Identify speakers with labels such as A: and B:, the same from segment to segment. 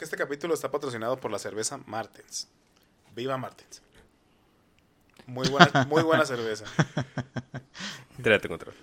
A: Este capítulo está patrocinado por la cerveza Martens. ¡Viva Martens! Muy buena cerveza.
B: Tírate control.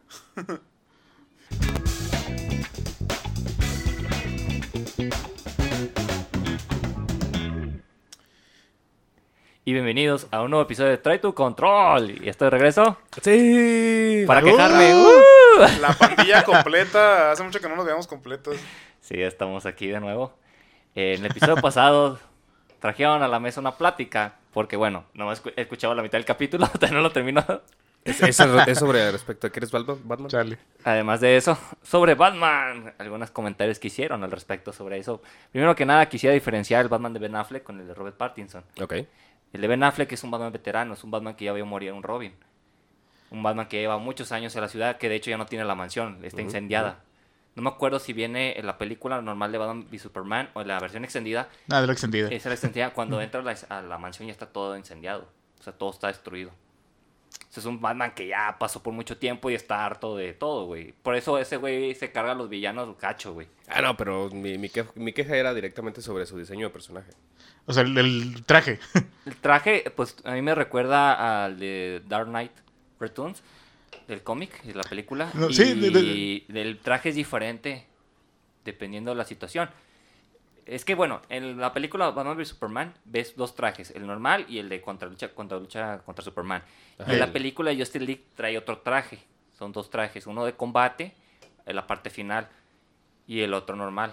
C: Y bienvenidos a un nuevo episodio de Try to Control. ¿Y estoy de regreso?
B: Sí.
C: Para quejarme.
A: La pandilla completa. Hace mucho que no nos veamos completos.
C: Sí, estamos aquí de nuevo. En el episodio pasado trajeron a la mesa una plática. Porque bueno, no he escuchado la mitad del capítulo. Todavía no lo termino.
B: Es sobre respecto a que eres Batman.
A: Chale.
C: Además de eso, sobre Batman. Algunos comentarios que hicieron al respecto sobre eso. Primero que nada, quisiera diferenciar el Batman de Ben Affleck con el de Robert Pattinson.
B: Ok.
C: El de Ben Affleck es un Batman veterano, es un Batman que ya vio morir a un Robin. Un Batman que lleva muchos años en la ciudad, que de hecho ya no tiene la mansión, está incendiada. No me acuerdo si viene en la película normal de Batman v Superman o en la versión extendida.
D: Ah, de la extendida.
C: Esa es la extendida, cuando entra a la mansión ya está todo incendiado. O sea, todo está destruido. O sea, es un Batman que ya pasó por mucho tiempo y está harto de todo, güey. Por eso ese güey se carga a los villanos gacho, güey.
B: Ah, no, pero mi queja era directamente sobre su diseño de personaje.
D: O sea, el traje.
C: El traje, pues a mí me recuerda al de Dark Knight Returns, del cómic, de la película.
D: No,
C: y
D: sí,
C: el traje es diferente dependiendo de la situación. Es que bueno, en la película Batman v Superman ves dos trajes, el normal y el de lucha contra Superman.
B: Ajá.
C: Y en la película Justice League trae otro traje. Son dos trajes, uno de combate en la parte final y el otro normal.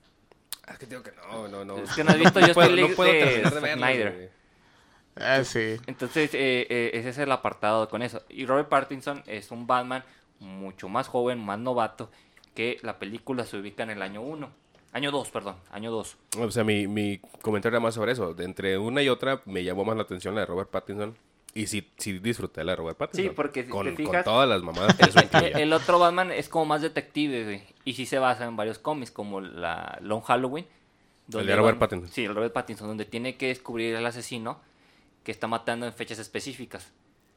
B: Es que digo que no.
C: Es que no has visto Justice League
B: no puedo
C: de
B: terminar de verlo,
C: Snyder.
B: güey.
D: Ah, sí.
C: Entonces, ese es el apartado con eso. Y Robert Pattinson es un Batman mucho más joven, más novato, que la película se ubica en el año 1. Año 2, perdón. Año 2.
B: O sea, mi comentario era más sobre eso. De entre una y otra me llamó más la atención la de Robert Pattinson. Y sí disfruté la de Robert Pattinson.
C: Sí, porque si
B: con,
C: te fijas,
B: con todas las mamadas que eso incluye.
C: el otro Batman es como más detective, güey. Y sí se basa en varios cómics, como la Long Halloween.
B: El de Robert Pattinson.
C: Sí, el Robert Pattinson, donde tiene que descubrir al asesino que está matando en fechas específicas.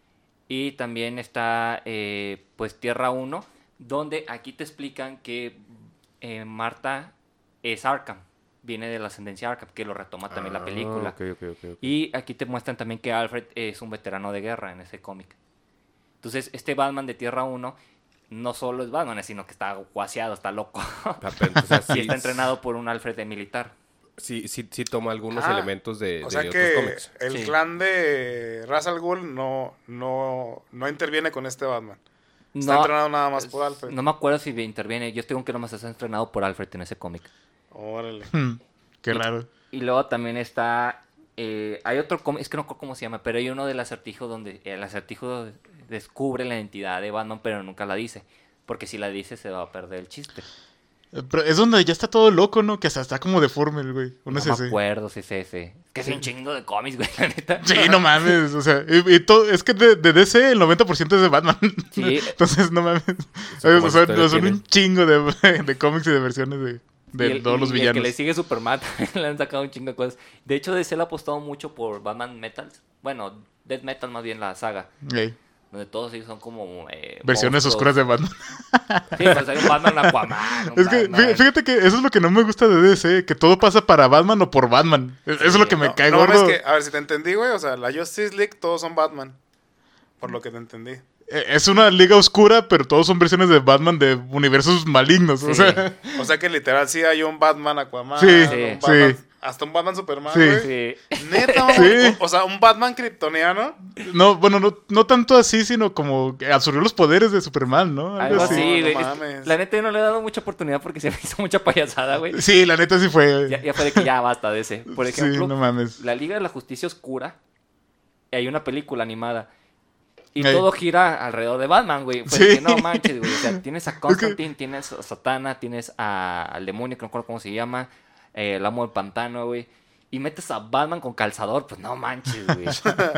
C: Y también está, pues, Tierra 1, donde aquí te explican que Marta es Arkham. Viene de la ascendencia Arkham, que lo retoma también la película.
B: Ok.
C: Y aquí te muestran también que Alfred es un veterano de guerra en ese cómic. Entonces, este Batman de Tierra 1 no solo es Batman, sino que está guaseado, está loco.
B: Entonces,
C: Y está entrenado por un Alfred de militar.
B: Sí toma algunos elementos de
A: O sea
B: otros
A: que
B: cómics.
A: el
C: Sí.
A: clan de Ra's al Ghul no interviene con este Batman. Está
C: No,
A: entrenado nada más por Alfred.
C: No me acuerdo si interviene. Yo tengo que nomás está entrenado por Alfred en ese cómic.
A: Órale.
D: Qué raro.
C: Y luego también está... hay otro cómic, es que no recuerdo cómo se llama, pero hay uno del acertijo donde el acertijo descubre la identidad de Batman, pero nunca la dice. Porque si la dice se va a perder el chiste.
D: Pero es donde ya está todo loco, ¿no? Que hasta está como deforme el güey. ¿O no es
C: No
D: ese?
C: me acuerdo si es ese. Es que es un chingo de cómics, güey, la neta.
D: Sí, no mames. O sea, es que de DC el 90% es de Batman.
C: Sí.
D: Entonces, no mames.
B: como
D: Son
B: historia tiene.
D: un chingo de cómics y de versiones de todos los
C: y
D: villanos.
C: el que le sigue Superman le han sacado un chingo de cosas. De hecho, DC le ha apostado mucho por Batman Metals. Bueno, Death Metal más bien la saga.
D: Ey,
C: Donde todos ellos son como...
D: versiones
C: monstruos.
D: oscuras de Batman.
C: Sí, pues hay un Batman Aquaman.
D: Es que fíjate que eso es lo que no me gusta de DC, que todo pasa para Batman o por Batman. Eso es lo que me cae
A: No,
D: gordo.
A: es que, a ver si te entendí, güey. O sea, la Justice League todos son Batman. Por lo que te entendí.
D: Es una liga oscura, pero todos son versiones de Batman de universos malignos.
C: Sí.
D: O sea,
A: O sea que literal sí hay un Batman Aquaman.
D: Sí,
A: un
C: sí.
A: Batman-
D: sí.
A: Hasta un Batman Superman,
D: Sí.
A: güey.
C: Sí.
A: Neta,
D: Sí.
A: o sea, un Batman kryptoniano.
D: no, bueno, no tanto así, sino como que absorbió los poderes de Superman, ¿no?
C: Algo
D: así.
C: así,
A: No
C: güey.
A: mames.
C: La neta yo no le he dado mucha oportunidad porque se me hizo mucha payasada, güey.
D: Sí, la neta sí fue.
C: Ya fue de que ya basta de ese. Por ejemplo,
D: Sí, no mames.
C: la Liga de la Justicia Oscura, hay una película animada. Y
D: Ey.
C: todo gira alrededor de Batman, güey. Fue
D: Sí.
C: de que no manches, güey. O sea, tienes a Constantine, tienes a Satana, tienes al demonio, que no recuerdo cómo se llama, el amo del pantano, güey. Y metes a Batman con calzador, pues no manches, güey.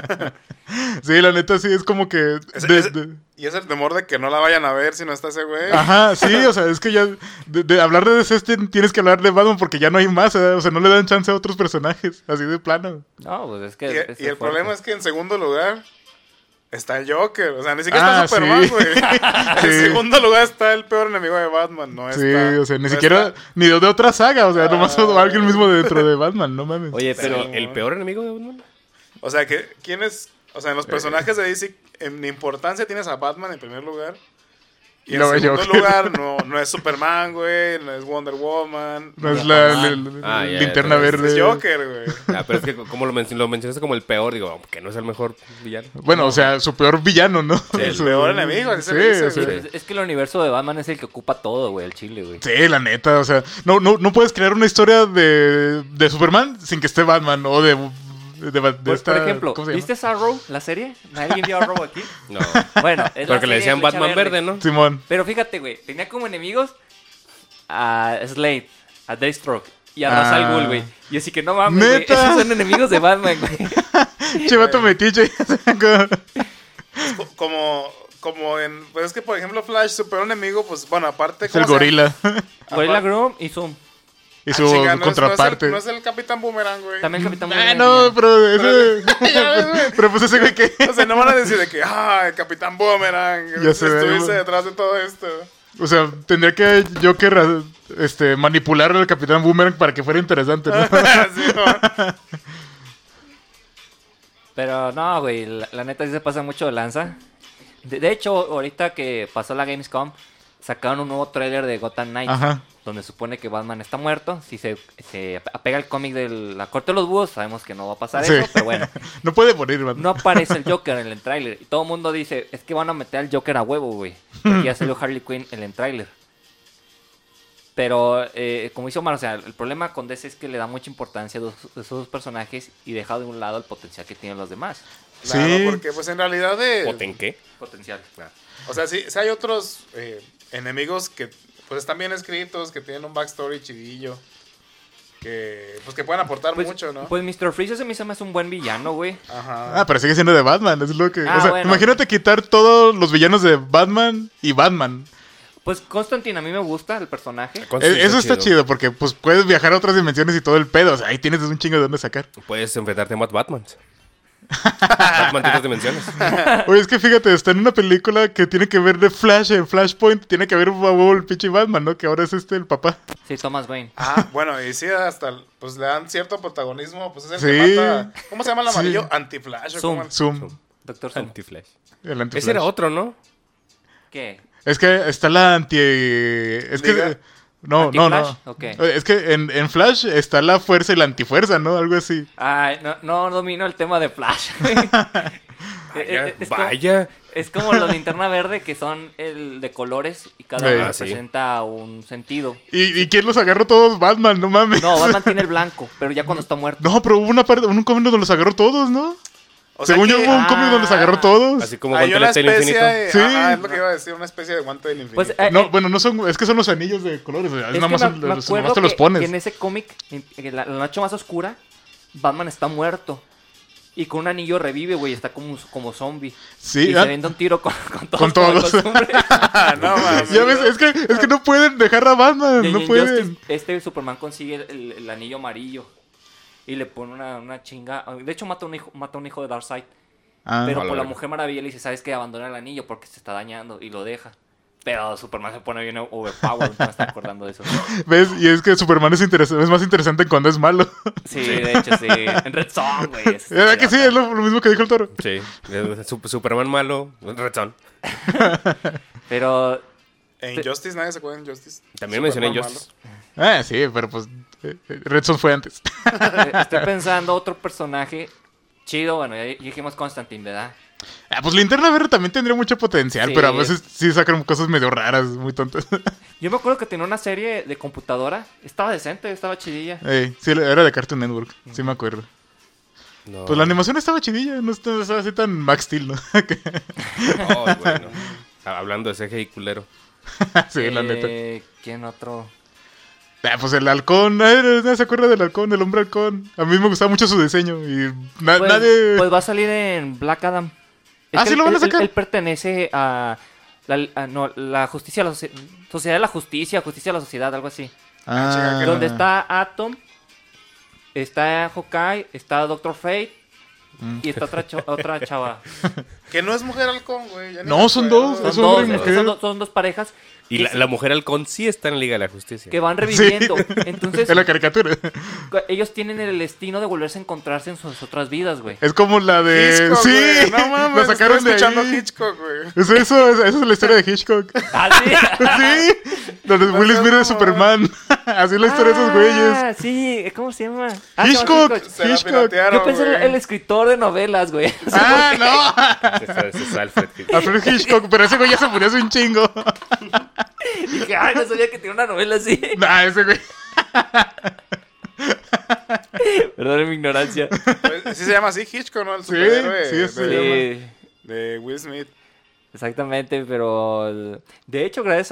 D: Sí, la neta sí es como que.
A: Y es el temor de que no la vayan a ver si no está ese güey.
D: Ajá, sí, o sea, es que ya. De hablar de DC tienes que hablar de Batman porque ya no hay más, o sea, no le dan chance a otros personajes, así de plano.
C: No, pues es que...
A: Y el problema es que en segundo lugar, está el Joker. O sea, ni siquiera está Superman,
D: sí.
A: güey. En segundo lugar está el peor enemigo de Batman. No
D: Sí,
A: está,
D: o sea, ni
A: no
D: siquiera,
A: está.
D: ni de otra saga, o sea, nomás alguien mismo dentro de Batman, no mames.
C: Oye, pero
B: ¿El peor enemigo de Batman?
A: O sea, ¿quién es? O sea, en los personajes de DC, en importancia tienes a Batman en primer lugar. Y en
D: No,
A: segundo
D: Joker.
A: lugar, no es Superman, güey. No es Wonder Woman.
D: No es
C: no,
D: la
C: Batman.
B: Ya,
D: linterna
B: entonces
D: verde.
A: Es Joker, güey.
B: Pero es que como lo mencionaste como el peor, digo, que no es el mejor villano.
D: Bueno, o sea, su peor villano, ¿no?
A: El
D: Su-
A: peor enemigo, así se
D: Sí,
A: le dice,
D: o sea,
A: güey.
C: es que el universo de Batman es el que ocupa todo, güey, el chile, güey.
D: sí, la neta, o sea, no puedes crear una historia de Superman sin que esté Batman o de esta...
C: Por ejemplo,
D: ¿cómo se llama?
C: ¿viste Arrow, la serie? ¿Alguien vio Arrow aquí?
B: No.
C: Bueno, es la
B: Porque le
C: serie
B: decían
C: de Flecha
B: Batman Verde, ¿no?
D: Simón.
C: Pero fíjate, güey, tenía como enemigos a Slade, a Deathstroke y a
D: Ah.
C: Ra's al Ghul, güey. Y así que no mames, güey,
D: ¿Neta?
C: esos son enemigos de Batman, güey.
D: Che, vato metiche.
A: Como en... Pues es que, por ejemplo, Flash, su peor enemigo, pues, bueno, aparte...
D: Es el
A: ¿cómo se llama?
D: gorila.
C: Gorilla Groom y Zoom.
D: Y
A: Ah,
D: su
A: chinga, no es-
D: contraparte.
A: No es el Capitán Boomerang, güey.
C: También Capitán
D: Ah,
C: Boomerang.
D: no, pero ese...
A: Ya ves, güey.
D: pero pues ese güey que...
A: O sea, no van a decir de que, el Capitán Boomerang,
D: Ya se ve,
A: estuviste
D: güey.
A: detrás de todo esto.
D: O sea, tendría que Joker manipular al Capitán Boomerang para que fuera interesante, ¿no?
A: Sí, ¿no?
C: Pero no, güey, la neta sí se pasa mucho de lanza. De hecho, ahorita que pasó la Gamescom, sacaron un nuevo tráiler de Gotham Knights.
D: Ajá.
C: Donde supone que Batman está muerto. Si se apega al cómic de la Corte de los Búhos, sabemos que no va a pasar
D: Sí.
C: eso, pero bueno.
D: No puede morir, man.
C: No aparece el Joker en el tráiler. Y todo el mundo dice, es que van a meter al Joker a huevo, güey. Porque ya salió Harley Quinn en el tráiler. Pero, como dice Omar, o sea, el problema con DC es que le da mucha importancia a esos dos personajes y deja de un lado el potencial que tienen los demás.
A: Claro,
D: Sí.
A: porque pues en realidad
B: ¿Poten qué?
C: Potencial.
A: o sea, sí hay otros enemigos que pues están bien escritos, que tienen un backstory chidillo, que pues que pueden aportar mucho, ¿no?
C: Pues Mr. Freeze se me hace un buen villano, güey.
A: Ajá.
D: Ah, pero sigue siendo de Batman, es lo que...
C: Ah,
D: o sea,
C: bueno.
D: imagínate quitar todos los villanos de Batman y Batman.
C: Pues Constantine a mí me gusta el personaje.
D: Eso está chido porque pues puedes viajar a otras dimensiones y todo el pedo. O sea, ahí tienes un chingo de dónde sacar.
B: Puedes enfrentarte a más Batmans. Batman tiene 3 dimensiones.
D: Oye, es que fíjate, está en una película que tiene que ver de Flash, en Flashpoint, tiene que ver un huevo el pinche Batman, ¿no? Que ahora es el papá.
C: Sí, Thomas Wayne.
A: Bueno, y sí, hasta pues le dan cierto protagonismo, pues es el
D: Sí.
A: que mata. ¿Cómo se llama el
D: Sí.
A: amarillo? Anti-Flash. ¿o
C: Zoom.
A: cómo?
D: Zoom.
C: Doctor Zoom.
B: Anti-Flash.
D: El anti-Flash.
B: Ese era otro, ¿no?
C: ¿Qué?
D: Es que está la anti... Es
A: Liga.
D: que... No,
C: ¿Anti-Flash?
D: no.
C: Ok.
D: Es que en Flash está la fuerza y la antifuerza, ¿no? Algo así.
C: Ay, no domino el tema de Flash.
B: Vaya,
C: Es
B: vaya.
C: Es como la linterna verde que son el de colores y cada
D: Sí.
C: uno
B: Ah, sí.
C: representa un sentido.
D: ¿Y quién los agarró todos? Batman, no mames.
C: No, Batman tiene el blanco, pero ya cuando está muerto.
D: No, pero hubo una parte, un cómic donde los agarró todos, ¿no?
A: O sea
D: Según yo
A: que
D: hubo un cómic donde los agarró todos.
B: Así como
A: hay una
B: Guantelete del
A: especie
B: Infinito.
A: de...
D: Sí.
A: Ajá, es lo que iba a decir, una especie de guante del infinito.
C: Pues,
D: No, bueno, no son, es que son los anillos de colores. O sea,
C: es
D: nada
C: que
D: más,
C: me
D: nomás
C: acuerdo
D: te los
C: que
D: pones.
C: en ese cómic, en la noche más oscura, Batman está muerto. Y con un anillo revive, güey, está como zombie.
D: Sí,
C: y se vende un tiro con todos.
D: con
C: como de
D: todos.
C: costumbre.
A: No mames.
D: Ya ves, es que no pueden dejar a Batman,
C: Y
D: no
C: en
D: pueden.
C: Justice, Superman consigue el anillo amarillo. Y le pone una chinga. De hecho, mata a un hijo de Darkseid.
D: Ah,
C: Pero
B: a la
C: por la
B: verga.
C: Mujer Maravilla le dice, ¿sabes qué? Abandona el anillo porque se está dañando. Y lo deja. Pero Superman se pone bien overpowered. No me está acordando de eso.
D: ¿Ves? Y es que Superman es más interesante cuando es malo.
C: Sí, de hecho, sí. En Red Son, güey.
D: ¿Verdad que sí? Es lo mismo que dijo el toro.
B: Sí. Superman malo. Red Son.
C: Pero
A: En Justice, nadie se acuerda en Justice.
B: También mencioné
A: Superman
B: Justice.
D: Sí, pero pues Red Son fue antes.
C: estoy pensando otro personaje chido. Bueno, ya dijimos Constantine, ¿verdad?
D: Pues Linterna Verde también tendría mucho potencial,
C: Sí.
D: pero a veces sí sacan cosas medio raras, muy tontas.
C: Yo me acuerdo que tenía una serie de computadora. Estaba decente, estaba chidilla.
D: Sí, era de Cartoon Network, sí me acuerdo.
B: No.
D: Pues la animación estaba chidilla, no estaba así tan Max Steel, ¿no?
B: Oh, bueno. Hablando de CGI culero.
D: Sí, la neta.
C: ¿Quién otro?
D: Pues el halcón, nadie se acuerda del halcón, el hombre halcón. A mí me gustaba mucho su diseño y
C: Pues,
D: nadie...
C: pues va a salir en Black Adam.
D: Ah,
C: que
D: ¿sí lo van a
C: él-
D: sacar?
C: Él pertenece a la justicia, sociedad de la justicia de la sociedad, algo así.
A: chica, que
C: Donde está Atom, está Hawkeye, está Doctor Fate y está otra chava.
A: Que no es mujer halcón, güey. ya ni
D: No,
A: me
D: son
A: acuerdo.
D: dos,
C: Son
D: es hombre y
C: dos,
D: mujer.
C: son dos parejas
B: Y
C: que,
B: la mujer halcón sí está en la Liga de la Justicia.
C: que van reviviendo. Entonces,
D: En la caricatura.
C: ellos tienen el destino de volverse a encontrarse en sus otras vidas, güey.
D: Es como la de...
A: Hitchcock,
D: sí,
A: güey. No mames,
D: la sacaron
A: estoy
D: de
A: escuchando
D: ahí.
A: Hitchcock, güey.
D: Esa es la historia de Hitchcock.
C: Ah, sí.
D: Sí, donde Will
A: seas
D: Smith es
A: mamón.
D: Superman. Así es la historia de esos güeyes.
C: Ah, sí, ¿cómo se llama? Se llama
D: Hitchcock.
A: Se la
D: Hitchcock.
A: piratearon,
C: Yo pensé
A: güey.
C: el escritor de novelas, güey.
D: Ah, no.
B: Ese es Alfred Hitchcock.
D: Alfred Hitchcock, pero ese güey ya se murió hace un chingo.
C: Dije, ay, no sabía que tenía una novela así.
D: Nah, ese güey.
C: Perdón mi ignorancia.
A: Pues, sí se llama así Hitchcock, ¿no? El superhéroe
D: sí, sí,
A: de,
C: Sí,
A: de Will Smith.
C: exactamente, pero de hecho, gracias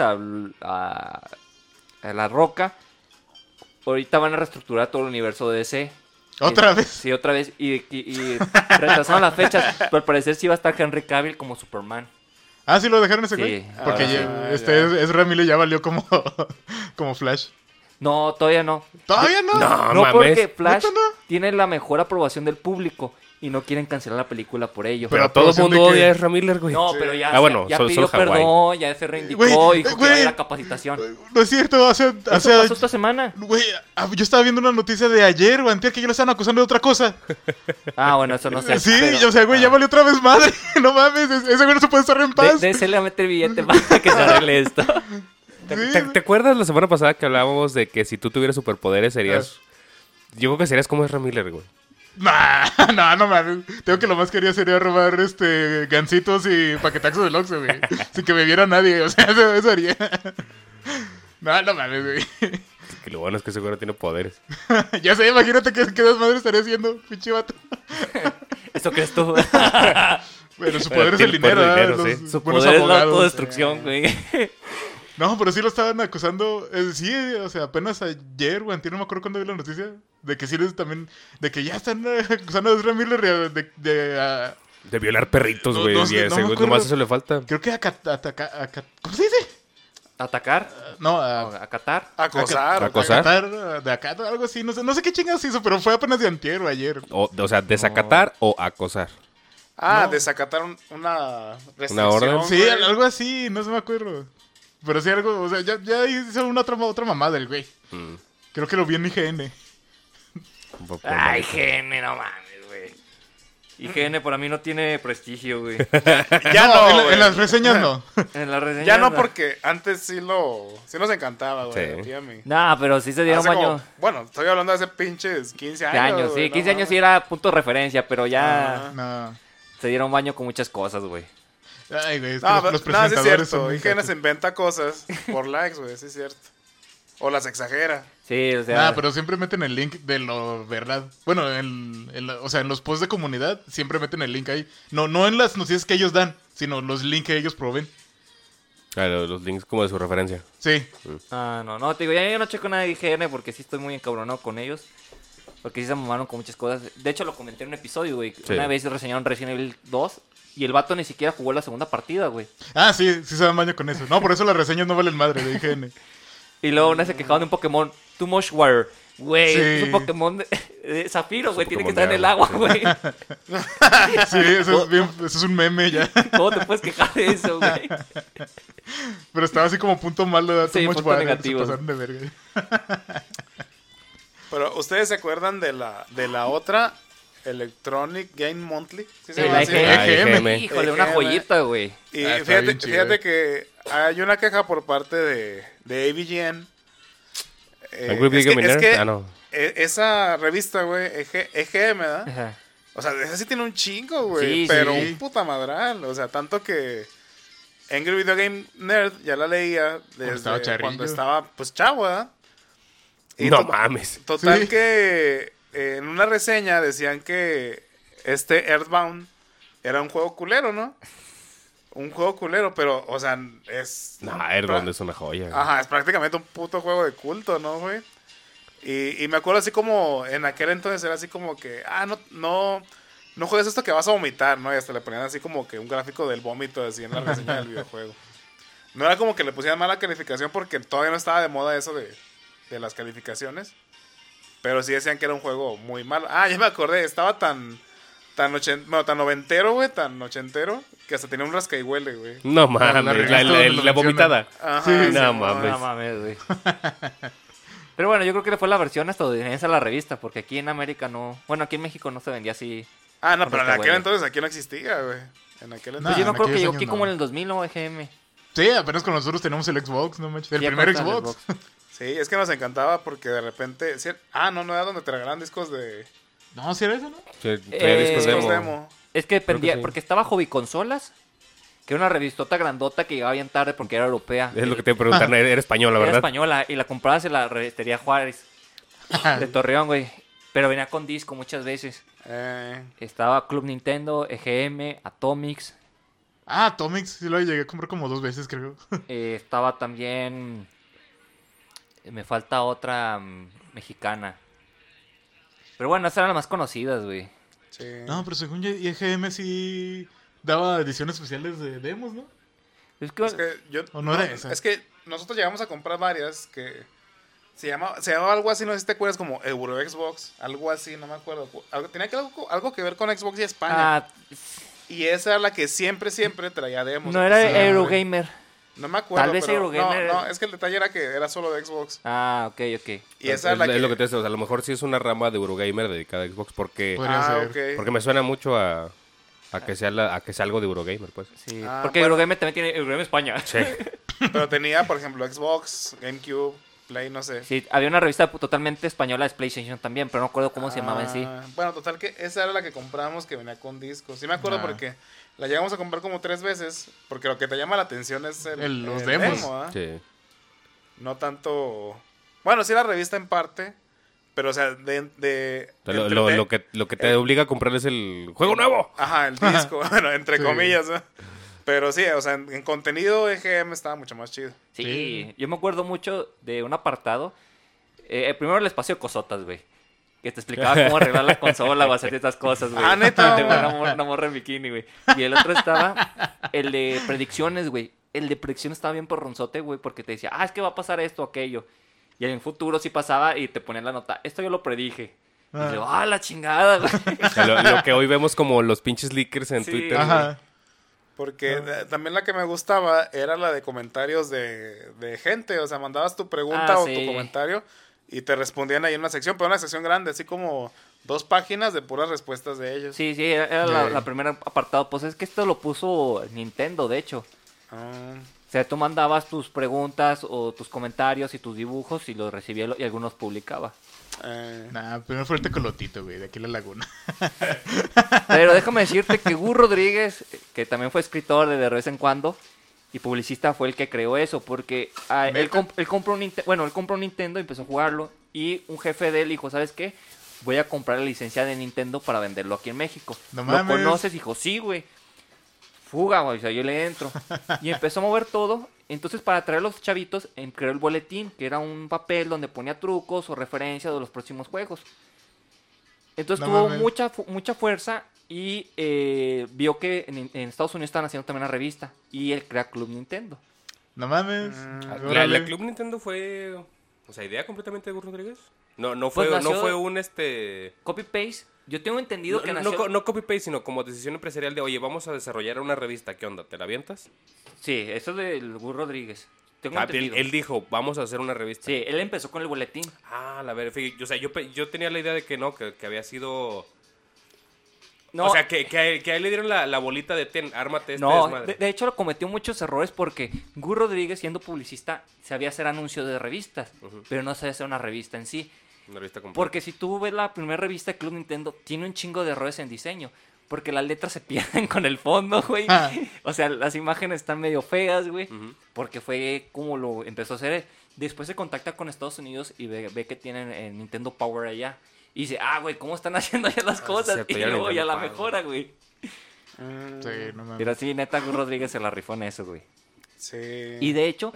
C: a La Roca, ahorita van a reestructurar todo el universo de DC.
D: ¿Otra vez?
C: Sí, otra vez. Y retrasaron las fechas. Pero al parecer sí va a estar Henry Cavill como Superman.
D: Ah, sí lo dejaron ese
C: Sí.
D: güey. Porque
A: Ah,
D: ya,
A: ya.
D: Ezra Miller ya valió como, como Flash.
C: No, todavía no.
D: ¿Todavía no?
B: No,
C: No,
B: mames.
C: porque Flash
D: ¿Neta no?
C: tiene la mejor aprobación del público y no quieren cancelar la película por ello.
B: Pero
D: Pero
B: todo el
D: aprobación
B: mundo
D: de que-
B: odia a Ezra Miller, güey.
C: No, pero ya,
B: Ah, bueno,
C: ya
B: solo
C: pidió
B: Hawái.
C: perdón, ya se reindicó,
D: Güey,
C: dijo que iba a ir
D: güey.
C: a capacitación.
D: No es cierto,
C: Eso pasó esta semana.
D: Güey, yo estaba viendo una noticia de ayer o antier que ya lo estaban acusando de otra cosa.
C: Ah, bueno, eso no sé.
D: Sí,
C: pero-
D: o sea, güey, ya valió otra vez madre. No mames, ese güey no se puede estar en paz.
C: se le va a meter billete para que se arregle esto.
B: ¿Te acuerdas la semana pasada que hablábamos de que si tú tuvieras superpoderes serías... Yo creo que serías como Ezra Miller, güey.
D: No mames. Tengo que lo más quería sería robar gancitos y paquetazos del Oxxo, güey. Sin que me viera nadie, o sea, eso haría. No mames, güey.
B: Que lo bueno es que seguro tiene poderes.
D: Ya sé, imagínate qué desmadre estaría haciendo, pinche vato.
C: ¿Eso crees tú?
D: Pero su
B: Pero
D: poder es el
B: tiene poder
D: dinero,
B: de
D: ¿verdad?
B: dinero,
D: Los
B: sí.
C: Su
D: buenos
C: poder es la
D: abogados.
C: autodestrucción, güey.
D: No, pero sí lo estaban acusando. Sí, o sea, apenas ayer o antier, no me acuerdo cuándo vi la noticia. De que sí les también. De que ya están acusando a Ezra Miller
B: De violar perritos,
D: No,
B: güey.
D: no sé,
B: y
D: no
B: ese
D: me
B: güey,
D: acuerdo.
B: nomás eso le falta.
D: creo que ¿cómo se dice?
C: ¿Atacar?
D: No,
C: ¿Acatar?
A: Acosar.
B: Acosar.
D: Acatar, de acá, algo así. No sé qué chingados hizo, pero fue apenas de antier o ayer.
B: O sea, desacatar o acosar.
A: Ah,
D: No.
A: desacatar una restricción.
B: orden.
D: Sí,
A: güey.
D: algo así, no se me acuerdo. Pero sí algo, o sea, ya hizo otra mamada el güey.
B: Mm.
D: Creo que lo vi en IGN.
C: Ay, GN, no mames, güey. IGN para mí no tiene prestigio, güey.
A: Ya no,
D: en,
A: güey.
D: en las reseñas no.
C: En la reseña.
A: Ya no, porque antes sí nos encantaba, güey.
B: Sí.
A: a ti y a mí.
C: Nah, pero sí se dieron
A: Hace
C: baño.
A: como- bueno, estoy hablando de hace pinches 15
C: De
A: años.
C: años, sí.
A: güey,
C: 15
A: no
C: años sí
A: mames.
C: era punto de referencia, pero ya
A: Ajá.
D: No.
C: se dieron baño con muchas cosas, güey.
D: Ay, güey, es que
A: No,
D: los
A: no, sí es
D: presentadores
A: cierto.
D: son...
A: IGN se inventa cosas por likes, güey, sí es cierto. O las exagera.
C: Sí, o sea.
D: Pero siempre meten el link de lo verdad. Bueno, o sea, en los posts de comunidad siempre meten el link ahí. No en las noticias que ellos dan, sino los links que ellos proveen.
B: Los links como de su referencia.
D: Sí.
C: No, te digo, ya yo no checo nada de IGN porque sí estoy muy encabronado con ellos. Porque sí se mamaron con muchas cosas. De hecho, lo comenté en un episodio, güey.
B: Sí.
C: Una vez reseñaron Resident Evil 2 y el vato ni siquiera jugó la segunda partida, güey.
D: Ah, sí se dan baño con eso. No, por eso las reseñas no valen madre de IGN.
C: Y luego una vez se quejaron de un Pokémon Too Much Water. Güey,
D: Sí.
C: es un Pokémon de Zafiro, güey. Tiene que
B: Pokémon
C: estar en
B: de
C: el agua, güey.
D: Sí, eso es un meme ya.
C: ¿Cómo te puedes quejar de eso, güey?
D: Pero estaba así como punto malo de
C: Sí,
D: Too Much
C: punto
D: Water,
C: negativo.
D: se pasaron de verga.
A: Pero, ¿ustedes se acuerdan de la otra? Electronic Game Monthly. ¿Sí se
C: Sí,
A: llama
C: la
A: así?
D: EGM.
C: Híjole, una
A: EGM.
C: joyita, güey.
A: Y
D: está bien chida.
A: fíjate que hay una queja por parte de AVGN.
B: ¿Angry Video
A: es
B: Miner?
A: que
B: Ah, no.
A: esa revista, güey, EGM, ¿verdad?
C: Ajá.
A: O sea, esa sí tiene un chingo, güey.
C: Sí,
A: pero
D: sí.
A: un puta madral. O sea, tanto que Angry Video Game Nerd ya la leía
D: estaba
A: desde
D: charrillo.
A: cuando estaba, pues, chavo, ¿verdad? Y
B: No mames.
A: Total
D: Sí.
A: que en una reseña decían que Earthbound era un juego culero, ¿no? Un juego culero, pero, o sea, es...
B: No, Airbound es una joya. güey.
A: Ajá, es prácticamente un puto juego de culto, ¿no, güey? Y me acuerdo así como, en aquel entonces era así como que, no juegues esto que vas a vomitar, ¿no? Y hasta le ponían así como que un gráfico del vómito así en la reseña del videojuego. No era como que le pusieran mala calificación porque todavía no estaba de moda eso de las calificaciones. Pero sí decían que era un juego muy malo. Ah, ya me acordé, estaba tan tan noventero, güey, tan ochentero, que hasta tenía un rasca y huele, güey.
B: No mames, la vomitada.
A: Ajá,
D: Sí,
B: no
A: sí,
B: mames.
C: No mames, güey. Pero bueno, yo creo que fue la versión estadounidense a la revista, porque aquí en América no... Bueno, aquí en México no se vendía así.
A: Ah, no,
C: Con
A: pero en
C: rasca y
A: aquel
C: huele.
A: entonces aquí no existía, güey. En aquel
D: No,
C: Pues
A: entonces.
C: yo me
D: en
C: acuerdo que
D: aquellos
C: llegó
D: años
C: aquí
D: no.
C: como en el 2000 o EGM.
D: Sí, apenas con nosotros tenemos el Xbox, no manches. El
C: Ya
D: primer
C: cuenta el
D: Xbox.
A: Sí, es que nos encantaba porque de repente... no era donde te regalaban discos de...
D: No, ¿sí era eso, no?
B: Sí, traía discos
A: Discos
B: demo.
A: demo.
C: Es que dependía,
B: sí.
C: porque estaba Hobby Consolas, que era una revistota grandota que llegaba bien tarde porque era europea.
B: Es lo que te iba a preguntar, era español, la
C: Era
B: verdad.
C: española y la comprabas en la revistería Juárez de Torreón, güey. Pero venía con disco muchas veces. Estaba Club Nintendo, EGM, Atomics.
D: Ah, Atomics, sí lo llegué a comprar como 2 veces, creo.
C: Estaba también... Me falta otra mexicana. Pero bueno, esas eran las más conocidas, güey.
A: Sí.
D: No, pero según yo, IGM sí daba ediciones especiales de demos, ¿no?
C: Es que,
A: Es que yo...
D: ¿O no era esa?
A: Es que nosotros llegamos a comprar varias que... Se llamaba algo así, no sé si te acuerdas, como Euro Xbox. Algo así, no me acuerdo. Tenía algo que ver con Xbox y España.
C: ah,
A: Y esa era la que siempre traía demos.
C: no era
D: Sí,
C: Eurogamer.
A: No me acuerdo.
C: Tal vez
A: pero
C: Eurogamer.
A: No, es que el detalle era que era solo de Xbox.
C: Ah, ok.
A: Y esa es la que...
B: lo que te decía, o sea, a lo mejor sí es una rama de Eurogamer dedicada a Xbox porque,
D: Podría ser.
A: ok.
B: porque me suena mucho a que sea algo de Eurogamer, pues.
C: Sí,
A: Ah,
C: porque
A: bueno.
C: Eurogamer también tiene Eurogamer España.
B: Sí.
A: Pero tenía, por ejemplo, Xbox, GameCube, Play, no sé.
C: Sí, había una revista totalmente española de PlayStation también, pero no recuerdo cómo se llamaba en sí.
A: Bueno, total que esa era la que compramos que venía con discos. Sí me acuerdo
D: Ah.
A: porque la llegamos a comprar como 3 veces. Porque lo que te llama la atención es
D: Los
A: el
D: demos.
A: demo, ¿ah?
B: Sí.
A: No tanto... Bueno, sí la revista en parte. Pero, o sea,
B: Lo que te obliga a comprar es el juego nuevo.
A: Ajá, el disco. Bueno, entre
D: Sí.
A: comillas, ¿no? Pero sí, o sea, en contenido EGM estaba mucho más chido.
C: Sí,
D: Sí.
C: yo me acuerdo mucho de un apartado. Primero el espacio de cosotas, güey. Que te explicaba cómo arreglar la consola o hacer estas cosas, güey.
A: Ah, ¿neta?
C: Tengo una morra en bikini, güey. Y el otro estaba el de predicciones, güey. El de predicciones estaba bien porronzote, güey, porque te decía, es que va a pasar esto o aquello. Y en el futuro sí pasaba y te ponían la nota, esto yo lo predije. Y yo, la chingada, güey.
B: O sea, lo que hoy vemos como los pinches leakers en
C: Sí.
B: Twitter.
D: Ajá.
A: Porque también la que me gustaba era la de comentarios de gente. O sea, mandabas tu pregunta o
C: sí.
A: tu comentario y te respondían ahí en una sección, pero una sección grande, así como 2 páginas de puras respuestas de ellos.
C: Sí, era la primera apartado. Pues es que esto lo puso Nintendo, de hecho.
A: Ah,
C: O sea, tú mandabas tus preguntas o tus comentarios y tus dibujos y los recibía y algunos publicaba.
D: Nah, primero fue el tecolotito, güey, de aquí la laguna.
C: Pero déjame decirte que Gus Rodríguez, que también fue escritor de vez en cuando y publicista, fue el que creó eso, porque él compró un Nintendo y empezó a jugarlo y un jefe de él dijo, ¿sabes qué? Voy a comprar la licencia de Nintendo para venderlo aquí en México.
D: No
C: ¿Lo
D: mames.
C: conoces? Dijo, sí, güey. Fuga, güey, o sea, yo le entro. Y empezó a mover todo. Entonces, para atraer a los chavitos, creó el boletín, que era un papel donde ponía trucos o referencias de los próximos juegos. Entonces
D: No
C: tuvo
D: mames.
C: mucha fuerza y vio que en Estados Unidos estaban haciendo también una revista. Y él crea Club Nintendo.
D: No mames.
B: La Club Nintendo fue, o sea, idea completamente de Gus Rodríguez. No fue,
C: Pues nació-
B: no fue un
C: Copy-paste. Yo tengo entendido que
B: no,
C: nació...
B: no copy-paste, sino como decisión empresarial de, oye, vamos a desarrollar una revista, ¿qué onda? ¿Te la avientas?
C: Sí, eso es del Gus Rodríguez. Tengo
B: Él,
C: entendido.
B: él dijo, vamos a hacer una revista.
C: Sí, él empezó con el boletín.
B: La verdad, o sea, yo tenía la idea de que no, que había sido...
C: No,
B: O sea, que a él le dieron la bolita de ármate este
C: no,
B: desmadre.
C: de hecho cometió muchos errores porque Gus Rodríguez, siendo publicista, sabía hacer anuncios de revistas, pero no sabía hacer una revista en sí.
B: Una revista completa.
C: Porque si tú ves la primera revista de Club Nintendo, tiene un chingo de errores en diseño. Porque las letras se pierden con el fondo, güey.
D: Ah.
C: O sea, las imágenes están medio feas, güey.
B: Ujú.
C: Porque fue como lo empezó a hacer él. Después se contacta con Estados Unidos y ve que tienen el Nintendo Power allá. Y dice, güey, ¿cómo están haciendo allá las cosas?
B: cierto,
C: Y
B: ya
C: luego ya
B: Nintendo
C: la
B: Power.
C: mejora, güey.
D: Sí, no mames.
C: Pero sí, neta, Gus Rodríguez se la rifó en eso, güey.
A: sí.
C: Y de hecho,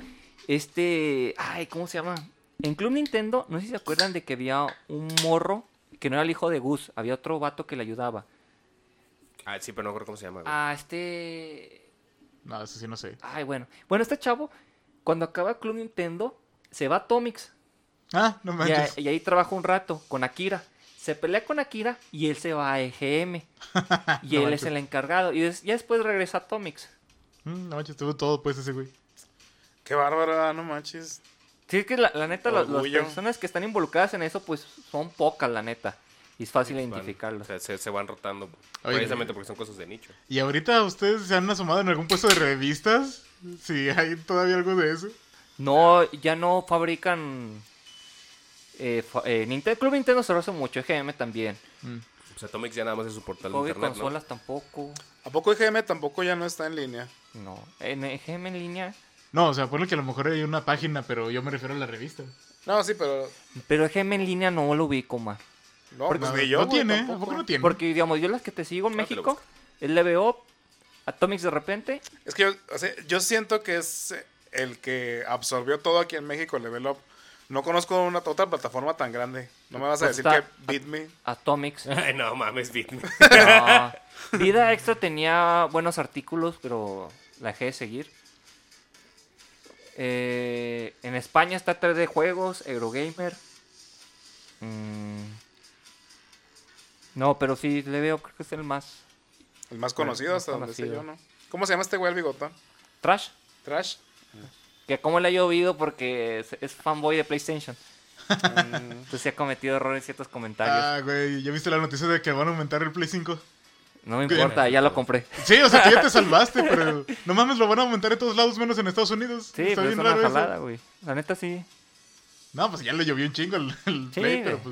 C: ¿cómo se llama? En Club Nintendo, no sé si se acuerdan de que había un morro que no era el hijo de Gus, había otro vato que le ayudaba.
B: Sí, pero no recuerdo cómo se llama. güey.
D: No, eso sí no sé.
C: Bueno. Bueno, este chavo, cuando acaba Club Nintendo, se va a Atomics.
D: Ah, no manches.
C: Y ahí trabaja un rato con Akira. se pelea con Akira y él se va a EGM. Y
D: No
C: él
D: manches.
C: es el encargado. Y ya después regresa a Atomics.
D: No manches, tuvo todo pues ese güey.
A: Qué bárbaro, no manches.
C: Sí, es que la neta, las
A: Orgullo.
C: personas que están involucradas en eso, pues son pocas, la neta. Y es fácil identificarlos.
B: O sea, se van rotando.
D: Oye,
B: Precisamente porque son cosas de nicho.
D: ¿Y ahorita ustedes se han asomado en algún puesto de revistas? Si hay todavía algo de eso.
C: No, ya no fabrican... Club Nintendo se lo hace mucho, EGM también.
B: O sea, Atomics ya nada más es su portal de
C: Hobby
B: internet,
C: consolas tampoco.
A: ¿A poco IGM tampoco ya no está en línea?
C: No. En EGM en línea.
D: No, o sea, ponle que a lo mejor hay una página, pero yo me refiero a la revista.
A: No, sí, pero...
C: Pero EGM en línea no lo ubico, ma.
A: No,
C: Porque
A: pues
D: No,
A: ni yo,
D: no
A: güey,
D: tiene,
A: tampoco.
D: ¿a poco no tiene?
C: Porque, digamos, yo las que te sigo en
B: Ah, te lo
C: México, el LBO, Atomics de repente.
A: Es que yo siento que es el que absorbió todo aquí en México, el Level Up. No conozco otra plataforma tan grande. No me vas a
C: Pues
A: decir
C: está-
A: que BitMe.
C: Atomics.
B: Ay, no mames, Bit.
C: No. Vida Extra tenía buenos artículos, pero la dejé de seguir. En España está 3D Juegos, Eurogamer. No, pero sí, le veo, creo que es el más
A: El más conocido
C: más
A: hasta donde sé
C: conocido.
A: yo, ¿no? ¿Cómo se llama este güey el bigotón?
C: trash.
A: Trash.
C: Que como le ha llovido porque es fanboy de PlayStation. Entonces se ha cometido errores en ciertos comentarios.
D: Ah, güey, ¿ya viste la noticia de que van a aumentar el Play 5?
C: No me importa, ya lo compré.
D: Sí, o sea, que ya te salvaste, pero no mames, lo van a aumentar en todos lados menos en Estados Unidos.
C: Sí,
D: Está
C: pero es
D: bien
C: una
D: raro eso.
C: jalada, güey. La neta sí.
D: No, pues ya le llovió un chingo el
C: Sí,
D: Play, pero
C: güey.
D: pues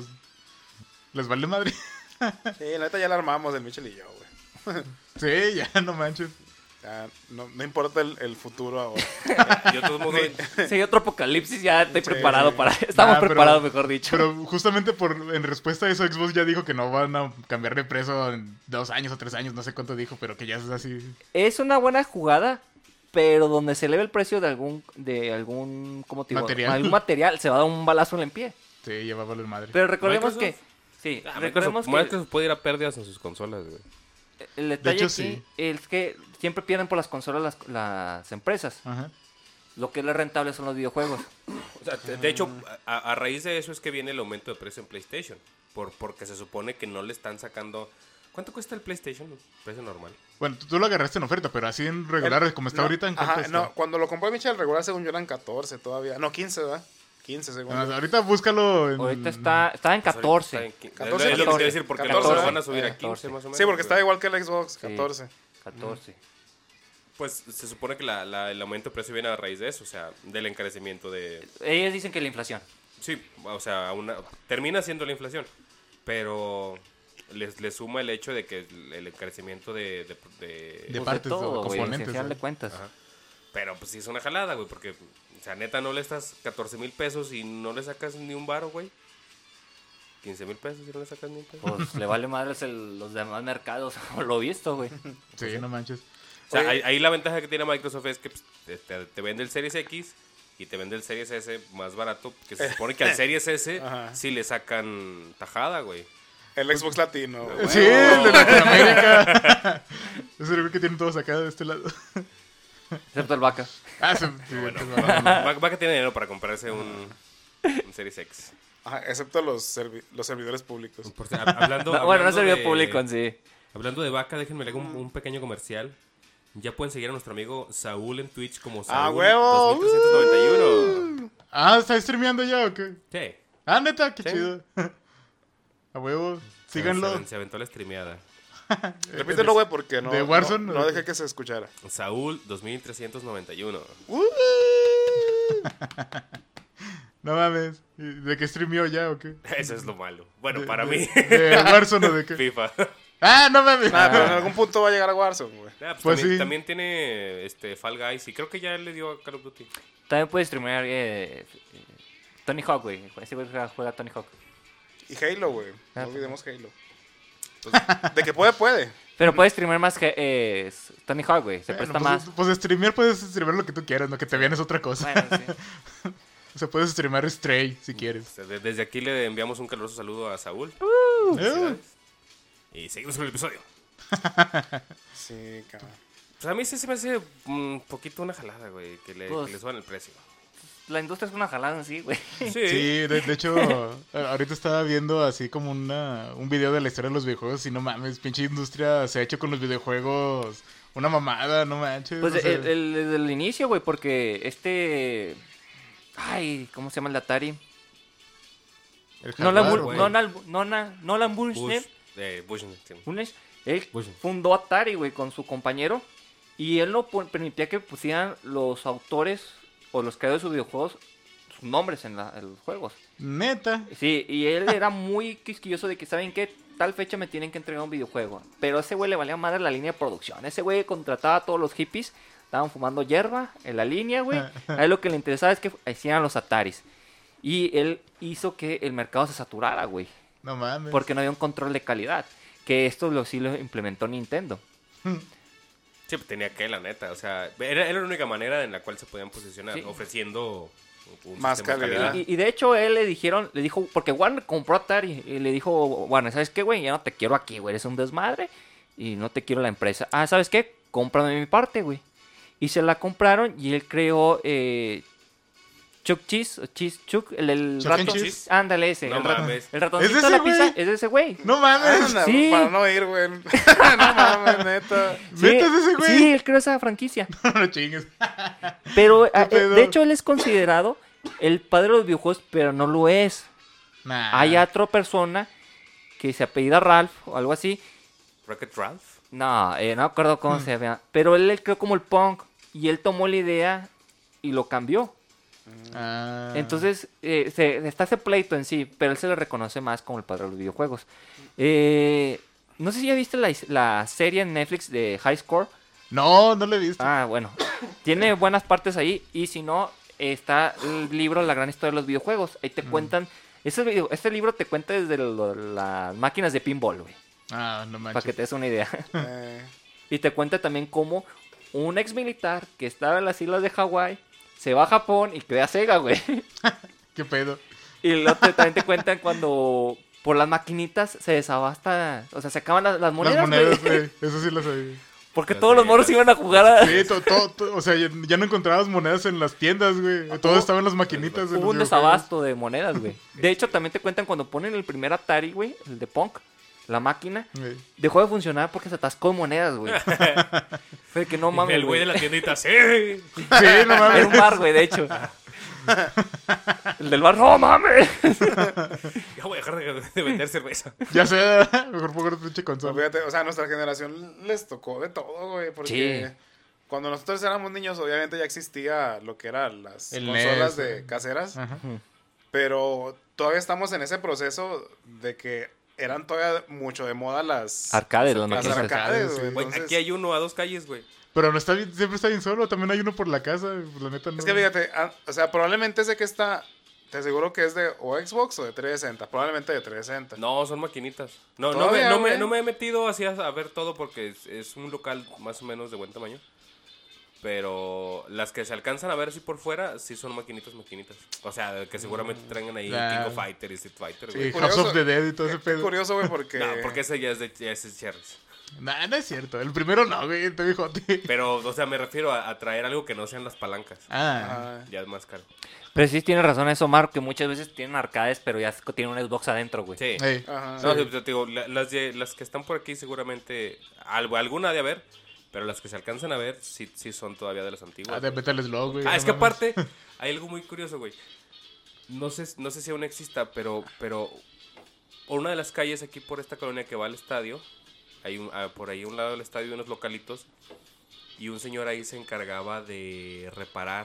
D: les vale madre.
A: Sí, la neta ya la armamos el Michel y yo, güey.
D: Sí, ya, no manches.
A: Ya, no importa el futuro ahora.
B: Yo de todos modos...
C: Si hay otro apocalipsis, ya estoy preparado para... Estamos
D: Ah, pero-
C: preparados, mejor dicho.
D: Pero justamente en respuesta a eso, Xbox ya dijo que no van a cambiar de precio en 2 años o 3 años, no sé cuánto dijo, pero que ya es así.
C: Es una buena jugada, pero donde se eleve el precio de algún ¿cómo te digo?
D: Material.
C: Algún material, se va a dar un balazo en el pie.
D: Sí, ya va a valer madre.
C: Pero recordemos
B: Microsoft.
C: que... Sí,
B: Ah,
C: recordemos que
B: Microsoft puede ir a pérdidas en sus consolas, güey.
C: el detalle
D: hecho,
C: aquí
D: sí.
C: es que siempre pierden por las consolas las empresas.
D: Ajá.
C: Lo que es rentable son los videojuegos.
B: O sea, de hecho, a raíz de eso es que viene el aumento de precio en PlayStation. Porque se supone que no le están sacando... ¿Cuánto cuesta el PlayStation? El precio normal.
D: Bueno, tú lo agarraste en oferta, pero así en regular, como está
A: No,
D: ahorita, ¿en cuánto
A: ajá,
D: está?
A: no, cuando lo compró Michel regular, según yo eran 14 todavía. No, 15, ¿verdad? 15 según
D: Ah,
A: yo.
D: ahorita búscalo en...
C: Ahorita está en 14.
B: Está en 14,
A: 14,
B: es lo que te iba a decir, porque
A: 14,
B: luego lo van a subir a
C: 14.
B: 15 más o menos.
A: Sí, porque está
B: güey.
A: igual que el Xbox,
C: Sí.
A: 14.
C: 14.
B: Pues se supone que el aumento de precio viene a raíz de eso, o sea, del encarecimiento de...
C: Ellos dicen que la inflación.
B: Sí, o sea, termina siendo la inflación, pero le suma el hecho de que el encarecimiento de
D: De
C: Pues
D: partes,
C: todo,
D: o
C: güey,
D: componentes,
C: al final
D: ¿no?
C: de cuentas.
B: Ajá. Pero pues sí es una jalada, güey, porque, o sea, neta, no le estás 14,000 pesos y no le sacas ni un varo, güey. 15,000 pesos y no le sacas ni un peso.
C: Pues le vale madres los demás mercados, lo visto, güey.
D: Sí, no manches.
B: O sea,
A: Oye.
B: ahí la ventaja que tiene Microsoft es que pues, te vende el Series X y te vende el Series S más barato, que se supone que al Series S
A: Ajá.
B: sí le sacan tajada, güey.
A: El Xbox latino. güey.
D: Sí, el de Latinoamérica. Es el que tienen todos acá de este lado.
C: Excepto el vaca.
D: Ah, sí,
B: Va que tiene dinero para comprarse un Series X.
A: Ajá, excepto los servidores públicos.
B: Por cierto, hablando,
C: No, bueno, no
B: hablando
C: servidor
B: de-
C: público en sí.
B: Hablando de vaca, déjenme leer un pequeño comercial. Ya pueden seguir a nuestro amigo Saúl en Twitch como
A: ¡Ah,
B: Saúl
A: huevo!
B: 2391.
D: Ah, ¿está streameando ya o qué?
B: Sí.
D: Ah, neta, qué
B: Sí.
D: chido. A huevo, síganlo.
B: Se aventó la streameada.
A: Repítelo, güey, porque no,
D: ¿De Warzone?
A: no dejé que se escuchara.
B: Saúl 2391.
D: No mames. ¿Y ¿De qué streameó ya o qué?
B: Eso es lo malo. Bueno,
D: De-
B: para
D: de-
B: mí.
D: ¿De Warzone o de qué?
B: FIFA.
D: Ah, no mames.
A: Nada, pero en algún punto va a llegar a Warzone, güey.
D: Pues
B: también,
D: sí.
B: también tiene Fall Guys y creo que ya le dio a Call of Duty.
C: También puedes streamear Tony Hawk, güey. Ese güey juega Tony Hawk.
A: Y Halo, güey.
C: Ah,
A: No olvidemos Halo. De que puede.
C: Pero puedes streamear más que Tony Hawk, güey. Se
D: Bueno,
C: presta
D: pues,
C: más.
D: pues streamear puedes streamear lo que tú quieras, lo que te vean es otra cosa.
C: Bueno, sí.
D: O sea, puedes streamear Stray si quieres.
B: O sea, desde aquí le enviamos un caluroso saludo a Saúl. Felicidades. Y seguimos con el episodio.
A: Sí, cabrón.
B: Pues a mí sí se me hace un poquito una jalada, güey, que le
C: Pues-
B: suban el precio.
C: la industria es una jalada en sí, güey.
B: Sí.
D: Sí, de hecho, ahorita estaba viendo así como un video de la historia de los videojuegos y no mames, pinche industria se ha hecho con los videojuegos una mamada, no manches.
C: Pues
D: o sea,
C: desde el inicio, güey, porque ay, ¿cómo se llama el de Atari?
D: el
C: Nolan,
D: jaguar,
B: güey.
C: Nolan Bushnell,
B: Bush,
C: él
B: Bushnell.
C: fundó Atari, güey, con su compañero. Y él no permitía que pusieran los autores o los creadores de sus videojuegos sus nombres en los juegos.
D: Neta.
C: Sí, y él era muy quisquilloso de que, ¿saben qué? Tal fecha me tienen que entregar un videojuego. Pero a ese güey le valía madre la línea de producción. Ese güey contrataba a todos los hippies, estaban fumando hierba en la línea, güey. A él lo que le interesaba es que hicieran los Ataris. Y él hizo que el mercado se saturara, güey.
D: No mames.
C: Porque no había un control de calidad. Que esto sí lo implementó Nintendo.
B: Sí, pues tenía que, la neta. O sea, era la única manera en la cual se podían posicionar,
C: Sí.
B: ofreciendo un
A: Más
B: sistema de
A: calidad.
C: Y de hecho él le dijo, porque Warner compró Atari, y le dijo, Warner, ¿sabes qué, güey? Ya no te quiero aquí, güey, eres un desmadre, y no te quiero la empresa. Ah, ¿sabes qué? Cómprame mi parte, güey. Y se la compraron, y él creó Chuck Cheese, Chuck, el
D: Chuck and
C: ratón.
D: Cheese.
C: Ándale, ese.
B: No
C: el,
B: mames.
C: el ratoncito
D: ¿Es de
C: de la
D: ese
C: pizza
D: güey?
C: es de ese güey.
D: No mames.
A: Anda,
C: Sí.
A: Para no ir, güey. No mames, neta.
D: ¿Neta es ese güey?
C: Sí, él creó esa franquicia.
D: No chingues.
C: Pero,
D: pedo?
C: de hecho, él es considerado el padre de los videojuegos, pero no lo es.
D: Nah.
C: Hay otra persona que se apellida Ralph o algo así.
B: Rocket Ralph.
C: No me acuerdo cómo se llama. Pero él creó como el punk. Y él tomó la idea y lo cambió.
D: Ah.
C: Entonces, está ese pleito en sí. Pero él se le reconoce más como el padre de los videojuegos. No sé si ya viste la serie en Netflix de High Score.
D: No lo he visto.
C: Ah, bueno. Tiene buenas partes ahí. Y si no, está el libro La gran historia de los videojuegos. Ahí te cuentan. Este libro te cuenta desde las máquinas de pinball, güey.
D: Ah, no
C: Para
D: manches.
C: que te des una idea.
A: Eh,
C: Y te cuenta también cómo un ex militar que estaba en las islas de Hawái se va a Japón y crea Sega, güey.
D: ¿Qué pedo?
C: Y luego también te cuentan cuando por las maquinitas se desabasta. O sea, se acaban las monedas,
D: Las monedas,
C: güey.
D: güey. Eso sí lo sabía.
C: Porque
B: Las
C: todos los moros
B: monedas.
C: iban a jugar a.
D: Sí, o sea, ya no encontrabas monedas en las tiendas, güey. Todo estaba en las maquinitas. de
C: Hubo
D: los
C: un
D: videojuegos.
C: desabasto de monedas, güey. De hecho, también te cuentan cuando ponen el primer Atari, güey, el de Punk, la máquina,
D: Güey.
C: dejó de funcionar porque se atascó de monedas, güey. Fue que no mames,
B: El güey de
C: güey.
B: la tiendita, sí.
D: Sí, no
C: Era
D: mames.
C: un bar, güey, de hecho. El del bar, no mames.
B: Ya voy a dejar de vender cerveza.
D: Ya sé, mejor pongo pinche
A: pues
D: consola.
A: fíjate, o sea, a nuestra generación les tocó de todo, güey. Porque
C: Sí.
A: cuando nosotros éramos niños, obviamente ya existía lo que eran las
D: El
A: consolas
D: NES,
A: de caseras.
D: Ajá.
A: Pero todavía estamos en ese proceso de que eran todavía mucho de moda las
C: Arcades, las
A: las
C: maquinitas.
A: arcades,
D: sí.
A: güey.
B: Güey,
A: Entonces,
B: aquí hay uno a 2 calles, güey.
D: Pero no está bien, siempre está bien solo. También hay uno por la casa. La neta no.
A: es que fíjate, o sea, probablemente ese que está, te aseguro que es de o Xbox o de 360. Probablemente de 360.
B: No, son maquinitas. No
A: Todavía, güey.
B: me he metido así a ver todo porque es un local más o menos de buen tamaño. Pero las que se alcanzan a ver así por fuera, sí son maquinitas. O sea, que seguramente traen ahí
D: Claro.
B: King of Fighter y Street Fighter,
D: Sí,
B: güey.
A: Curioso.
D: House of the Dead y todo ese
A: Qué
D: pedo.
A: curioso, güey, porque...
B: No, porque ese ya es de Cherries.
D: Nah, no es cierto. El primero no, güey. Te dijo a ti.
B: Pero, o sea, me refiero a traer algo que no sean las palancas.
D: Ah.
A: Ajá.
B: Ya es más caro.
C: Pero sí tienes razón eso, Marco, que muchas veces tienen arcades, pero ya tienen un Xbox adentro, güey.
B: Sí.
D: Ey.
A: Ajá.
B: No, yo te digo, las que están por aquí seguramente, alguna ha de haber, pero las que se alcanzan a ver sí son todavía de las antiguas.
D: Ah, de Metal Slug, güey.
B: Es que
D: no mames.
B: aparte, hay algo muy curioso, güey. No sé si aún exista, pero por una de las calles aquí por esta colonia que va al estadio, hay por ahí a un lado del estadio unos localitos, y un señor ahí se encargaba de reparar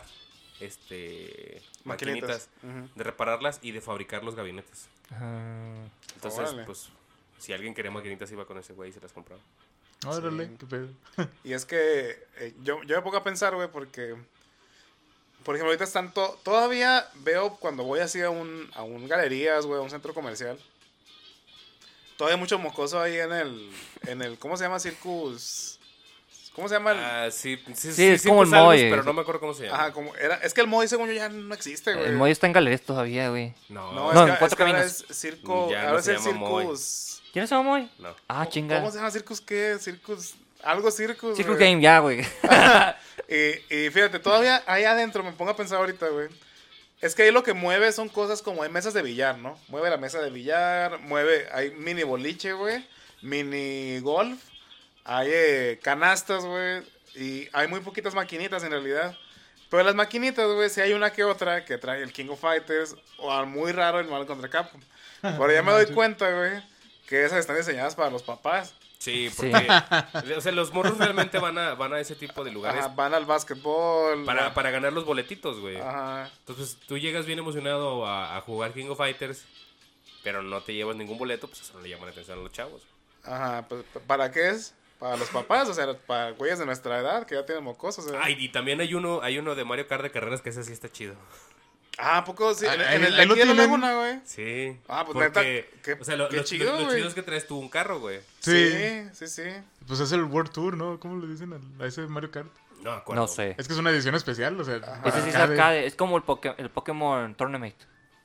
B: maquinitas,
A: Ujú.
B: de repararlas y de fabricar los gabinetes. Entonces,
A: Órale.
B: pues, si alguien quería maquinitas iba con ese güey y se las compraba.
D: Órale,
A: Sí.
D: qué pedo.
A: Y es que yo me pongo a pensar, güey, porque... Por ejemplo, ahorita están... todavía veo cuando voy así a un galerías, güey, a un centro comercial. Todavía hay mucho mocoso ahí en el ¿cómo se llama? Circus... ¿Cómo se llama?
B: Sí,
C: es como el
B: pues, algo,
C: Moy.
B: pero no me acuerdo cómo se llama.
A: Ajá, como era... Es que el Moy, según yo, ya no existe, güey.
C: El Moy está en galerías todavía, güey.
B: No,
A: No,
C: No,
A: es
C: en
A: que,
C: Cuatro
A: es que ahora
C: Caminos.
A: es circo...
B: Ya no
A: ahora es
B: se
A: el
B: llama Moy.
A: circus...
C: ¿Quién se llama Moy?
B: no.
C: Ah, chinga.
A: ¿Cómo se llama? ¿Circus qué? Circus... Algo circus,
C: Circus
A: güey.
C: Game, ya, güey.
A: Y fíjate, todavía ahí adentro me pongo a pensar ahorita, güey. Es que ahí lo que mueve son cosas como hay mesas de billar, ¿no? Mueve la mesa de billar, hay mini boliche, güey, mini golf, hay canastas, güey, y hay muy poquitas maquinitas en realidad. Pero las maquinitas, güey, si hay una que otra que trae el King of Fighters o muy raro el Marvel contra Capcom. Por ya me doy cuenta, güey, que esas están diseñadas para los papás.
B: Sí, porque o sea, los morros realmente van a ese tipo de lugares.
A: Ajá, van al básquetbol.
B: Para ganar los boletitos, güey.
A: Ajá.
B: Entonces, tú llegas bien emocionado a jugar King of Fighters, pero no te llevas ningún boleto, pues eso no le llama la atención a los chavos.
A: Ajá, pues, ¿para qué es? Para los papás, o sea, para güeyes de nuestra edad que ya tienen mocosos.
B: Y también hay uno de Mario Kart de carreras que ese sí está chido.
A: Ah, ¿a poco? Sí, en el de
D: ahí lo
A: aquí de la
D: tienen.
A: Laguna, güey.
B: Sí.
A: Ah, pues
B: porque,
A: neta,
B: o sea, lo
A: chido,
B: chido
A: güey.
B: es que traes tú un carro, güey.
A: Sí.
D: Pues es el World Tour, ¿no? ¿Cómo le dicen a ese Mario Kart?
B: No me acuerdo.
C: No sé.
D: Es que es una edición especial, o sea.
C: Ese sí es arcade. Es como el Pokémon Tournament.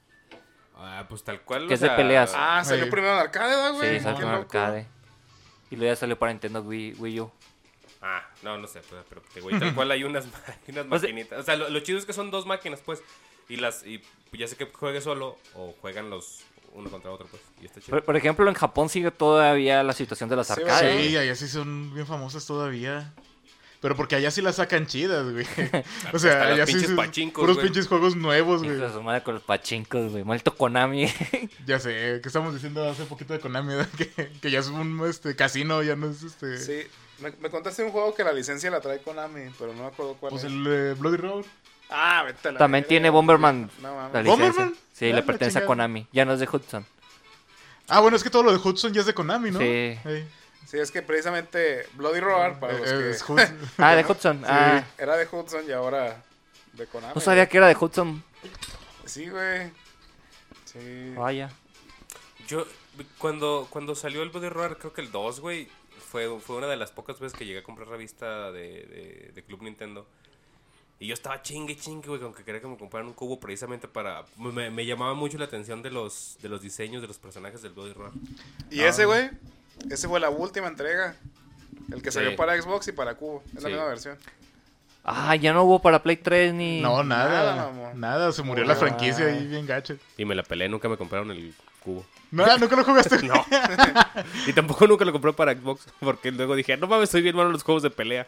B: Pues tal cual.
C: Que
B: o
C: es de
B: sea,
C: peleas.
A: Ah, salió
D: Sí.
A: primero en arcade, ¿verdad,
C: Sí,
A: güey?
C: es el
A: Qué
C: primer
A: loco.
C: arcade. Y luego ya salió para Nintendo Wii U.
B: No sé, pero güey, tal cual hay unas maquinitas. O sea, lo chido es que son dos máquinas, pues. Y ya sé que juegue solo o juegan los uno contra otro, pues. Y está chido.
C: Por ejemplo, en Japón sigue todavía la situación de las
A: Sí,
C: arcades.
D: Sí, allá sí son bien famosas todavía. Pero porque allá sí las sacan chidas, güey. O sea,
B: Hasta las
D: allá sí
B: pinches
D: son
B: pachincos,
D: puros
B: güey.
D: pinches juegos nuevos,
C: Hijo
D: güey.
C: de su madre con los pachincos, güey. Maldito Konami.
D: Ya sé, que estamos diciendo hace poquito de Konami, ¿verdad? Que ya es un casino, ya no es
A: Sí, me contaste un juego que la licencia la trae Konami, pero no me acuerdo cuál
D: Pues
A: es.
D: el Bloody Roar.
A: Ah, vete a la
C: También
A: verga,
C: tiene
A: güey.
C: Bomberman
A: No mames.
C: la licencia.
D: ¿Bomberman?
C: Sí,
D: Ah,
C: le
D: la
C: pertenece a
D: chingada.
C: Konami. Ya no es de Hudson.
D: Ah, bueno, es que todo lo de Hudson ya es de Konami, ¿no?
C: Sí.
D: Ey.
A: Sí, es que precisamente Bloody Roar, para los que...
D: Es Hudson.
C: Ah, de Hudson. Ah,
A: Era de Hudson y ahora de Konami.
C: no sabía que era de Hudson.
A: Sí, güey. Sí.
C: Vaya.
B: Yo, cuando salió el Bloody Roar, creo que el 2, güey, fue una de las pocas veces que llegué a comprar revista de Club Nintendo. Y yo estaba chingue, güey, aunque quería que me compraran un cubo precisamente para... Me llamaba mucho la atención de los diseños de los personajes del Bloody Roar.
A: Y ese, güey, ese fue la última entrega. El que salió
B: Sí.
A: para Xbox y para Cubo. Es la
B: Sí.
A: misma versión.
C: Ah, ya no hubo para Play 3 ni...
D: No,
A: Nada,
D: nada.
A: mamón.
D: Nada, se murió la franquicia ahí bien gacha.
B: Y me la peleé, nunca me compraron el cubo.
D: No, nunca lo jugaste.
B: No. Y tampoco nunca lo compré para Xbox, porque luego dije, no mames, soy bien malo en los juegos de pelea.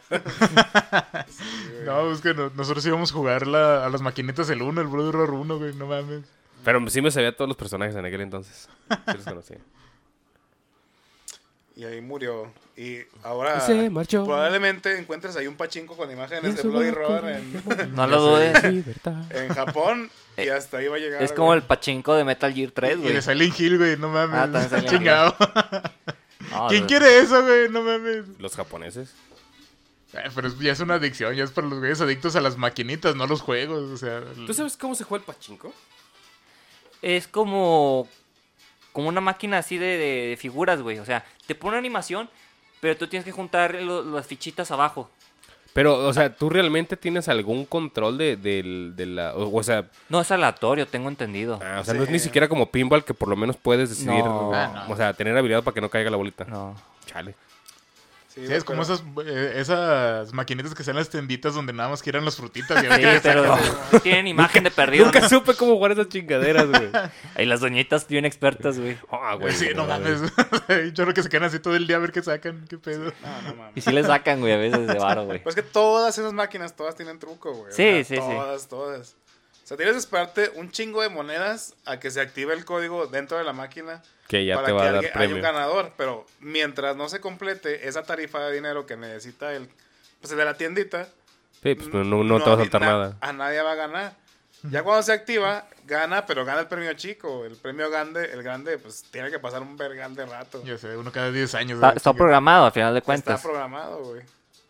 D: No, es que nosotros íbamos a jugar a las maquinitas el 1, el Bloody Roar 1, güey, no mames.
B: Pero sí me sabía todos los personajes en aquel entonces. Sí los conocía.
A: Y ahí murió. Y ahora
B: Se marchó.
A: probablemente encuentres ahí un pachinko con imágenes de Bloody Roar
C: No lo dudes.
A: en Japón. Y hasta ahí va a llegar.
C: Es como el pachinko de Metal Gear 3,
D: Y
C: güey.
D: de Silent Hill, güey, no
C: Ah,
D: mames.
C: también Silent
D: Chingado.
C: No,
D: ¿Quién
C: no.
D: quiere eso, güey? No mames.
B: Los japoneses.
D: Pero ya es una adicción, ya es para los güeyes adictos a las maquinitas, no a los juegos, o sea...
B: ¿Tú sabes cómo se juega el pachinko?
C: Es como una máquina así de figuras, güey. O sea, te pone una animación, pero tú tienes que juntar las fichitas abajo.
B: Pero, o sea, ¿tú realmente tienes algún control de la... O sea,
C: No, es aleatorio, tengo entendido.
B: no es ni siquiera como pinball que por lo menos puedes decidir...
C: No.
B: O sea, tener habilidad para que no caiga la bolita.
C: No.
B: Chale.
A: Sí,
D: Sí, es como
A: pero-
D: esas maquinitas que están en las tienditas donde nada más quieran las frutitas. Y a
C: Sí,
D: ver qué
C: pero
D: sacan.
C: tienen imagen de perdido.
B: Nunca supe cómo jugar esas chingaderas, güey.
C: Ahí las doñitas bien expertas, güey.
B: Ah, güey.
D: Sí, no mames. Yo creo que se quedan así todo el día a ver qué sacan, qué pedo.
A: No mames.
C: Y sí le sacan, güey, a veces de varo, güey.
A: Pues que todas esas máquinas, todas tienen truco, güey. O
C: Sí,
A: sea,
C: sí.
A: Todas. O sea, tienes que esperarte un chingo de monedas a que se active el código dentro de la máquina.
B: Que ya
A: para
B: te va
A: que
B: a dar
A: haya un
B: premio.
A: ganador. Pero mientras no se complete esa tarifa de dinero que necesita el de la tiendita,
B: Sí, pues no te va a saltar nada.
A: a nadie va a ganar. Ya cuando se activa, gana, pero gana el premio chico. El premio grande, pues tiene que pasar un vergal de rato.
D: Ya sé, uno cada 10 años.
C: Está
D: ¿verdad?
C: programado, al final de
A: Está
C: cuentas.
A: programado, güey.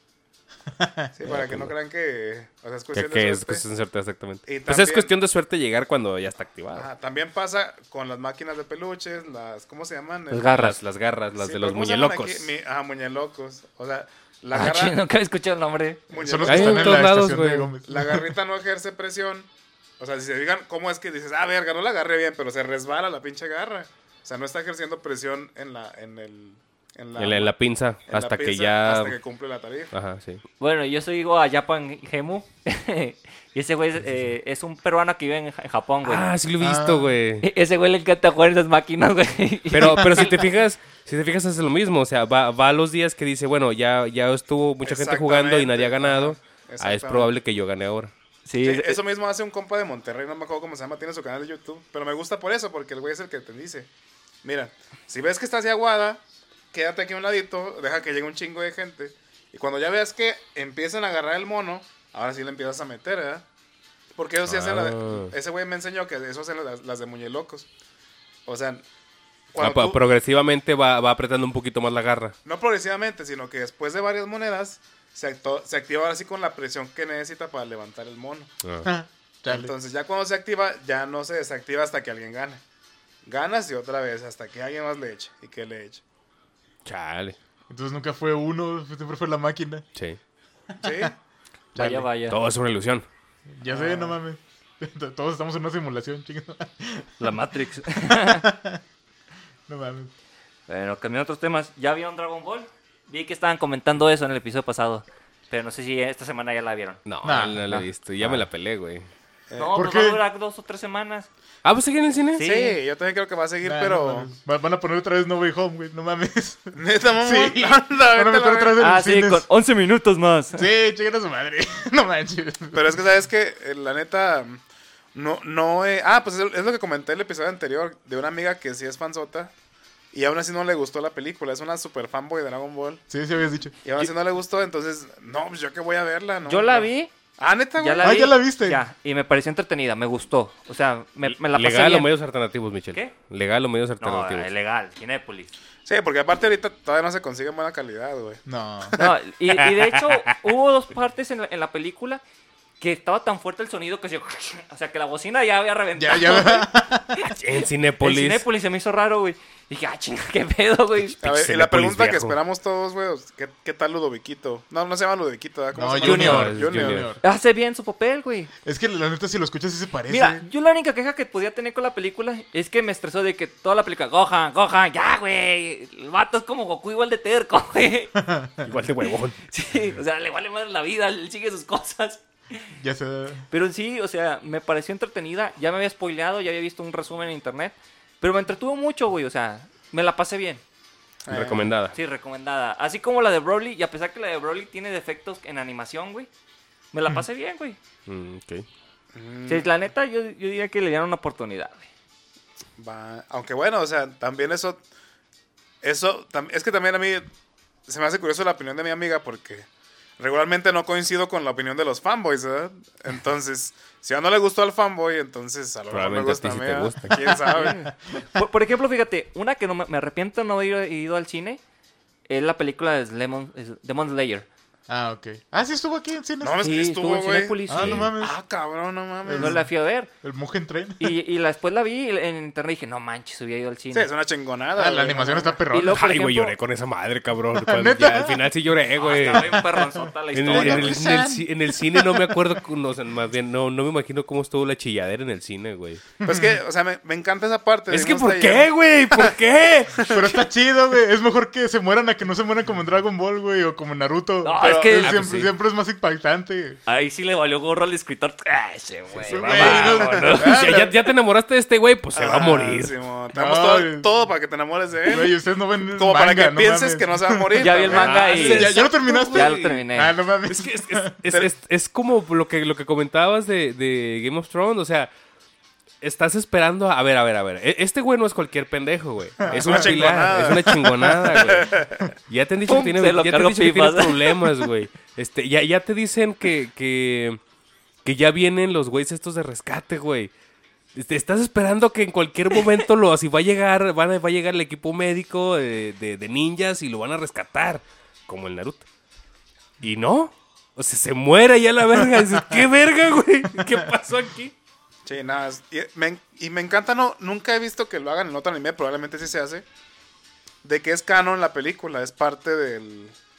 A: Sí, para que no crean que... O sea, es cuestión
B: Que
A: de
B: es
A: suerte.
B: cuestión de suerte, exactamente.
A: Y
B: Pues es
A: también-
B: cuestión de suerte llegar cuando ya está activado.
A: Ajá, también pasa con las máquinas de peluches, ¿cómo se llaman?
C: Las garras.
B: Las garras, las
A: Sí,
B: de
A: pero
B: los
A: ¿cómo se llaman
B: muñelocos.
A: aquí? Muñelocos. O sea, la
C: Ah,
A: garra...
C: ching, nunca he escuchado el nombre.
D: Son los
A: muñelocos.
D: que
B: Hay
D: están
B: en
D: en
B: todos
D: la
B: lados,
D: estación de
B: güey.
D: Gómez.
A: La garrita no ejerce presión. O sea, si se fijan, ¿cómo es que dices, ver, ganó la agarré bien, pero se resbala la pinche garra? O sea, no está ejerciendo presión en
B: En la pinza,
A: en la
B: hasta que
A: pinza,
B: ya...
A: hasta que cumple la tarifa.
B: Ajá, sí.
C: Bueno, yo sigo a Japan Gemu. Y ese güey es un peruano que vive en Japón, güey.
B: Ah, sí lo he visto, güey.
C: Ese güey le encanta jugar esas máquinas, güey.
B: Pero si te fijas hace lo mismo. O sea, va a los días que dice, bueno, ya estuvo mucha gente jugando y nadie ha ganado.
A: Ajá,
B: Es probable que yo gane ahora.
C: Sí,
A: Sí, eso mismo hace un compa de Monterrey, no me acuerdo cómo se llama, tiene su canal de YouTube. Pero me gusta por eso, porque el güey es el que te dice: mira, si ves que estás de aguada, quédate aquí a un ladito, deja que llegue un chingo de gente. Y cuando ya veas que empiezan a agarrar el mono, ahora sí le empiezas a meter, ¿verdad? Porque eso sí hacen ese güey me enseñó que eso hacen las de Muñelocos. O sea,
B: Progresivamente va apretando un poquito más la garra.
A: no progresivamente, sino que después de varias monedas se activa ahora sí con la presión que necesita para levantar el mono.
B: Ah.
D: Chale.
A: Entonces ya cuando se activa, ya no se desactiva hasta que alguien gane. Ganas y otra vez hasta que alguien más le eche y que le eche.
B: Chale.
D: Entonces nunca fue uno, siempre fue la máquina.
B: Sí.
A: ¿Sí?
C: vaya, vaya.
B: Todo es una ilusión.
D: Ya sé, no mames. Todos estamos en una simulación, chingada.
C: La Matrix.
D: No mames.
C: Bueno, cambiando otros temas. ¿Ya vieron Dragon Ball? Vi que estaban comentando eso en el episodio pasado. Pero no sé si esta semana ya la vieron.
B: No,
D: Nah,
B: no la he visto. Ya me la pelé, güey.
C: No,
D: ¿por
C: pues va
D: qué?
C: a durar 2 o 3 semanas.
B: Ah, ¿pues sigue en el cine?
C: Sí.
A: Sí, yo también creo que va a seguir,
D: Nah, no
A: pero...
D: mames. Van a poner otra vez No Way Home, güey. No mames.
A: Neta, mamá.
D: Sí.
A: Anda,
D: Van a
A: vete a
D: meter
A: la
D: otra vez
A: verga.
D: en
C: Ah,
D: el
C: sí,
D: cines.
C: con 11 minutos más.
D: Sí, chinguen a su madre. No manches.
A: Pero es que, ¿sabes qué? La neta... No, pues es lo que comenté en el episodio anterior de una amiga que sí es fansota y aún así no le gustó la película. Es una super fanboy de Dragon Ball
D: Sí, sí habías dicho.
A: y aún así no le gustó, entonces, no, pues yo que voy a verla, ¿no?
C: Yo la vi.
A: Ah, neta, güey.
C: Ya la
D: Ah,
C: vi.
D: ¿ya la viste?
C: Ya, y me pareció entretenida, me gustó. O sea, me la pasé
B: Legal o
C: bien.
B: medios alternativos, Michelle.
C: ¿Qué?
B: Legal o medios
C: No,
B: alternativos.
C: legal, Cinépolis.
A: Sí, porque aparte ahorita todavía no se consigue en buena calidad, güey.
D: No.
C: No, y de hecho, hubo 2 partes en la película que estaba tan fuerte el sonido que se... O sea, que la bocina ya había reventado.
B: En
C: El
B: Cinépolis.
C: Cinépolis se me hizo raro, güey. Dije, chinga, qué pedo, güey.
A: A ver, y
B: Cinépolis
A: la pregunta que
B: viejo.
A: esperamos todos, güey, ¿qué tal Ludoviquito? No se llama Ludoviquito, ¿verdad? ¿Cómo
D: No,
A: se llama?
D: Junior.
B: Junior.
C: Hace bien su papel, güey.
D: Es que la neta, si lo escuchas, sí se parece.
C: Mira, yo la única queja que podía tener con la película es que me estresó de que toda la película, Gohan, ya, güey. El vato es como Goku igual de terco, güey.
B: Igual de huevón.
C: Sí, o sea, le vale más la vida, él sigue sus cosas.
D: Ya sé.
C: Pero sí, o sea, me pareció entretenida. Ya me había spoileado, ya había visto un resumen en internet. Pero me entretuvo mucho, güey, o sea, me la pasé bien.
B: Recomendada.
C: Sí, recomendada. Así como la de Broly, y a pesar que la de Broly tiene defectos en animación, güey, me la pasé bien, güey.
B: Ok.
C: Sí, la neta, yo diría que le dieron una oportunidad, güey.
A: Va. Aunque bueno, o sea, también es que también a mí se me hace curioso la opinión de mi amiga porque regularmente no coincido con la opinión de los fanboys, ¿verdad? Entonces, si a no le gustó al fanboy, entonces a lo mejor me
B: Probablemente
A: gusta
B: a
A: a
B: ti
A: mí,
B: sí te
A: ¿verdad?
B: gusta.
A: ¿Quién sabe?
C: Por ejemplo, fíjate, una que no me arrepiento de no haber ido al cine es la película de Demon Slayer.
D: Ah, ok. Ah, sí estuvo aquí en cines.
A: No, es que
C: Sí,
A: estuvo,
C: en
A: güey.
C: Cinépolis,
D: Ah,
C: sí.
D: no mames.
A: Ah, cabrón, no mames.
C: No la fui a ver.
D: El Mugen Train.
C: Y después la vi en internet y dije, no manches, hubiera ido al cine.
A: Sí, es una chingonada.
D: Ah, la
A: güey,
D: animación
A: no
D: está
A: mames.
C: Y
D: perrona.
C: luego, por
B: Ay, güey,
C: ejemplo-
B: lloré con esa madre, cabrón. Cuando
D: ¿Neta?
B: ya, al final sí lloré, güey.
C: Está bien perronzota la
B: En
C: historia.
B: en el cine no me acuerdo, o sea, más bien no me imagino cómo estuvo la chilladera en el cine, güey.
A: Pues que, o sea, me encanta esa parte.
B: Es
A: de
B: que
A: no
B: ¿por
A: está
B: qué,
A: lleno.
B: güey? ¿Por qué?
D: Pero está chido, güey. Es mejor que se mueran a que no se mueran como en Dragon Ball, güey. O como en Naruto.
C: No,
D: Pero
C: es que-
D: siempre,
B: pues sí.
D: siempre es más impactante.
C: Ahí sí le valió gorro al escritor. Ese güey.
D: Sí,
C: mamá,
D: güey,
C: ¿no?
B: Si ya te enamoraste de este güey, pues se va a
A: Ah,
B: morir.
A: Simón, te damos
D: No,
A: todo,
D: güey.
A: todo para que te enamores de él.
D: Güey, ustedes no ven
A: Como
D: manga,
A: para que
D: no
A: pienses
D: mames.
A: que no se va a morir.
C: Ya vi el
A: también.
C: manga y...
D: ¿Ya lo terminaste?
C: Ya lo terminé.
D: Ah, no mames.
B: Es que es como lo que comentabas de Game of Thrones, o sea, estás esperando a ver. Este güey no es cualquier pendejo, güey. Es
A: una
B: una pilar,
A: chingonada.
B: es una chingonada, güey. Ya te han dicho
C: Pum,
B: que
C: se lo
B: ya te han
C: cargó
B: dicho que tienes
C: pipas.
B: problemas, güey. Ya te dicen que ya vienen los güeyes estos de rescate, güey. Estás esperando que en cualquier momento así va a llegar el equipo médico de ninjas y lo van a rescatar, como el Naruto. Y no, o sea, se muere ya la verga. Dices, ¿qué verga, güey? ¿Qué pasó aquí?
A: Sí, nada. Y me encanta, nunca he visto que lo hagan en otro anime, probablemente sí se hace. De que es canon la película, es parte del.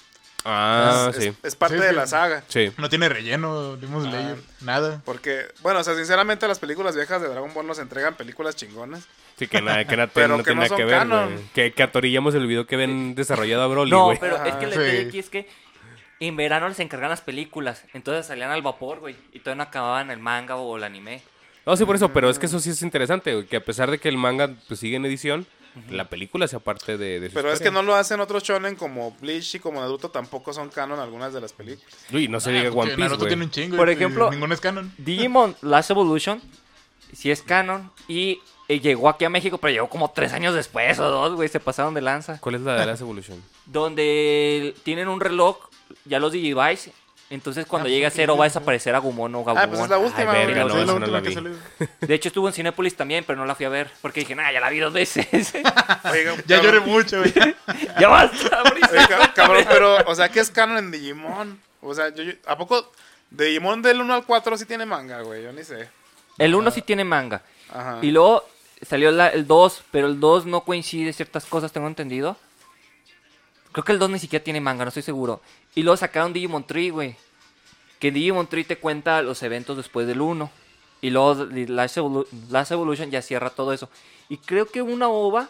B: Ah, sí.
A: Es parte
D: Sí,
A: de
D: sí.
A: la saga.
B: Sí.
D: No tiene relleno, Demon Slayer, nada.
A: Porque, bueno, o sea, sinceramente las películas viejas de Dragon Ball nos entregan películas chingonas.
B: Sí, que nada,
A: Pero
B: no
A: que
B: tiene
A: no
B: nada
A: son
B: que ver,
A: canon.
B: güey. Que atorillamos el video que ven desarrollado a Broly,
C: No,
B: güey.
C: pero es que el detalle
D: Sí.
C: aquí es que en verano les encargan las películas. Entonces salían al vapor, güey. Y todavía no acababan el manga o el anime.
B: No, sí, por eso, pero es que eso sí es interesante, güey. Que a pesar de que el manga pues, sigue en edición, la película sea parte de su
A: Pero es
B: historia.
A: que no lo hacen otros shonen como Bleach y como Naruto, tampoco son canon algunas de las películas.
B: Uy, no se diga
D: porque
B: One Piece,
D: Naruto
B: güey.
D: tiene un chingo.
C: Por
D: y
C: ejemplo-
D: ninguno es canon.
C: Digimon Last Evolution sí es canon. Y llegó aquí a México, pero llegó como 3 años después o 2, güey. Se pasaron de lanza.
B: ¿Cuál es la de Last Evolution?
C: Donde tienen un reloj, ya los Digivice. Entonces cuando llegue a cero va a desaparecer Agumon o Gabumon.
A: Ah, pues es la última,
B: Ay,
A: güey.
B: verga, no,
D: Sí, es la
B: esa no la
D: última que
B: vi.
D: salió.
C: De hecho estuvo en Cinépolis también, pero no la fui a ver. Porque dije, nah, ya la vi 2 veces.
A: Oiga,
D: Ya
A: cabrón,
D: lloré mucho, güey.
C: ya basta, Mauricio.
A: oiga, cabrón, pero, o sea, ¿qué es canon en Digimon? O sea, ¿a poco de Digimon del 1 al 4 sí tiene manga, güey? Yo ni sé.
C: El 1 sí tiene manga.
A: Ajá.
C: Y luego salió el 2, pero el 2 no coincide ciertas cosas, tengo entendido. Creo que el 2 ni siquiera tiene manga, no estoy seguro. Y luego sacaron Digimon Tree, güey. Que Digimon Tree te cuenta los eventos después del 1. Y luego Last Evolution ya cierra todo eso. Y creo que una OVA...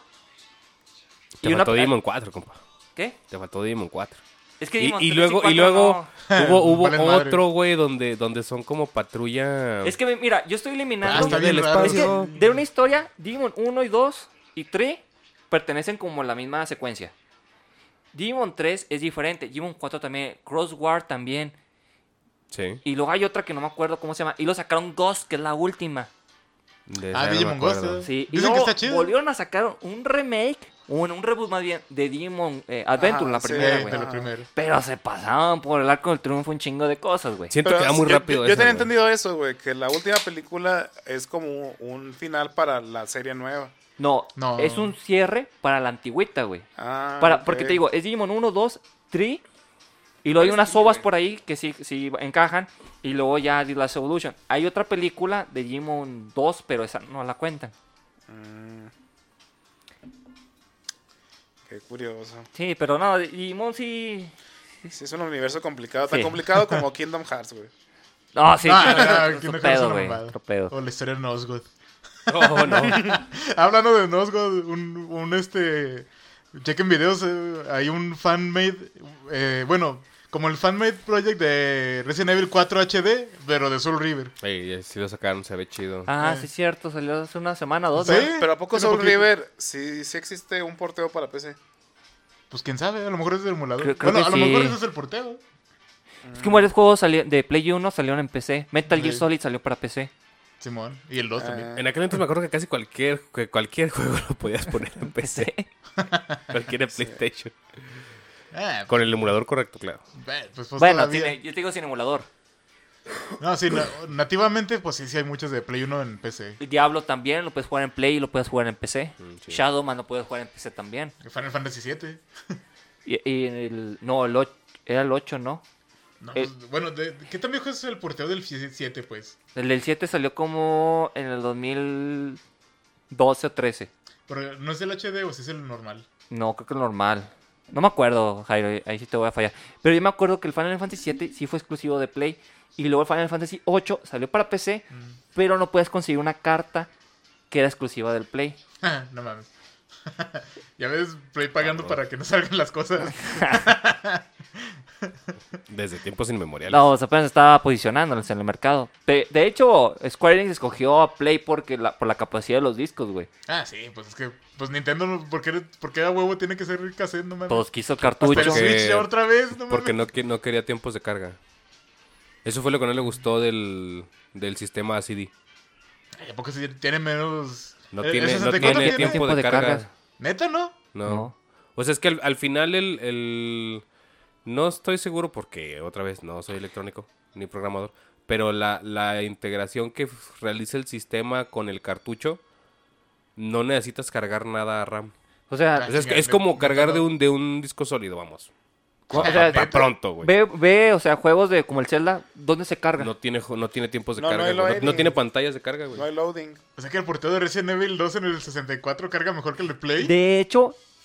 B: Te
C: y una...
B: faltó Digimon 4, compa.
C: ¿Qué?
B: Te faltó Digimon 4.
C: Es que
B: Y,
C: Digimon
B: y
C: 3
B: luego,
C: 4
B: hubo
D: Valen madre.
B: otro, güey, donde son como patrulla...
C: no. Es que mira, yo estoy eliminando...
D: Ah, está bien
B: del
D: raro.
C: Es que
B: espacio.
C: de una historia, Digimon 1 y 2 y 3 pertenecen como a la misma secuencia. Digimon 3 es diferente, Digimon 4 también, Crossword también.
B: Sí.
C: Y luego hay otra que no me acuerdo cómo se llama. Y lo sacaron Ghost, que es la última.
B: De
D: Ah,
B: esa no me
D: Digimon Ghost,
B: acuerdo.
D: ¿eh?
C: Sí. Y
D: Dicen
C: luego
D: que está chido.
C: volvieron a sacar un remake, un reboot más bien, de Digimon Adventure,
A: Ajá,
C: la
A: sí,
C: primera,
D: de
C: güey.
D: lo primero.
C: Pero se pasaban por el arco del triunfo un chingo de cosas, güey.
B: Siento
A: Pero
B: que va muy
A: yo-
B: rápido
A: Yo,
B: eso,
A: tenía
B: güey.
A: entendido eso, güey, que la última película es como un final para la serie nueva.
C: No,
D: No.
C: es un cierre para la antigüita, güey.
A: Ah,
C: Porque
A: ok.
C: te digo, es Digimon 1, 2, 3. Y luego hay unas ovas por ahí que sí encajan. Y luego ya The Last Evolution. Hay otra película de Digimon 2, pero esa no la cuentan.
A: Qué curioso.
C: Sí, pero no, Digimon sí...
A: Sí, es un universo complicado, tan
C: Sí.
A: complicado como Kingdom Hearts, güey.
C: No, sí,
D: Ah,
C: otro
D: Kingdom Hearts es
C: pedo,
D: una
C: güey.
D: mamada.
C: Otro pedo.
D: O la historia de Nosgood.
B: Oh, no.
D: Hablando de Nosgood, chequen videos, hay un fanmade, bueno, como el fanmade project de Resident Evil 4 HD, pero de Soul River.
B: Ey, si lo sacaron, se ve chido.
C: Ah, sí, cierto. Salió hace una semana o dos.
D: ¿Sí?
C: ¿no?
A: Pero ¿a poco
D: Tiene
A: Soul
D: poquito.
A: River sí existe un porteo para PC?
D: Pues quién sabe, a lo mejor es del emulador.
C: Creo
D: Bueno,
C: que
D: a lo mejor
C: sí.
D: ese es el porteo.
C: Es que varios juegos de Play 1 salieron en PC. Metal Gear
D: Sí.
C: Solid salió para PC.
D: Simón, y el 2 también.
B: En aquel entonces me acuerdo que casi cualquier juego lo podías poner en PC. Cualquier de PlayStation.
D: Ah,
B: Con el emulador correcto, claro.
D: pues
C: Bueno,
D: todavía.
C: yo te digo sin emulador.
D: No, sí, nativamente, pues sí hay muchos de Play 1 en PC.
C: Diablo también lo puedes jugar en Play y lo puedes jugar en PC.
B: Sí.
C: Shadowman lo puedes jugar en PC también.
D: Final Fantasy 7.
C: No, era el 8, ¿no?
D: No, pues, bueno, ¿qué tan viejo es el porteo del 7, pues?
C: El del 7 salió como en el 2012 o 13.
D: Pero no es el HD o si es el normal.
C: No, creo que es normal. No me acuerdo, Jairo, ahí sí te voy a fallar. Pero yo me acuerdo que el Final Fantasy 7 sí fue exclusivo de Play. Y luego el Final Fantasy 8 salió para PC, pero no puedes conseguir una carta que era exclusiva del Play.
D: No mames. Ya ves, Play pagando para que no salgan las cosas.
B: Desde tiempos inmemoriales.
C: No, o sea, apenas estaba posicionándose en el mercado. De hecho, Square Enix escogió a Play por la capacidad de los discos, güey.
D: Ah, sí, pues es que pues Nintendo, ¿por qué a huevo tiene que ser cassette? No mames.
C: Pues quiso
D: Hasta
C: cartucho.
D: el
B: Porque-
D: Switch ya otra vez, no mames.
B: Porque no quería tiempos de carga. Eso fue lo que no le gustó del sistema CD.
D: Ay, ¿a poco sí tiene menos?
B: No
D: ¿El
B: tiene
D: 64 tiene?
B: tiempo de carga.
D: ¿Neta, no?
B: No.
C: No.
B: O sea, es que al final no estoy seguro porque, otra vez, no soy electrónico ni programador, pero la integración que realiza el sistema con el cartucho, no necesitas cargar nada a RAM.
C: O sea,
B: O sea, es como cargar de un disco sólido, vamos.
C: o sea,
B: Está pronto, güey.
C: ve, o sea, juegos de como el Zelda, ¿dónde se carga?
B: No tiene tiempos de
A: No, no
B: carga,
A: hay
B: güey.
A: loading.
B: No tiene pantallas de carga, güey.
A: No hay loading.
D: O sea que el porteo de Resident Evil 2 en el 64 carga mejor que el de Play.
C: De hecho,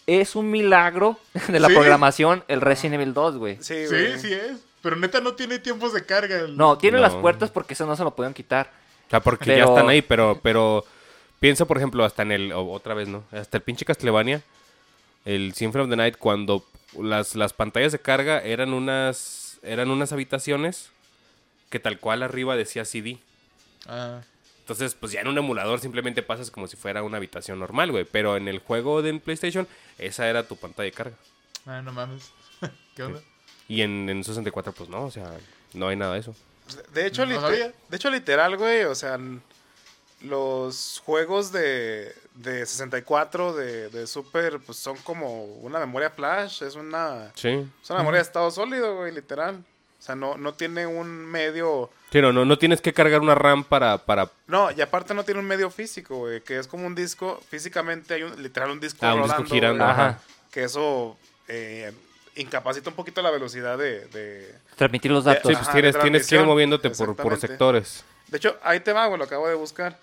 C: es un milagro de la
D: ¿Sí?
C: programación el Resident Evil 2, güey.
A: Sí, güey.
D: Sí, sí es. Pero neta no tiene tiempos de carga.
C: No, tiene
B: No.
C: las puertas porque eso no se lo pueden quitar.
B: O sea, porque
C: Pero-
B: ya están ahí, pero piensa, por ejemplo, hasta en otra vez, ¿no? Hasta el pinche Castlevania, el Symphony of the Night, cuando las pantallas de carga eran unas habitaciones que tal cual arriba decía CD.
D: Ah,
B: Entonces, pues ya en un emulador simplemente pasas como si fuera una habitación normal, güey. Pero en el juego de PlayStation, esa era tu pantalla de carga.
D: no mames. ¿Qué onda?
B: Y en 64, pues no, o sea, no hay nada de eso.
A: De hecho,
D: No sabía.
A: literal, güey, o sea, los juegos de 64, de Super, pues son como una memoria flash, es una
B: Sí.
A: memoria de estado sólido, güey, literal. O sea, no tiene un medio...
B: Sí, no tienes que cargar una RAM para...
A: No, y aparte no tiene un medio físico, güey, que es como un disco, físicamente hay literal un disco
B: un disco
A: rodando,
B: girando.
A: güey,
C: Ajá.
A: que eso incapacita un poquito la velocidad de...
C: Transmitir los
B: Sí,
C: datos.
B: pues
A: Ajá,
B: tienes
A: de
B: que ir
A: transmisión.
B: moviéndote por
A: Exactamente.
B: sectores.
A: De hecho, ahí te va, güey, lo acabo de buscar.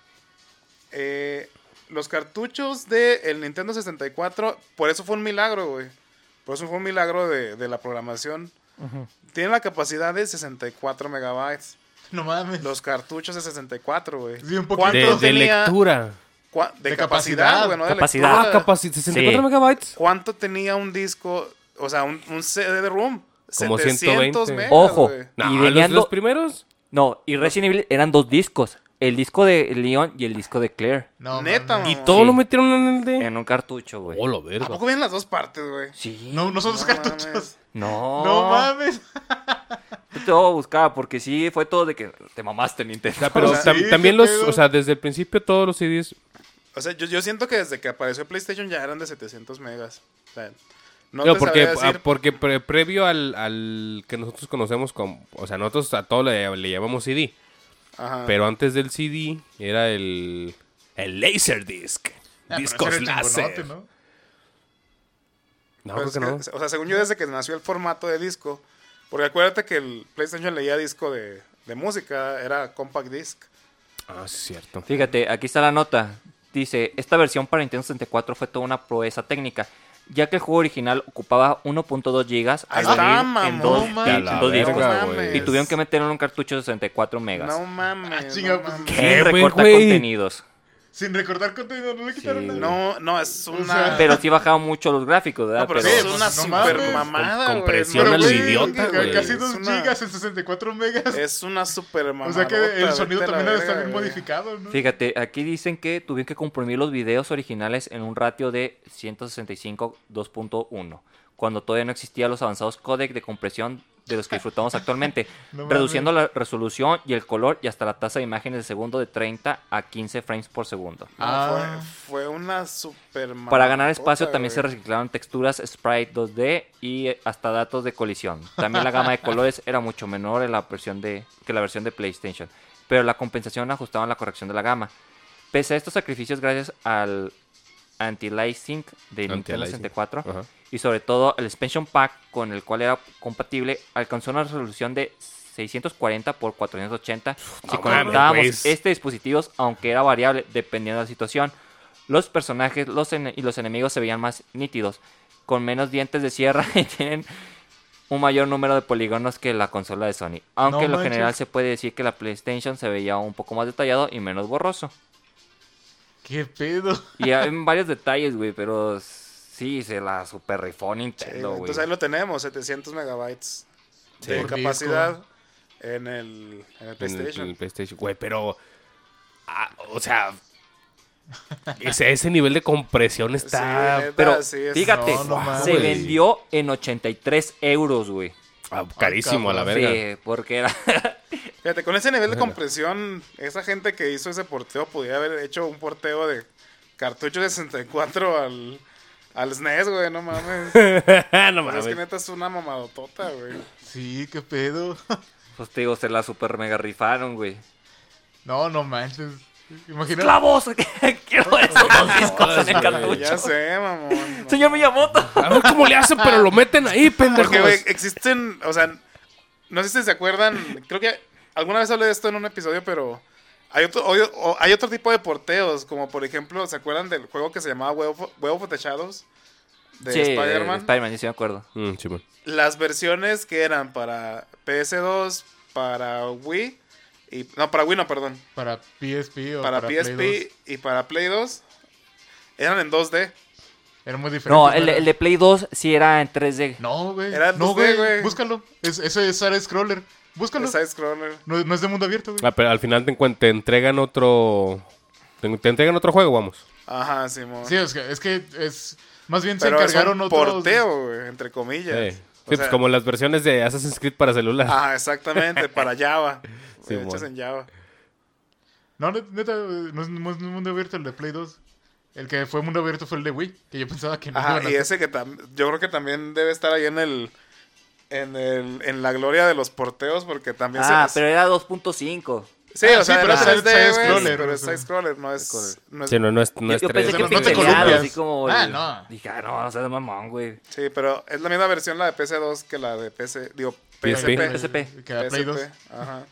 A: Los cartuchos del Nintendo 64, por eso fue un milagro, güey. Por eso fue un milagro de la programación. Tienen la capacidad de 64 megabytes.
D: No mames.
A: Los cartuchos de 64, güey.
D: Sí, un poquito.
A: ¿Cuánto
B: De
A: tenía?
B: capacidad.
A: De
D: De
A: capacidad,
D: capacidad.
A: güey, no de
C: Capacidad.
A: lectura.
B: Capacidad. 64
C: Sí.
B: megabytes.
A: ¿Cuánto tenía un disco? O sea, un CD-ROM.
B: Como
A: 700
B: 120.
A: megas,
C: Ojo.
A: güey.
B: No,
C: Y venían
B: los
C: do-
B: primeros.
C: No, y Resident Evil eran 2 discos. El disco de Leon y el disco de Claire.
D: No,
A: Neta,
D: mames.
B: Y
A: mamá.
B: todo
C: Sí.
B: lo metieron en el de...
C: En un cartucho, güey.
B: Oh, lo
A: ¿A
B: verga.
A: poco vienen las dos partes, güey?
C: Sí.
D: No, no son los
A: No
D: cartuchos.
A: mames.
C: No.
D: No mames.
C: Yo te voy a buscar porque sí fue todo de que te mamaste, Nintendo.
B: O sea, pero
A: O sea,
D: sí,
B: también
D: qué
B: los...
D: pedo.
B: O sea, desde el principio todos los CDs...
A: O sea, yo siento que desde que apareció PlayStation ya eran de 700 megas. O sea, no
B: No,
A: te
B: porque,
A: sabría decir.
B: porque previo al que nosotros conocemos como... O sea, nosotros a todo le llamamos CD.
A: Ajá.
B: Pero antes del CD era el Laserdisc.
D: Ah, pero
B: Discos
D: ese era
B: láser.
D: chingonote, ¿no?
B: No,
A: Pues
B: creo que no.
A: O sea, según yo, desde que nació el formato de disco. Porque acuérdate que el PlayStation leía disco de música, era compact disc.
B: Ah, sí, es cierto.
C: Fíjate, aquí está la nota. Dice, esta versión para Nintendo 64 fue toda una proeza técnica, ya que el juego original ocupaba 1.2 gigas
A: Ahí
C: al
A: está,
C: abrir en
A: mamón,
C: dos,
D: man.
C: en
B: A la
C: dos
B: verga,
C: discos.
B: güey.
C: Y tuvieron que meterlo en un cartucho de 64 megas.
A: No mames.
D: Ah, chinga,
A: no
D: pues,
A: mames.
B: ¿Qué,
C: Sin recortar
B: güey?
C: contenidos.
D: Sin recordar contenido, no le quitaron
C: Sí.
D: nada.
A: No, es una.
D: sea,
C: Pero sí bajaban mucho los gráficos, ¿verdad?
A: No, pero
D: sí,
A: es
D: pues,
A: una
D: no
A: super
D: mames.
A: mamada,
B: Con
A: güey.
B: compresión
A: No,
B: al
A: güey,
B: idiota, güey.
D: Casi
A: Es
D: 2
A: una-
D: gigas en 64 megas.
A: Es una super mamada.
D: O sea que el sonido también debe estar bien modificado, ¿no?
C: Fíjate, aquí dicen que tuvieron que comprimir los videos originales en un ratio de 165 2.1, cuando todavía no existían los avanzados códecs de compresión de los que disfrutamos actualmente,
D: No mames.
C: reduciendo la resolución y el color y hasta la tasa de imágenes de segundo de 30 a 15 frames por segundo.
D: Ah.
A: Fue una super mamada.
C: Para ganar espacio también se reciclaron texturas sprite 2D y hasta datos de colisión. También la gama de colores era mucho menor en la versión que la versión de PlayStation, pero la compensación ajustaban la corrección de la gama. Pese a estos sacrificios, gracias al anti-aliasing de Nintendo
B: Anti-aliasing.
C: 64
B: Ajá.
C: y sobre todo el expansion pack con el cual era compatible, alcanzó una resolución de 640 por 480 si
B: mames,
C: conectábamos
B: güey.
C: este dispositivo, aunque era variable dependiendo de la situación. Los personajes y los enemigos se veían más nítidos, con menos dientes de sierra y tienen un mayor número de polígonos que la consola de Sony. Aunque
D: No
C: en lo
D: manches.
C: general se puede decir que la PlayStation se veía un poco más detallado y menos borroso.
D: ¿Qué pedo?
C: Y hay varios detalles, güey, pero sí, se la super rifó
A: Sí,
C: Nintendo, güey.
A: entonces ahí lo tenemos, 700 megabytes de
D: Por
A: capacidad en el
B: En el
A: PlayStation.
B: PlayStation. Güey, pero... o sea... Ese nivel de compresión está...
A: neta,
C: Pero
A: sí, es-
C: fíjate,
D: No mames.
C: se
B: güey.
C: vendió en 83 euros, güey.
B: carísimo a la verga.
C: Sí, porque era...
A: Fíjate, con ese nivel de compresión, esa gente que hizo ese porteo podía haber hecho un porteo de cartucho de 64 al SNES, güey, no mames.
B: no
A: Pues es que
B: mames.
A: neta es una mamadotota, güey.
D: Sí, qué pedo.
C: Pues te digo, se la super mega rifaron, güey.
D: No, no manches. Imagínate.
C: ¡Clavos! Quiero esos dos discos en el
A: Ya
C: cartucho.
A: sé, mamón. no.
C: Señor Miyamoto.
B: A ver cómo le hacen, pero lo meten ahí, pendejos.
A: Porque, güey, existen, o sea, no sé si se acuerdan, creo que alguna vez hablé de esto en un episodio, pero hay otro tipo de porteos, como por ejemplo, ¿se acuerdan del juego que se llamaba Way of the Shadows? de
C: Sí,
A: Spider-Man.
C: Spider-Man, sí me acuerdo.
B: Sí, bueno.
A: Las versiones que eran para PS2, para Wii. No, para Wii no, perdón.
D: Para PSP o
A: Para
D: Play
A: PSP
D: 2.
A: y para Play 2 eran en 2D.
D: Era muy diferente.
C: No, el de Play 2 sí era en 3D.
D: No, güey.
A: Era en
D: No,
A: 2D,
D: güey.
A: güey.
D: Búscalo. Ese es side scroller. Búscalo.
A: El side scroller.
D: No es de mundo abierto, güey.
B: Ah, pero al final te entregan otro... Te entregan otro juego, vamos.
A: Ajá, Simón.
D: Sí, es que es... Más bien
A: Pero
D: se
A: es
D: encargaron
A: un
D: otros...
A: porteo, güey, entre comillas.
B: Sí,
A: O
B: pues
A: sea,
B: como las versiones de Assassin's Creed para celular.
A: Ajá, exactamente, para Java.
B: Simón.
A: Hechas en Java.
D: No, neta, no es mundo abierto el de Play 2. El que fue mundo abierto fue el de Wii, que yo pensaba que no
A: Ajá,
D: iban a
A: y
D: hacer.
A: ese que yo creo que también debe estar ahí en la gloria de los porteos, porque también
C: Pero era 2.5.
A: Sí,
D: Ah,
A: o sea,
D: sí, pero
A: era
D: es
A: 3D,
D: side
A: güey,
D: scroller,
A: pero
D: o
A: es
D: sea.
A: side scroller, no es
B: Sí, no es
C: Yo
B: 3D.
C: pensé que
D: no te
C: pixeleado,
D: columpias.
C: así como...
D: No.
C: Dije, no seas mamón, güey.
A: Sí, pero es la misma versión la de PC2 que la de
B: PSP.
C: PSP.
D: Que era Play 2.
A: Ajá.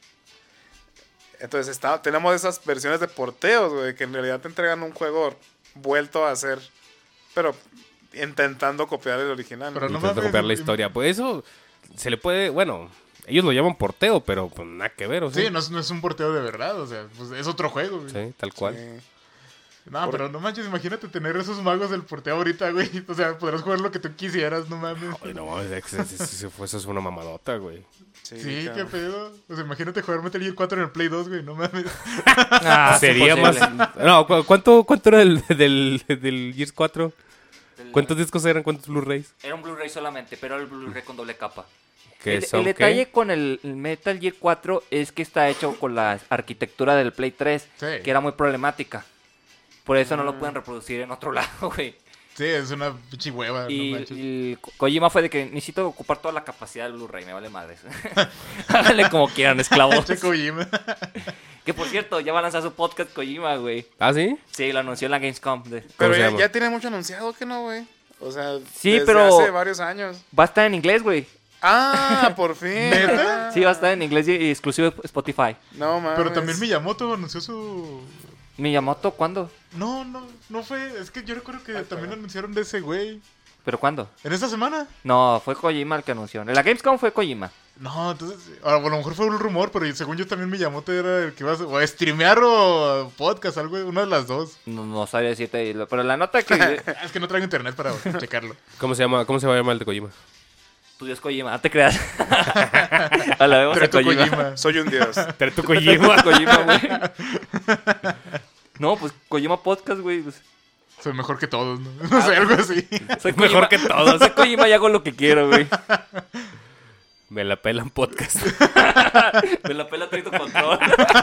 A: Entonces tenemos esas versiones de porteos, güey, que en realidad te entregan un juego vuelto a hacer, pero intentando copiar el original.
D: Pero no
B: Intento
D: mames,
B: copiar la historia. Pues eso se le puede... Bueno, ellos lo llaman porteo, pero pues nada que ver, o sea.
D: Sí, no es un porteo de verdad, o sea, pues es otro juego, güey.
B: Sí, tal cual.
A: Sí.
D: No, pero no manches, imagínate tener esos magos del porteo ahorita, güey. O sea, podrás jugar lo que tú quisieras, no mames.
B: Ay, no mames, eso es una mamadota, güey.
A: Sí,
D: Sí, qué
A: cabrón.
D: pedo. O sea, imagínate jugar Metal Gear 4 en el Play 2, güey, no mames.
B: Sería más... No, ¿cuánto era del Gears 4? ¿Cuántos discos eran? ¿Cuántos Blu-rays?
C: Era un Blu-ray solamente, pero era el Blu-ray con doble capa.
B: ¿Qué
C: El
B: son,
C: detalle
B: qué?
C: con el Metal Gear 4 es que está hecho con la arquitectura del Play 3,
D: Sí.
C: que era muy problemática. Por eso no lo pueden reproducir en otro lado, güey.
D: Sí, es una pinche hueva, no
C: Y
D: manches.
C: Kojima fue de que necesito ocupar toda la capacidad del Blu-ray, me vale madres. Háganle como quieran, esclavos.
D: Che Kojima.
C: Que por cierto, ya va a lanzar su podcast Kojima, güey.
B: ¿Ah, sí?
C: Sí, lo anunció en la Gamescom.
A: Pero
B: ¿Cómo se
A: ya,
B: llama?
A: ya tiene mucho anunciado que no, güey. O sea,
C: Sí,
A: desde
C: pero-
A: hace varios años.
C: Va a estar en inglés, güey.
A: Ah, por fin.
D: ¿Neta?
C: Sí, va a estar en inglés y exclusivo de Spotify.
A: No, mames.
D: Pero también Miyamoto anunció su...
C: ¿Miyamoto cuándo?
D: No fue... Es que yo recuerdo que también anunciaron de ese güey.
C: ¿Pero cuándo?
D: ¿En esta semana?
C: No, fue Kojima el que anunció. En la Gamescom fue Kojima.
D: No, entonces... A lo mejor fue un rumor, pero según yo también Miyamoto era el que iba a... O a streamear o podcast, algo, una de las dos.
C: No sabía decirte, pero la nota que
D: Es que no traigo internet para checarlo.
B: ¿Cómo se va a llamar el de Kojima?
C: tu Dios Kojima, no te creas. A la vemos a
D: Treto
C: Kojima.
D: Kojima.
A: Soy un dios.
B: Tu Kojima.
C: Kojima, güey. No, pues Kojima Podcast, güey. Pues,
D: Soy mejor que todos, ¿no? No sé, algo así.
C: soy
B: Mejor
C: Kojima-
B: que todos.
C: Soy Kojima y hago lo que quiero, güey.
B: Me la pelan podcast.
C: Me la pela Trito Control.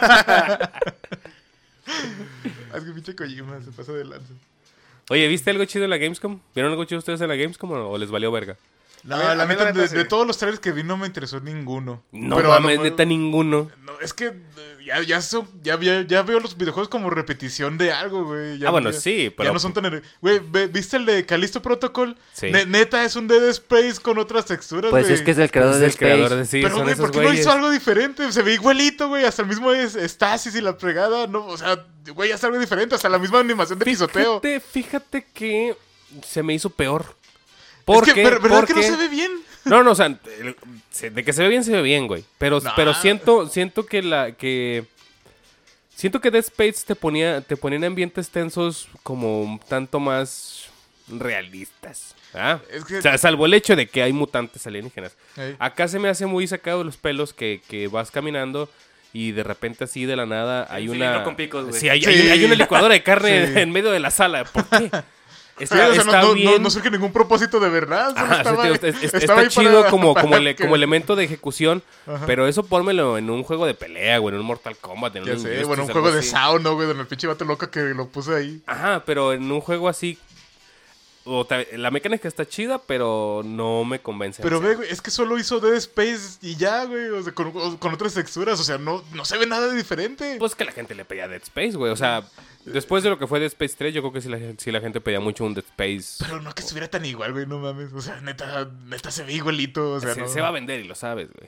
D: Es que pinche Kojima se pasa de lanza.
B: Oye, ¿viste algo chido en la Gamescom? ¿Vieron algo chido ustedes en la Gamescom o les valió verga?
D: No,
A: A mí-
D: la
A: a mí
D: neta,
A: la neta sí.
D: de todos los trailers que vi no me interesó ninguno.
B: No
D: Pero a lo
B: mames,
D: mejor-
B: neta ninguno.
D: No, es que ya veo los videojuegos como repetición de algo, güey. Ya-
B: Bueno,
D: ya-
B: sí, pero...
D: Ya no son tan... Güey, ¿viste el de Callisto Protocol?
B: Sí.
D: Neta, es un Dead Space con otras texturas,
C: Pues
D: güey.
C: es que es el creador
B: Es
C: de
B: el creador
C: Space.
B: de sí,
D: Pero,
B: son
D: güey,
B: esos
D: ¿por qué no
B: güeyes.
D: hizo algo diferente? Se ve igualito, güey. Hasta el mismo Stasis y la fregada. No, o sea, güey, hace algo diferente. Hasta la misma animación de pisoteo.
B: Fíjate que se me hizo peor.
D: Es
B: ¿Por
D: que,
B: qué?
D: ¿verdad que no
B: Porque-
D: se ve bien?
B: No, o sea, de que se ve bien, güey. Pero
D: Nah.
B: siento que siento que Dead Space te ponía en ambientes tensos como un tanto más realistas. ¿Ah?
D: Es que-
B: O sea, salvo el hecho de que hay mutantes alienígenas.
D: Ey.
B: Acá se me hace muy sacado de los pelos que vas caminando y de repente así de la nada hay
C: Un
B: una...
C: cilindro con picos, güey.
B: Sí, hay
D: Sí.
B: una licuadora de carne
D: Sí.
B: en medio de la sala. ¿Por qué?
D: Sí, o sea,
B: Está
D: no
B: bien.
D: surge ningún propósito de verdad. Solo
B: Ajá,
D: estaba,
B: sí, tío, está
D: estaba ahí
B: chido
D: para-
B: como
D: para que-
B: elemento de ejecución,
D: Ajá.
B: pero eso pónmelo en un juego de pelea, güey, en un Mortal Kombat, en
D: Ya
B: un
D: sé,
B: Injustice,
D: bueno, un
B: algo
D: juego de
B: así.
D: Sound, ¿no, güey? Donde el pinche vato loca que lo puse ahí.
B: Ajá, pero en un juego así... la mecánica está chida, pero no me convence.
D: Pero
B: o sea,
D: ve, güey, es que solo hizo Dead Space y ya, güey. O sea, con otras texturas. O sea, no se ve nada de diferente.
B: Pues que la gente le pedía Dead Space, güey. O sea, después de lo que fue Dead Space 3, yo creo que sí la gente pedía mucho un Dead Space.
D: Pero no que estuviera tan igual, güey, no mames. O sea, neta se ve igualito. O sea, no.
B: Se va a vender y lo sabes, güey.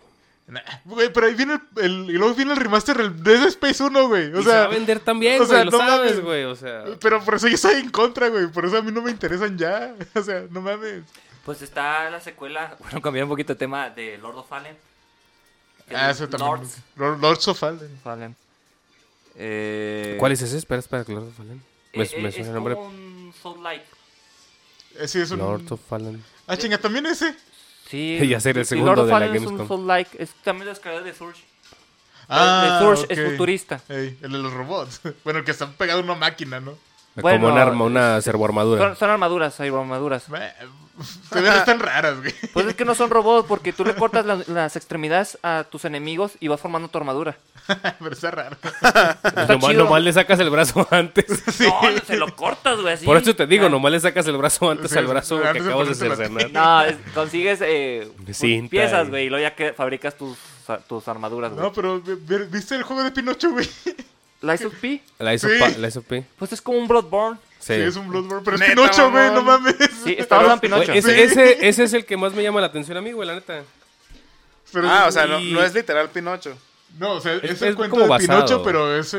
D: Nah, güey, pero ahí viene y luego viene el remaster de Dead Space 1, güey. O
B: Y
D: sea,
B: se va a vender también,
D: o sea,
B: güey, lo
D: no
B: sabes,
D: mames.
B: güey, o sea...
D: Pero por eso yo estoy en contra, güey. Por eso a mí no me interesan ya. O sea, no mames.
C: Pues está la secuela, bueno, cambié un poquito de tema de Lord of Fallen.
D: Eso también. Lords of Fallen.
C: Fallen.
B: ¿Cuál es ese? Espera, que Lord of Fallen. Me
C: Es
B: suena el nombre.
C: como un Soul-like.
D: Sí, es un...
B: Lord of Fallen.
D: Ah, chinga, también ese.
C: Sí,
B: Ya sé, el
C: y
B: segundo
C: Lord of
B: de la
C: Fallen es
B: Gamescom.
C: un Soul-like. Es también los creadores de Surge.
D: Ah,
C: de Surge
D: ok.
C: es futurista.
D: Ey, el de los robots. Bueno, el que está pegado a una máquina, ¿no?
C: Bueno,
B: Como un arma, una servoarmadura.
C: Son armaduras, hay armaduras.
D: Se ven están raras, güey.
C: Pues es que no son robots porque tú le cortas las extremidades a tus enemigos y vas formando tu armadura.
D: Pero está raro.
B: Nomás le sacas el brazo antes.
D: Sí.
C: No, se lo cortas, güey, así.
B: Por eso te digo,
C: Ah.
B: nomás le sacas el brazo antes
D: Sí,
B: al brazo que
D: antes de
B: acabas de
D: ponértelo a ti.
B: cercenar.
C: No, consigues
B: Cinta
C: piezas,
B: y-
C: güey, y luego ya que fabricas tus armaduras, güey.
D: No, pero ¿viste el juego de Pinocho, güey?
C: Lies of P,
B: La hizo,
D: Sí.
B: la hizo P.
C: pues es como un Bloodborne.
B: Sí.
D: Sí, es un Bloodborne, pero es
A: Neta,
D: Pinocho, güey, no
A: mamón.
D: mames.
C: Sí, está basado en Pinocho.
B: Güey, ese es el que más me llama la atención a mí, güey, la neta.
D: Pero
A: Ah, o sea, no,
B: Y-
A: no es literal Pinocho.
D: no, o sea, es
B: es
D: el cuento
B: como
D: de
B: basado.
D: Pinocho, pero es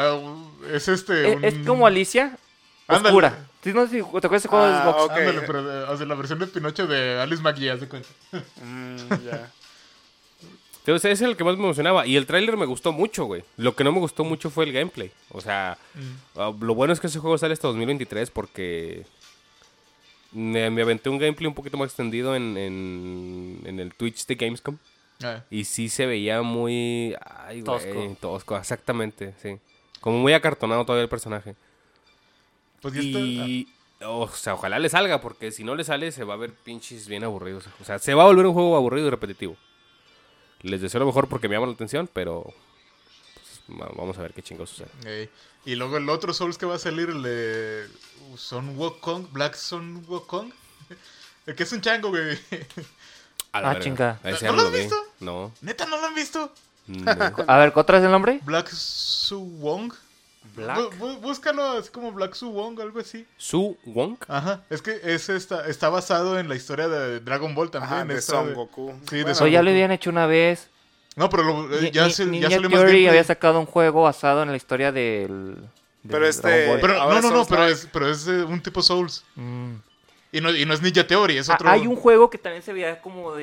C: Es como Alicia
D: Ándale.
C: oscura. ¿Sí, no sé si te acuerdas de ese juego de
A: Ah,
C: Xbox?
A: ok.
D: Ándale, pero o sea, la versión de Pinocho de Alice McGee, haz de cuenta.
A: Ya.
B: Entonces, ese es el que más me emocionaba. Y el tráiler me gustó mucho, güey. Lo que no me gustó mucho fue el gameplay. O sea, lo bueno es que ese juego sale hasta 2023 porque me aventé un gameplay un poquito más extendido en el Twitch de Gamescom.
D: Ah,
B: Y sí se veía muy... Ay, güey,
C: Tosco.
B: tosco, exactamente, sí. Como muy acartonado todavía el personaje.
D: pues ya está.
B: Y... O sea, ojalá le salga, porque si no le sale se va a ver pinches bien aburridos. O sea, se va a volver un juego aburrido y repetitivo. Les deseo lo mejor porque me llama la atención, pero... pues, vamos a ver qué chingo sucede.
D: Ey. Y luego el otro Souls que va a salir, el de Son Wukong, Black Son Wukong. El que es un chango, güey.
B: A la
C: Ah,
B: verga.
C: chinga.
B: A ese
D: ¿No
B: ya
D: lo has
B: vi.
D: visto?
B: No.
D: ¿Neta no lo han visto?
B: No.
C: A ver, ¿otra vez el nombre?
D: Black Su Wong.
C: Black.
D: Búscalo así como Black Su Wong, algo así.
B: Su Wong.
D: Ajá, es que ese está basado en la historia de Dragon Ball también.
A: Ajá, de
D: esta
A: Son
D: de-
A: Goku.
D: Sí, de
A: Bueno,
D: Son
C: Eso ya
D: Goku.
C: lo habían hecho una vez.
D: No, pero ya salió
C: Ninja
D: más
C: Theory
D: gameplay.
C: había sacado un juego basado en la historia del
A: Pero
C: Dragon Ball.
D: Pero,
A: Ahora
D: no,
A: Souls
D: pero
A: Like.
D: pero es un tipo Souls.
C: Mm.
D: Y no es Ninja Theory, es otro.
C: Hay un juego que también se veía como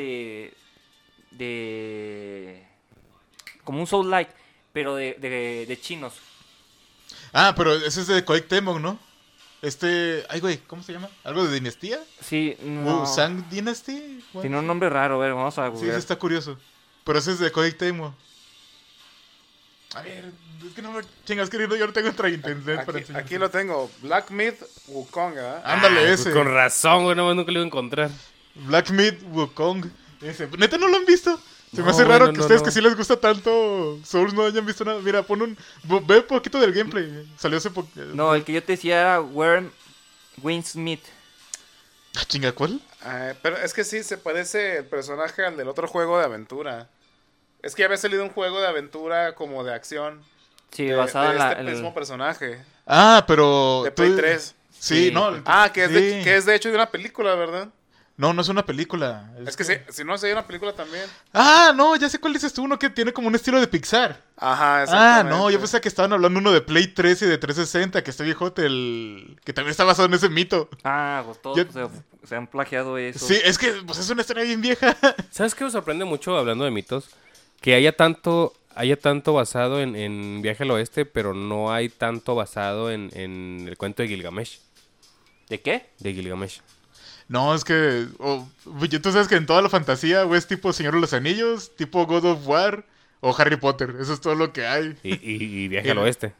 C: como un Soul-like, pero de chinos.
D: Ah, pero ese es de Koei Tecmo, ¿no? Ay, güey, ¿cómo se llama? ¿Algo de dinastía?
C: Sí, no.
D: ¿Sang Dynasty?
C: Tiene un nombre raro, a ver, vamos a
D: Sí,
C: googlear.
D: ese está curioso. Pero ese es de Koei Tecmo. A ver, es que no me chingas, querido, yo no tengo otra internet para enseñar.
A: Aquí lo tengo. Black Myth Wukong, ¿verdad?
D: Ándale, ese.
B: Con razón, güey, no, nunca lo iba a encontrar.
D: Black Myth Wukong. Ese. ¿Neta no lo han visto? Se me
B: No,
D: hace
B: güey,
D: raro
B: no,
D: que
B: no,
D: ustedes
B: no.
D: que sí les gusta tanto Souls no hayan visto nada. Mira, ve un poquito del gameplay. Salió hace poco.
C: No, el que yo te decía era Worm Winsmith.
D: Ah, chinga, ¿cuál?
A: Pero es que sí, se parece el personaje al del otro juego de aventura. Es que ya había salido un juego de aventura como de acción.
C: Sí,
A: de,
C: basado
A: de
C: en
A: este mismo personaje.
D: Ah, pero...
A: De Play 3.
D: Sí,
C: Sí.
D: no.
A: Que es,
D: sí.
A: que es de hecho de una película, ¿verdad?
D: No, no es una película.
A: Es que sí, si no, sería una película también.
D: Ah, no, ya sé cuál dices tú. Uno que tiene como un estilo de Pixar.
A: Ajá,
D: Ah,
A: exactamente.
D: no, yo pensé que estaban hablando uno de Play 3 y de 360, que está viejote, que también está basado en ese mito.
C: Ah, pues todos
D: Yo-
C: se han plagiado eso.
D: Sí, es que pues es una historia bien vieja.
B: ¿Sabes qué me sorprende mucho hablando de mitos? Que haya tanto basado en Viaje al Oeste, pero no hay tanto basado en el cuento de Gilgamesh.
C: ¿De qué?
B: De Gilgamesh.
D: No, es que tú sabes que en toda la fantasía o es tipo Señor de los Anillos, tipo God of War o Harry Potter. Eso es todo lo que hay.
B: Y Viaje al Oeste.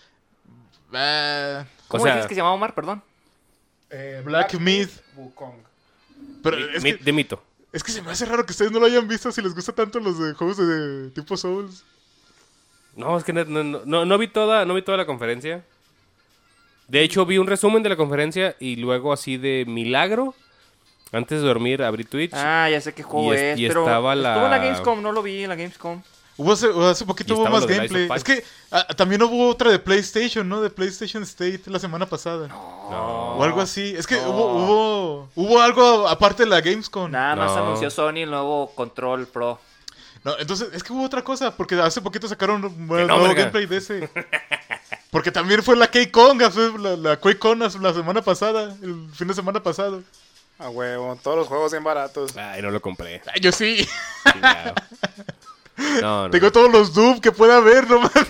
D: Ah,
C: ¿Cómo
B: sea-
C: dices que se llamaba Omar? Perdón.
D: Black Myth.
A: Wukong.
D: Pero
B: De mito.
D: es que se me hace raro que ustedes no lo hayan visto si les gusta tanto los de juegos de tipo Souls.
B: No, es que no vi toda la conferencia. De hecho, vi un resumen de la conferencia y luego así de milagro. Antes de dormir abrí Twitch.
C: Ah, ya sé qué juego
B: Y
C: es,
B: y
C: pero
B: estaba
C: estuvo
B: la-
C: en la Gamescom, no lo vi en la Gamescom.
D: Hace poquito
B: Y
D: hubo
B: estaba
D: más
B: lo de Lies
D: gameplay.
B: of Pi.
D: Es que también hubo otra de PlayStation, ¿no? De PlayStation State la semana pasada.
B: No.
D: O algo así. Es que hubo algo aparte de la Gamescom.
C: Nada más
B: No.
C: anunció Sony el nuevo Control Pro.
D: No, entonces, es que hubo otra cosa, porque hace poquito sacaron un nuevo
B: verga.
D: gameplay de ese. Porque también fue la K-Con, fue la QuakeCon la semana pasada, el fin de semana pasado.
A: A huevo, todos los juegos bien baratos.
B: Ay, no lo compré.
D: Ay, yo sí.
B: Chingado. No.
D: Tengo todos los dupes que pueda haber, no mames.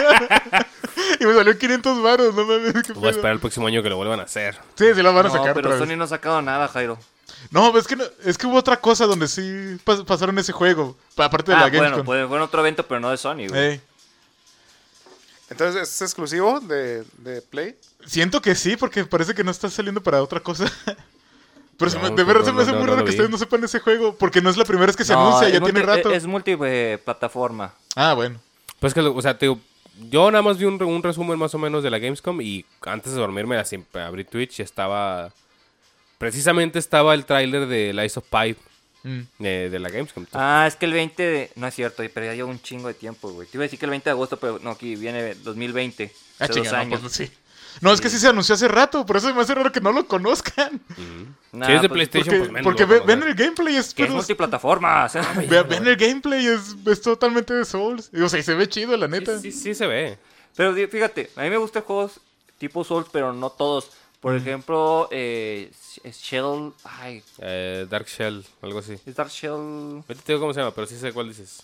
D: Y me salió 500 varos, no mames. ¿Qué
B: Voy a
D: pedo?
B: esperar el próximo año que lo vuelvan a hacer.
D: Sí, sí la van a
C: No,
D: sacar
C: pero
D: otra vez.
C: Sony no ha sacado nada, Jairo.
D: No, es que hubo otra cosa donde sí pasaron ese juego. Aparte de la
C: Bueno,
D: Gamescom.
C: fue en otro evento, pero no de Sony, güey.
D: Ey.
A: Entonces, ¿es exclusivo de Play?
D: Siento que sí, porque parece que no está saliendo para otra cosa. Pero
B: No,
D: de verdad
B: no,
D: se me hace
B: no,
D: muy
B: no
D: raro
B: lo
D: que
B: vi.
D: ustedes no sepan ese juego. Porque no es la primera vez que se
C: No,
D: anuncia,
C: es
D: ya tiene rato.
C: Es multiplataforma.
D: Ah, bueno.
B: Pues que, o sea, te digo, yo nada más vi un resumen más o menos de la Gamescom y antes de dormirme siempre abrí Twitch y estaba... Precisamente estaba el tráiler de Lies of Pi de la Gamescom.
C: Ah, es que el 20 de... No es cierto, pero ya lleva un chingo de tiempo, güey. Te iba a decir que el 20 de agosto, pero no, aquí viene 2020.
D: Ah,
C: Hace 2
D: chinga, no,
C: años.
D: pues sí. No, es que sí se anunció hace rato, por eso me hace raro que no lo conozcan.
C: Nah,
B: si es de
C: pues,
B: PlayStation,
D: Porque,
B: pues menos.
D: porque
B: lo van a
D: ven
B: conocer.
D: el gameplay, es,
C: Que es
D: pero-
C: multiplataforma.
D: ven el gameplay, es totalmente de Souls. O sea, y se ve chido, la neta.
B: Sí se ve.
C: Pero fíjate, a mí me gustan juegos tipo Souls, pero no todos. Por ejemplo, Shell... Ay,
B: Dark Shell, algo así.
C: es Dark Shell...
B: Ahorita te digo cómo se llama, pero sí sé cuál dices.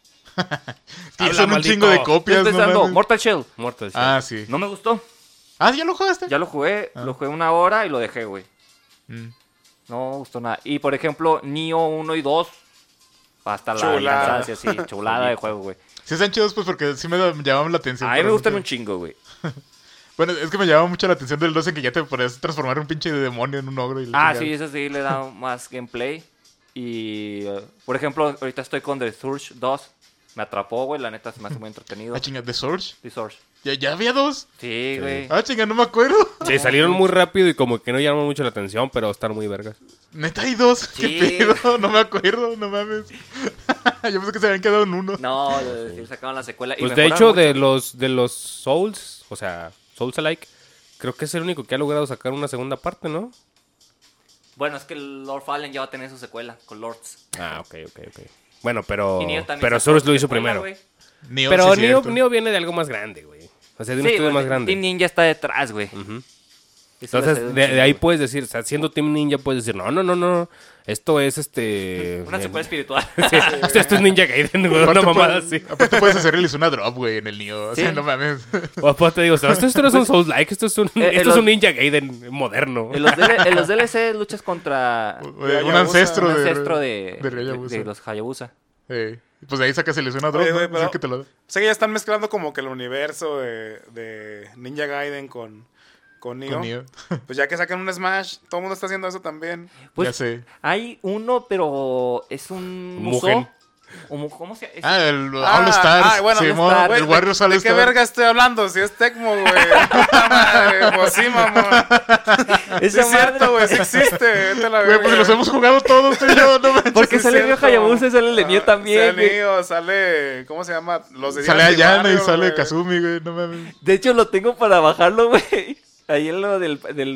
D: Y
B: Habla,
D: son un
B: maldito.
D: chingo de
C: Estoy
D: copias, ¿no?
C: pensando,
D: mames?
C: Mortal Shell.
B: Mortal Shell.
D: Ah, sí.
C: No me gustó.
D: Ah, ¿ya lo jugaste?
C: Ya lo jugué 1 hora y lo dejé, güey.
D: Mm.
C: No me gustó nada. Y por ejemplo, Nioh 1 y 2. Hasta la
A: Chulada.
C: cansancio, sí. Chulada de juego, güey.
D: Sí están chidos, pues, porque sí me llamaban la atención.
C: A mí
D: pero
C: me gustan
D: nunca-
C: un chingo, güey.
D: Bueno, es que me llamaba mucho la atención del 12 que ya te podías transformar un pinche demonio en un ogro. Y la
C: Ah,
D: chingada.
C: sí, eso sí le da más gameplay. Y, por ejemplo, ahorita estoy con The Surge 2. Me atrapó, güey. La neta se me hace muy entretenido.
D: Ah, chinga, ¿The Surge?
C: The Surge.
D: ¿Ya había dos?
C: Sí, güey.
D: Ah, chinga, no me acuerdo.
B: Sí, salieron muy rápido y como que no llaman mucho la atención, pero están muy vergas.
D: Neta, hay dos.
C: Sí.
D: ¿Qué pedo? No me acuerdo, no mames. Yo pensé que se habían quedado en uno.
C: No, sí, sacaban la secuela. y
B: Pues de
C: mejoraron
B: hecho,
C: mucho.
B: de los Souls, o sea, Souls alike, creo que es el único que ha logrado sacar una segunda parte, ¿no?
C: Bueno, es que el Lord Fallen ya va a tener su secuela con Lords.
B: Ah, ok. Bueno, pero
C: Y Nioh también
B: pero
C: sacó
B: Souls lo hizo
C: secuela,
B: primero.
C: güey.
D: Nioh,
B: Pero
D: sí,
B: Nioh,
D: cierto.
B: Nioh viene de algo más grande, güey. O sea, de un
C: Sí,
B: estudio
C: güey,
B: más grande.
C: Team Ninja está detrás, güey.
B: Ujú.
C: Eso le hace
B: Entonces,
C: un
B: de
C: chingo,
B: ahí
C: güey.
B: puedes decir, o sea, siendo Team Ninja puedes decir, no, esto es
C: Una secuela espiritual.
B: Sí, esto es Ninja Gaiden, güey,
D: Aparte
B: una mamada
D: puedes-
B: así.
D: Aparte puedes hacerle una drop, güey, en el Nioh. O sea,
C: Sí.
D: no mames.
B: O después te digo, esto no es un Souls-like, esto es un
C: los-
B: Ninja Gaiden moderno.
C: En los DLC luchas contra
D: Un
A: Hayabusa,
D: ancestro
C: un
D: de...
C: ancestro de
D: Hayabusa.
C: de los Hayabusa.
D: Pues de ahí sacas el una drop,
A: Oye,
D: ¿no?
A: güey,
D: Es
A: pero-
D: el que te lo da.
A: Sé que ya están mezclando como que el universo de Ninja Gaiden con Nioh.
D: Con Nioh.
A: Pues ya que sacan un Smash, todo el mundo está haciendo eso también.
C: Pues
D: Ya sé.
C: hay uno, pero es un
B: Mugen.
C: ¿Cómo se llama?
D: Ah, el All Stars.
A: bueno,
D: sí,
A: All
D: mo,
A: Stars.
D: el
A: Güey,
D: Warriors All
A: ¿De qué
D: Stars.
A: verga estoy hablando? Si es Tecmo, güey. Puta madre, pues sí, mamón. Sí
C: Esa
A: es cierto, güey, sí existe. Vete a la
D: Güey,
A: verga.
D: pues los hemos jugado todos, tú y yo, no manches.
C: Porque
A: Sí,
C: sale
A: es
C: Nioh
A: cierto.
C: Hayabusa y sale el de Nioh también,
A: Sale
C: güey.
A: Nioh, sale... ¿Cómo se llama? Los de
D: Sale
A: Dynasty
D: Ayana y
A: Warrior,
D: sale
A: güey.
D: Kazumi, güey, no mames.
C: De hecho, lo tengo para bajarlo, güey. Ahí en lo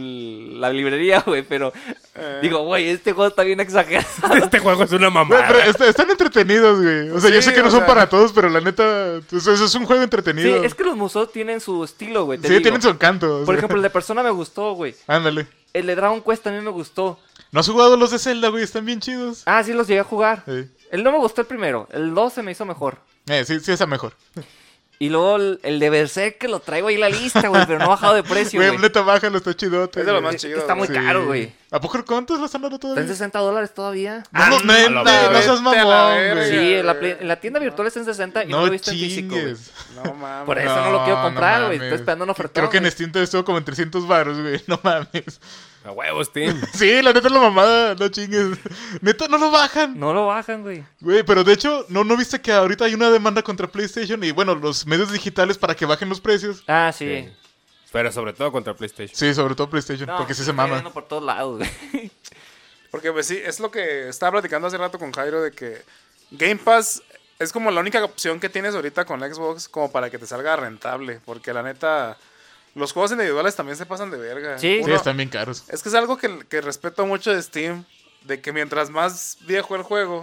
C: la librería, güey. Pero digo, güey, este juego está bien exagerado.
B: Este juego es una
D: Güey,
B: mamada.
D: pero están entretenidos, güey. O sea, yo
A: Sí,
D: sé que no
A: o
D: son
A: sea-
D: para todos, pero la neta, eso es un juego
C: Sí,
D: entretenido.
C: es que los museos tienen su estilo, güey. te
D: Sí,
C: digo.
D: tienen su encanto. o
C: Por
D: sea.
C: ejemplo, el de Persona me gustó, güey.
D: Ándale.
C: El de Dragon Quest también me gustó.
D: ¿No has jugado los de Zelda, güey? Están bien chidos.
C: Ah, sí, los llegué a jugar.
D: Sí,
C: El no me gustó el primero. El 2 se me hizo mejor.
D: sí, esa mejor.
C: Y luego el de Berserk, que lo traigo ahí en la lista, güey. Pero no ha bajado de precio,
D: Güey,
C: güey.
D: neta, bájalo, está chidote.
A: Es de los
D: güey.
A: más
C: Es que
A: chidos.
C: está muy
A: güey.
C: caro, güey.
D: ¿A poco cuántos lo están dando
C: Está en
D: todavía?
C: $60 todavía.
D: No, no,
B: a la
D: no,
B: verga.
D: no seas
A: Vete a la
D: mamón,
A: verga.
D: güey.
C: Sí, en la tienda virtual está en 60 y no,
D: No
C: lo he visto en físico, güey.
D: chingues.
A: No mames.
C: Por eso no lo quiero comprar, güey.
D: mames.
C: Estoy esperando una oferta.
D: Creo que en Steam te estuvo como en 300 baros, güey. No mames.
B: A huevos, Team.
D: Sí, la neta es la mamada, no chingues. Neta, no lo bajan.
C: No lo bajan, güey.
D: Güey, pero de hecho, ¿no viste que ahorita hay una demanda contra PlayStation y, bueno, los medios digitales para que bajen los precios?
C: Ah, sí.
B: Pero sobre todo contra PlayStation.
D: Sí, sobre todo PlayStation, porque sí se mama.
C: viendo por todos lados, güey.
A: Porque pues sí, es lo que estaba platicando hace rato con Jairo de que Game Pass es como la única opción que tienes ahorita con la Xbox como para que te salga rentable. Porque la neta, los juegos individuales también se pasan de verga.
C: Sí.
D: Sí,
A: Uno-
D: están bien caros.
A: Es que es algo que respeto mucho de Steam, de que mientras más viejo el juego,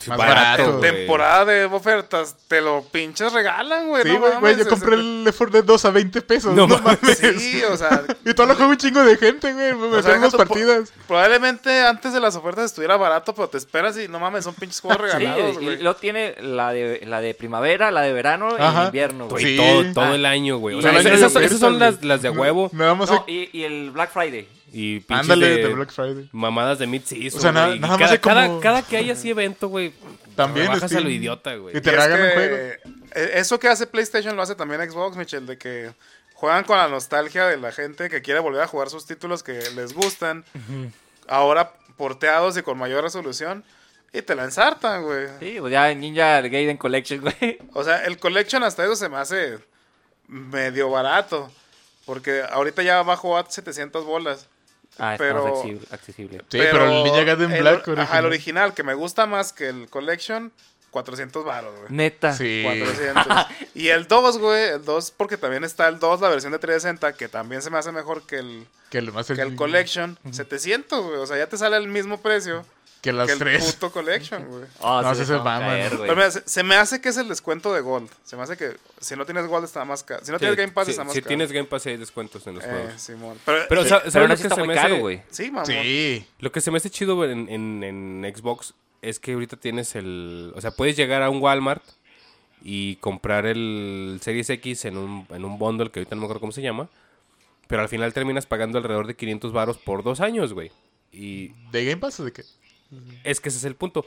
D: Más
B: barato,
D: barato.
A: En
B: güey.
A: temporada de ofertas te lo pinches regalan, güey.
D: Sí,
A: no
D: güey,
A: mames,
D: yo compré el Left 4 Dead 2 a 20 pesos.
B: No
D: No,
B: mames.
D: mames.
A: Sí, o sea.
D: Y todo lo juego un chingo de gente, güey. Me
A: o sea,
D: metieron las
A: deja tú,
D: partidas.
A: Probablemente antes de las ofertas estuviera barato, pero te esperas y no mames, son pinches juegos
C: Sí,
A: regalados,
C: y
A: güey.
C: luego tiene la de primavera, la de verano y
D: Ajá.
C: el invierno, güey.
B: Güey,
D: Sí.
B: todo el año, güey. O
C: Y
B: sea,
C: el año
B: esas
D: de
B: esas son
D: ofertas,
B: las de a huevo.
D: Nada más.
C: No, y el Black Friday.
B: Y pinches
D: Ándale,
B: de
D: de Black Friday.
B: mamadas de mid-season,
D: O sea,
B: güey. Y
D: nada más hay como-
B: cada que hay así evento, güey,
D: También
B: bajas a
D: Steam.
B: lo idiota, güey.
D: Y te
A: Y es
D: regalan
A: que,
D: juegos.
A: Eso que hace PlayStation lo hace también Xbox, Michel, de que juegan con la nostalgia de la gente que quiere volver a jugar sus títulos que les gustan, ahora porteados y con mayor resolución, y te la ensartan, güey.
C: Sí, pues ya Ninja Gaiden Collection, güey.
A: O sea, el Collection hasta eso se me hace medio barato, porque ahorita ya bajó a 700 bolas.
C: Ah, está
A: Pero-
C: más accesible.
D: Sí, pero el Ninja Gaiden Black
A: Ajá, el original, que me gusta más que el Collection, 400 baros, güey.
C: Neta.
D: Sí.
A: 400. Y el 2, güey, el 2, porque también está el 2, la versión de 360, que también se me hace mejor que el
D: Que el
A: Collection. 700, güey, o sea, ya te sale el mismo precio
D: Que las
A: que el
D: tres.
A: puto Collection, güey.
C: Oh,
D: No,
C: se
D: sí se
C: dejaron
D: maman.
C: caer, güey.
A: Pero mira, se me hace que es el descuento de Gold. Se me hace que si no tienes Gold está más caro. Si no tienes Game Pass está más
B: si
A: caro.
B: tienes Game Pass hay descuentos en los juegos.
A: Simón.
B: Pero,
C: Sí,
B: ¿sabes
C: pero aún
B: lo
C: así
B: que
C: está
B: se
C: muy
B: me
C: caro,
B: hace?
C: güey.
A: Sí, mamón.
D: Sí.
B: Lo que se me hace chido en Xbox es que ahorita tienes el... O sea, puedes llegar a un Walmart y comprar el Series X en un bundle que ahorita no me acuerdo cómo se llama. Pero al final terminas pagando alrededor de 500 varos por 2 años, güey. Y
D: ¿De Game Pass o de qué?
B: es que ese es el punto.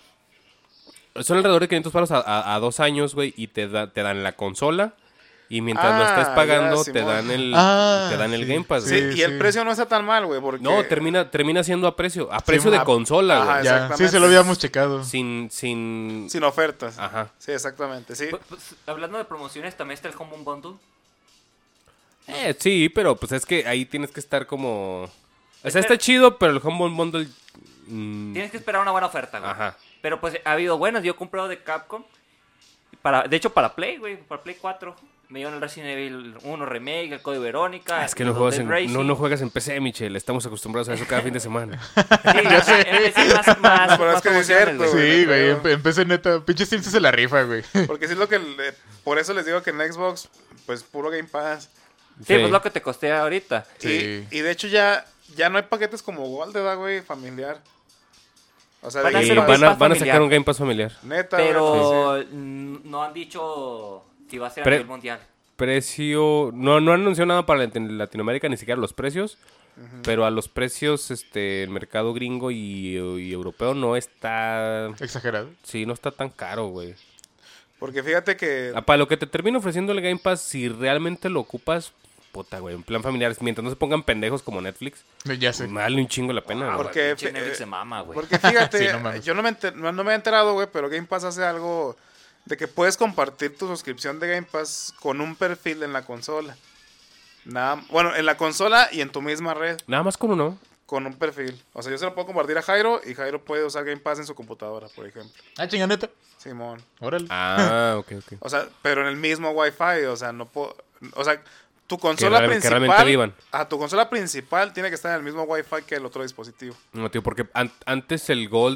B: Son alrededor de 500 varos a 2 años, güey, y te dan la consola. Y mientras lo estés
A: Ah,
B: pagando,
A: ya,
B: te
A: Simón.
B: dan el,
D: Ah,
B: te dan el
D: sí,
B: Game Pass,
A: Sí,
B: güey.
A: y el precio no está tan mal, güey, porque...
B: No, termina siendo a precio de
A: ah,
B: consola,
A: ajá,
B: güey.
D: Ya,
A: exactamente.
D: sí, se lo habíamos checado.
B: Sin...
A: Sin ofertas.
B: Ajá.
A: Sí, exactamente, sí.
C: Pues, hablando de promociones, también está el Home Bundle.
B: Sí, pero pues es que ahí tienes que estar como... O sea,
C: Espera.
B: está chido, pero el Humble Bundle...
C: Tienes que esperar una buena oferta, güey.
B: Ajá.
C: Pero pues ha habido buenas. Yo he comprado de Capcom. De hecho, para Play, güey. Para Play 4. Me dieron el Resident Evil 1 Remake, el Código Verónica.
B: Es que
C: los
B: no juegas,
C: Dead Racing.
B: no juegas en PC, Michelle. Estamos acostumbrados a eso cada fin de semana.
C: Sí,
D: Ya sé.
C: es más
A: Pero es que sí es
C: promociones,
A: cierto,
C: güey.
A: güey.
D: Sí, güey,
A: creo.
D: empecé neta. Pinche Steam se la rifa, güey.
A: Porque sí es lo que... por eso les digo que en Xbox, pues puro Game Pass.
C: Sí, pues lo que te costé ahorita.
D: Sí.
A: Y de hecho ya no hay paquetes como Gold, ¿verdad, güey? Familiar. O sea,
C: Van a
A: de
B: Y
C: hacer
A: Game
C: un
A: Pass,
C: Game Pass
B: van a
C: familiar.
B: sacar un Game Pass familiar.
A: neta, güey,
C: Pero
A: sí,
C: no han dicho si va a ser a
B: Pre-
C: nivel mundial.
B: Precio... No han anunciado nada para Latinoamérica, ni siquiera los precios. Pero a los precios, el mercado gringo y europeo no está...
D: Exagerado.
B: Sí, no está tan caro, güey.
A: Porque fíjate que...
B: Para lo que te termina ofreciendo el Game Pass, si realmente lo ocupas, puta, güey, en plan familiar, mientras no se pongan pendejos como Netflix,
D: Ya sé.
B: vale un chingo la pena, güey.
A: Porque-
C: Pinche Netflix se mama, güey.
A: Porque fíjate,
D: Sí, no mames.
A: yo no me he enterado, güey, pero Game Pass hace algo de que puedes compartir tu suscripción de Game Pass con un perfil en la consola. Bueno, en la consola y en tu misma red,
B: Nada más con uno.
A: con un perfil. O sea, yo se lo puedo compartir a Jairo y Jairo puede usar Game Pass en su computadora, por ejemplo.
D: Ah, chinga, neta.
A: Simón.
D: Órale.
B: Ah, ok.
A: O sea, pero en el mismo Wi-Fi, o sea, no puedo... O sea, tu consola
B: que
A: principal...
B: realmente vivan.
A: Tu consola principal tiene que estar en el mismo Wi-Fi que el otro dispositivo.
B: No, tío, porque antes el Gold,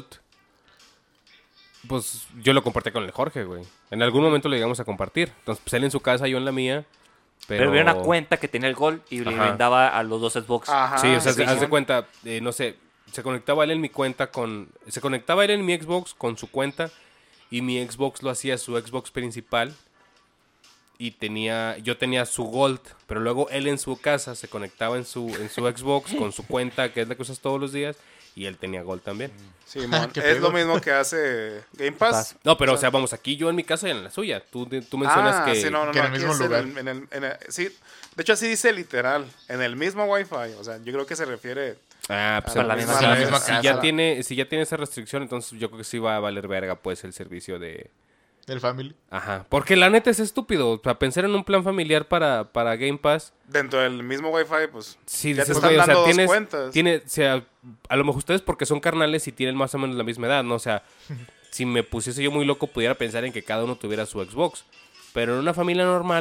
B: pues yo lo compartí con el Jorge, güey. En algún momento lo llegamos a compartir. Entonces, pues él en su casa, yo en la mía.
C: Pero había una cuenta que tenía el Gold y le
B: Ajá.
C: brindaba a los dos Xbox.
A: Ajá.
B: Sí, o sea,
A: sí,
B: haz de
A: Simón.
B: cuenta, no sé, se conectaba él en mi cuenta con... Se conectaba él en mi Xbox con su cuenta y mi Xbox lo hacía su Xbox principal y yo tenía su Gold, pero luego él en su casa se conectaba en su Xbox con su cuenta, que es la que usas todos los días, y él tenía Gold también.
A: Simón.
D: ¿Qué
A: Es
D: pedo?
A: lo mismo que hace Game Pass.
B: No, pero o sea, vamos, aquí yo en mi casa y en la suya. Tú mencionas que...
A: Sí, no,
D: que en el
A: aquí
D: mismo
A: es
D: lugar.
A: sí, de hecho así dice literal, en el mismo Wi-Fi. O sea, yo creo que se refiere...
B: Ah, pues
C: Para la
B: entonces,
C: misma
B: si-
C: casa.
D: misma
B: si
D: casa.
B: ya tiene esa restricción, entonces yo creo que sí va a valer verga, pues, el servicio de...
D: El Family.
B: Ajá, porque la neta es estúpido. O sea, pensar en un plan familiar para Game Pass.
A: Dentro del mismo Wi-Fi, pues
B: Sí,
A: ya te
B: dices,
A: están
B: güey, o sea,
A: dando dos cuentas.
B: o sea, a lo mejor ustedes porque son carnales y tienen más o menos la misma edad, ¿no? O sea, si me pusiese yo muy loco, pudiera pensar en que cada uno tuviera su Xbox. Pero en una familia normal,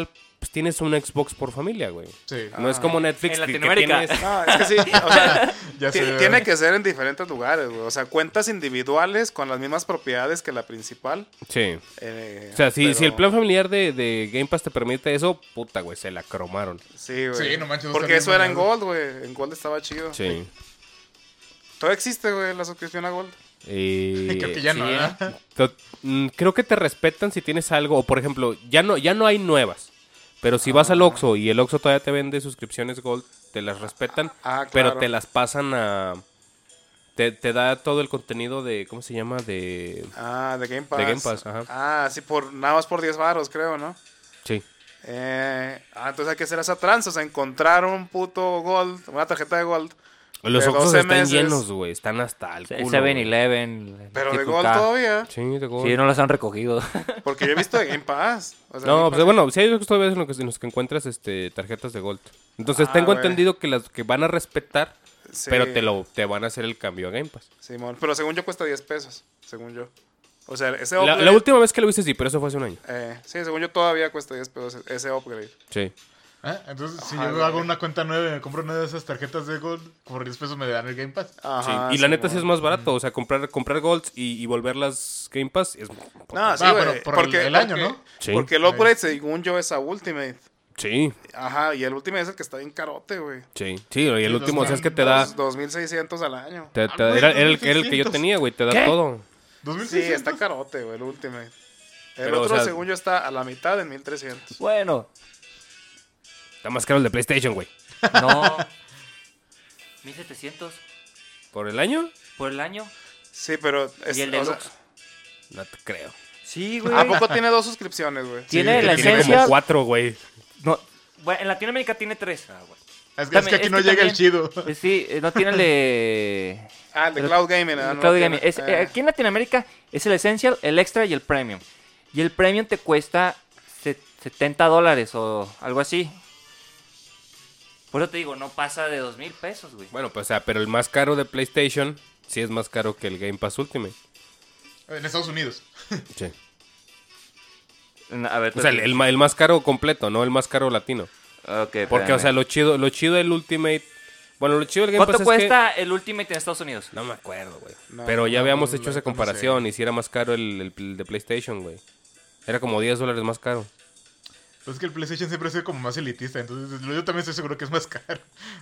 B: pues tienes un Xbox por familia, güey.
D: Sí.
B: No es como Netflix
C: En
B: que
C: Latinoamérica.
B: tienes...
A: No, es que sí, o sea,
D: Ya sé.
A: tiene que ser en diferentes lugares, güey. O sea, cuentas individuales con las mismas propiedades que la principal.
B: Sí. O sea, si el plan familiar de Game Pass te permite eso, puta, güey, se la cromaron.
A: Sí, güey.
D: Sí, no manches, no
A: Porque
D: está
A: eso
D: bien
A: era en
D: baneado.
A: Gold, güey. En Gold estaba chido.
B: Sí.
A: Todavía existe, güey, la suscripción a Gold.
D: Creo que ya
C: sí,
D: no, ¿verdad?
B: Creo que te respetan si tienes algo. O por ejemplo, ya no hay nuevas. Pero si vas al Oxxo y el Oxxo todavía te vende suscripciones Gold, te las respetan.
A: Ah,
B: Pero
A: claro.
B: te las pasan a... Te da todo el contenido de... ¿Cómo se llama?
A: Ah, de Game Pass.
B: De Game Pass, ajá.
A: Ah, sí, nada más por 10 varos, creo, ¿no?
B: Sí.
A: Entonces hay que hacer esa tranza, o sea, encontrar un puto Gold, una tarjeta de Gold.
B: Los
A: de
B: Oxxos
A: 12
B: están
A: meses.
B: llenos, güey. Están hasta el
C: El
B: culo.
C: 7-Eleven.
A: Pero de
C: Circle
A: Gold
C: K.
A: todavía.
B: Sí, de Gold.
C: Sí, no las han recogido.
A: Porque yo he visto de Game Pass. O sea,
B: No,
A: Game
B: pues
A: Pass-
B: bueno, sí hay Oxxos todavía en los que encuentras tarjetas de Gold. Entonces tengo
A: güey.
B: entendido que las que van a respetar,
A: Sí,
B: pero te van a hacer el cambio a Game Pass.
A: Simón, pero según yo cuesta 10 pesos, según yo. O sea, ese
B: La
A: upgrade...
B: última vez que lo viste sí, pero eso fue hace un año.
A: Sí, según yo todavía cuesta 10 pesos ese upgrade.
B: Sí.
D: Ah, entonces, si
A: Ajá,
D: yo
A: güey.
D: hago una cuenta nueva y me compro una de esas tarjetas de Gold, por 10 pesos me dan el Game Pass.
A: Ajá,
B: Sí. Y la neta sí es
A: Simón.
B: más barato. O sea, comprar Golds y volverlas Game Pass es...
A: No, sí,
D: Ah,
A: güey.
D: pero por el año, ¿no?
B: Sí.
A: Porque el upgrade, según yo, es a Ultimate.
B: Sí,
A: Ajá, y el Ultimate es el que está bien carote, güey.
B: sí. Sí, y el
D: Sí,
B: último, o sea, es que te
A: Dos-
B: da...
A: 2,600 al año.
B: Te,
D: Ah,
B: te-
D: güey,
B: era el que yo
D: 2600.
B: tenía, güey. Te da
C: ¿Qué?
B: todo.
A: Sí,
D: 2600.
A: está carote, güey, el Ultimate. El
B: Pero, o
A: otro,
B: sea-
A: según yo, está a la mitad en 1,300.
C: Bueno,
B: Está más caro el de PlayStation, güey.
C: no. 1,700
B: ¿Por el año?
C: por el año.
A: Sí, pero...
C: ¿Y el
A: o sea,
C: deluxe?
B: No te creo.
C: Sí, güey.
A: ¿a poco tiene 2 suscripciones, güey?
C: Tiene
D: Sí,
C: la
D: que
B: Tiene
C: esencia.
B: como 4, güey.
C: No, bueno, en Latinoamérica tiene 3.
D: Es que
C: También-
D: aquí
C: es
D: no
C: que
D: llega el
C: también-
D: chido.
C: Sí, no tiene el de...
A: Ah, el de Cloud Gaming, ¿no?
C: el Cloud
A: No
C: Gaming.
A: tiene.
C: Es, aquí en Latinoamérica es el Essential, el Extra y el Premium. Y el Premium te cuesta $70 o algo así. Por eso te digo, no pasa de 2,000 pesos, güey.
B: Bueno, pues, o sea, pero el más caro de PlayStation sí es más caro que el Game Pass Ultimate.
D: En Estados Unidos.
B: Sí.
C: A ver,
B: O sea, el más caro completo, no el más caro latino.
C: Ok,
B: Porque, o sea,
C: espérame.
B: lo chido del Ultimate... Bueno, lo chido del Game
C: ¿Cuánto
B: Pass es que...
C: cuesta el Ultimate en Estados Unidos?
B: No me acuerdo, güey.
A: No,
B: Pero ya
A: no,
B: habíamos
D: no,
B: hecho esa
D: no sé.
B: comparación y si era más caro el de PlayStation, güey. Era como $10 más caro.
D: Pues es que el PlayStation siempre ha sido como más elitista, entonces yo también estoy seguro que es más caro.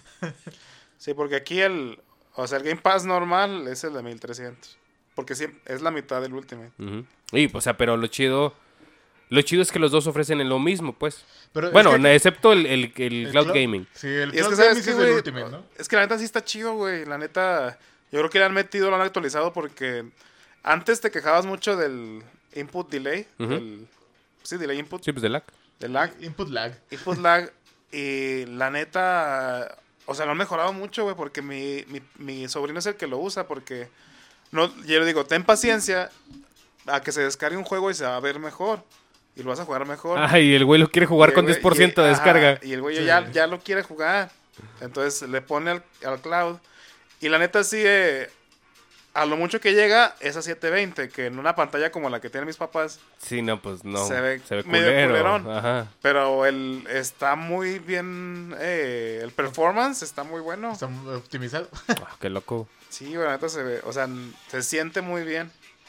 A: Sí, porque aquí o sea, el Game Pass normal es el de 1,300. Porque sí, es la mitad del Ultimate.
B: Ujú. Y, o sea, pero lo chido es que los dos ofrecen lo mismo, pues.
D: Pero es
B: Bueno,
D: que-
B: excepto el Cloud Gaming.
D: Sí, el
A: Y es
D: Cloud
A: que,
D: Gaming
A: ¿sabes
D: sí
A: qué,
D: es
A: güey?
D: el Ultimate, ¿no?
A: Es que la neta sí está chido, güey. La neta, yo creo que le han metido, lo han actualizado porque antes te quejabas mucho del input delay.
B: Ujú.
A: Sí, delay input.
B: Sí, pues de lag.
A: Del lag.
D: Input lag.
A: Input lag. Y la neta, o sea, lo han mejorado mucho, güey, porque mi sobrino es el que lo usa porque... No, yo le digo, ten paciencia a que se descargue un juego y se va a ver mejor. Y lo vas a jugar mejor.
B: Ay, el güey lo quiere jugar
A: Y el
B: con
A: güey-
B: 10% de
A: ajá,
B: descarga.
A: Y el güey
D: Sí.
A: ya lo quiere jugar. Entonces le pone al cloud. Y la neta sí, a lo mucho que llega es a 720, que en una pantalla como la que tienen mis papás,
B: Sí, no, pues no.
A: Se ve medio
B: culero.
A: culerón.
B: Ajá.
A: pero está muy bien, el performance está muy bueno.
D: Está muy optimizado.
B: Ah, qué loco.
A: Sí, güey, la neta se ve, o sea, se siente muy bien.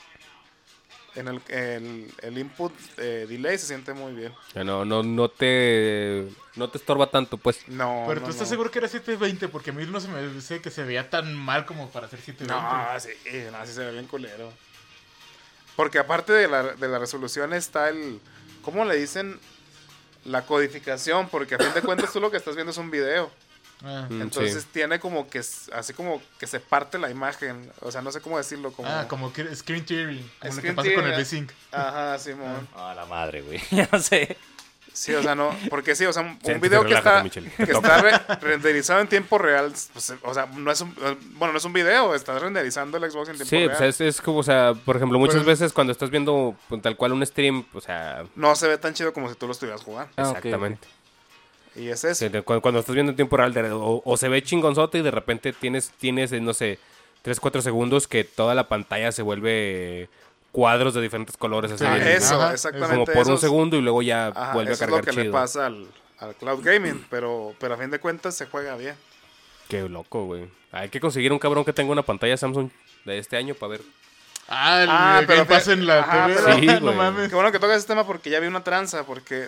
A: En el input delay se siente muy bien.
B: Ya no te estorba tanto, pues.
A: No,
D: Pero
A: no,
D: tú estás
A: no.
D: seguro que era 720, porque a mí no se me dice que se veía tan mal como para ser 720.
A: No, sí se ve bien culero. Porque aparte de la resolución está ¿cómo le dicen? La codificación, porque a fin de cuentas tú lo que estás viendo es un video.
D: Ah,
A: Entonces
B: Sí.
A: tiene como que, así como que se parte la imagen. O sea, no sé cómo decirlo.
D: como que Screen Tearing, como lo que
A: Screen
D: pasa con el
A: tearing,
D: V-Sync.
A: Ajá, Simón.
C: A la madre, güey. Ya no sé.
A: Sí, o sea, no, porque sí, o sea, un
B: Siéntate,
A: video que
B: relájate,
A: está,
B: Michelle.
A: que está renderizado en tiempo real, pues, o sea, no es un video, estás renderizando el Xbox en tiempo
B: Sí,
A: real.
B: pues es como, o sea, por ejemplo, muchas
D: Pues-
B: veces cuando estás viendo pues, tal cual un stream, o sea,
A: No se ve tan chido como si tú lo estuvieras jugando.
C: Ah, ok,
B: exactamente.
A: Y es eso.
B: Sí, cuando estás viendo en tiempo real, o se ve chingonzote y de repente tienes no sé, 3-4 segundos que toda la pantalla se vuelve cuadros de diferentes colores. Así
D: Ah,
A: Eso,
D: Ajá,
A: exactamente.
B: como por un
A: esos-
B: segundo y luego ya
A: Ajá,
B: vuelve a
A: eso
B: cargar
A: es lo que le
B: chido.
A: pasa al cloud gaming, pero a fin de cuentas se juega bien.
B: Qué loco, güey. Hay que conseguir un cabrón que tenga una pantalla Samsung de este año para ver.
D: El
A: pero
D: Game Pass en la
A: ajá,
D: TV.
A: pero-
B: Sí,
D: no
B: güey.
D: mames.
A: Qué bueno que tocas ese tema porque ya vi una tranza, porque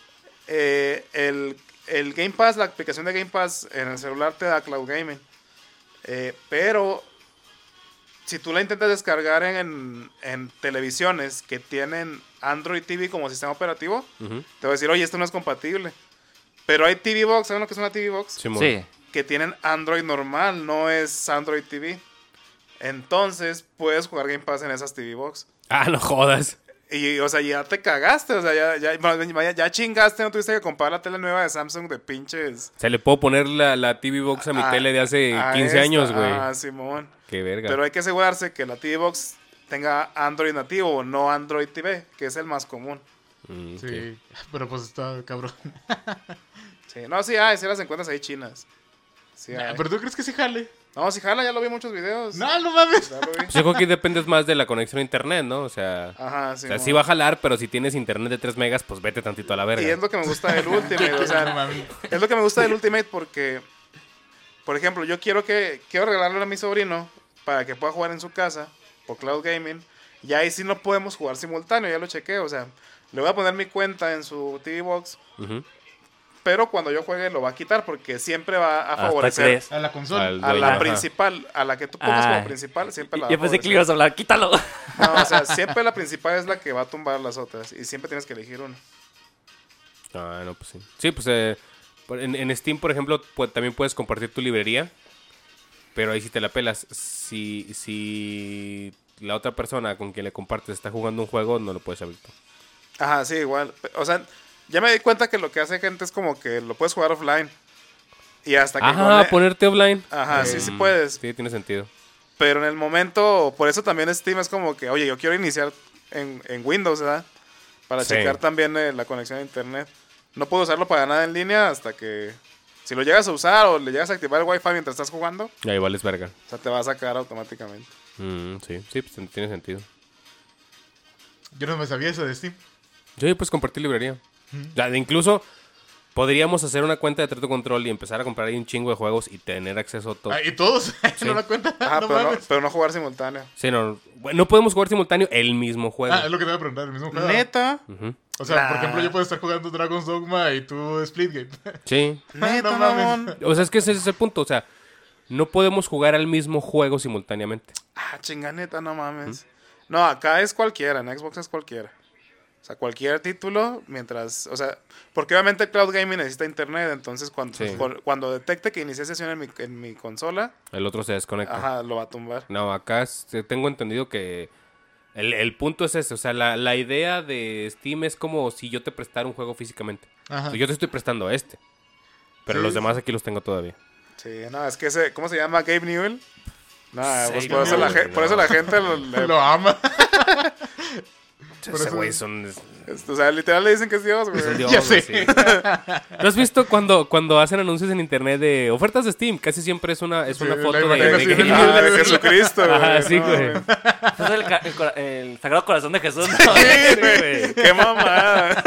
A: el Game Pass, la aplicación de Game Pass en el celular te da cloud gaming. Pero si tú la intentas descargar en televisiones que tienen Android TV como sistema operativo,
B: Ujú.
A: te va a decir, oye, esto no es compatible. Pero hay TV Box, ¿saben lo que es una TV Box?
B: Simón.
C: Sí.
A: Que tienen Android normal, no es Android TV. Entonces puedes jugar Game Pass en esas TV Box.
B: Ah, no jodas.
A: Y, o sea, ya te cagaste, o sea, ya chingaste, no tuviste que comprar la tele nueva de Samsung de pinches.
B: Se le puedo poner la TV Box a mi tele de hace 15
A: esta.
B: años, güey.
A: Ah, Simón.
B: Qué verga.
A: Pero hay que asegurarse que la TV Box tenga Android nativo o no Android TV, que es el más común.
B: Ok.
D: Sí, pero pues está cabrón.
A: Sí, no, sí hay, sí las encuentras ahí chinas. Sí hay.
D: Pero tú crees que sí jale.
A: No, sí jala, ya lo vi en muchos videos.
D: No mames.
A: Ya lo vi.
B: Pues yo creo que dependes más de la conexión a internet, ¿no? O sea,
A: Ajá, sí.
B: sí va a jalar, pero si tienes internet de 3 megas, pues vete tantito a la verga.
A: Y es lo que me gusta del Ultimate, o
D: No
A: sea,
D: mames.
A: es lo que me gusta del Ultimate porque, por ejemplo, yo quiero regalarle a mi sobrino para que pueda jugar en su casa por Cloud Gaming. Y ahí sí no podemos jugar simultáneo, ya lo chequé, o sea, le voy a poner mi cuenta en su TV Box,
B: Ujú.
A: pero cuando yo juegue lo va a quitar porque siempre va a
C: Hasta
A: favorecer
C: crees.
D: A la consola.
B: Al-
A: a
B: dueño,
A: la
B: ajá.
A: principal, a la que tú pongas
C: Ah.
A: como principal, siempre la va a
C: Yo pensé que le
A: favorecer.
C: ibas a hablar, quítalo.
A: No, o sea, siempre la principal es la que va a tumbar las otras y siempre tienes que elegir una.
B: Ah, no, pues sí. Sí, pues en Steam, por ejemplo, también puedes compartir tu librería, pero ahí sí te la pelas. Si la otra persona con quien le compartes está jugando un juego, no lo puedes abrir tú.
A: Ajá, sí, igual. O sea, ya me di cuenta que lo que hace gente es como que lo puedes jugar offline. Y hasta que...
B: Ajá, ponerte offline.
A: Ajá, sí, sí
B: Mm,
A: puedes.
B: Sí, tiene sentido.
A: Pero en el momento, por eso también Steam es como que, oye, yo quiero iniciar en Windows, ¿verdad? Para
B: Sí.
A: checar también la conexión a internet. No puedo usarlo para nada en línea hasta que... Si lo llegas a usar o le llegas a activar el Wi-Fi mientras estás jugando,
B: Y ahí vales verga.
A: o sea, te va a sacar automáticamente.
B: Sí, sí, pues tiene sentido.
D: Yo no me sabía eso de Steam.
B: Yo pues compartir librería. O sea, incluso podríamos hacer una cuenta de Trato Control y empezar a comprar ahí un chingo de juegos y tener acceso a todo.
D: Ah, y todos. ¿No la cuenta?
A: Ajá,
D: no
A: pero, no,
D: mames.
A: pero no jugar simultáneo.
B: Sí, no, bueno, no podemos jugar simultáneo el mismo juego.
D: Ah, es lo que te voy a preguntar. El mismo juego.
A: ¿Neta?
B: Ujú.
D: O sea, por
A: Nah.
D: ejemplo, yo puedo estar jugando Dragon's Dogma y tú Splitgate.
B: Sí.
A: ¿Neta,
D: No mames.
A: mamón?
B: O sea, es que ese es el punto. O sea, no podemos jugar al mismo juego simultáneamente.
A: Ah, chinga, neta, no mames. No, acá es cualquiera, en Xbox es cualquiera. O sea, cualquier título, mientras... O sea, porque obviamente el cloud gaming necesita internet, entonces
B: Sí.
A: cuando detecte que inicié sesión en mi consola,
B: El otro se desconecta.
A: ajá, lo va a tumbar.
B: No, acá tengo entendido que el punto es ese. O sea, la idea de Steam es como si yo te prestara un juego físicamente.
D: Ajá.
B: Yo te estoy prestando este. Pero
D: Sí,
B: los demás aquí los tengo todavía.
A: Sí, no, es que ese... ¿Cómo se llama? Gabe Newell. No, pues
B: Sí,
A: por, eso
B: no,
A: por eso la gente...
D: Lo ama.
B: Ese
D: eso-
B: güey son...
A: o sea, literal le dicen que es Dios, güey.
B: es el Dios,
D: Ya
B: güey,
D: sé.
B: sí. ¿No has visto cuando hacen anuncios en internet de ofertas de Steam? Casi siempre es una
D: Sí,
B: foto
D: la
B: de
D: imagen así de
B: Game
A: Ah,
B: Newell.
A: de Jesucristo, güey.
B: Ajá, sí,
A: no,
B: güey.
C: Es el Sagrado Corazón de Jesús. ¿no?
A: Sí, güey. Qué mamada.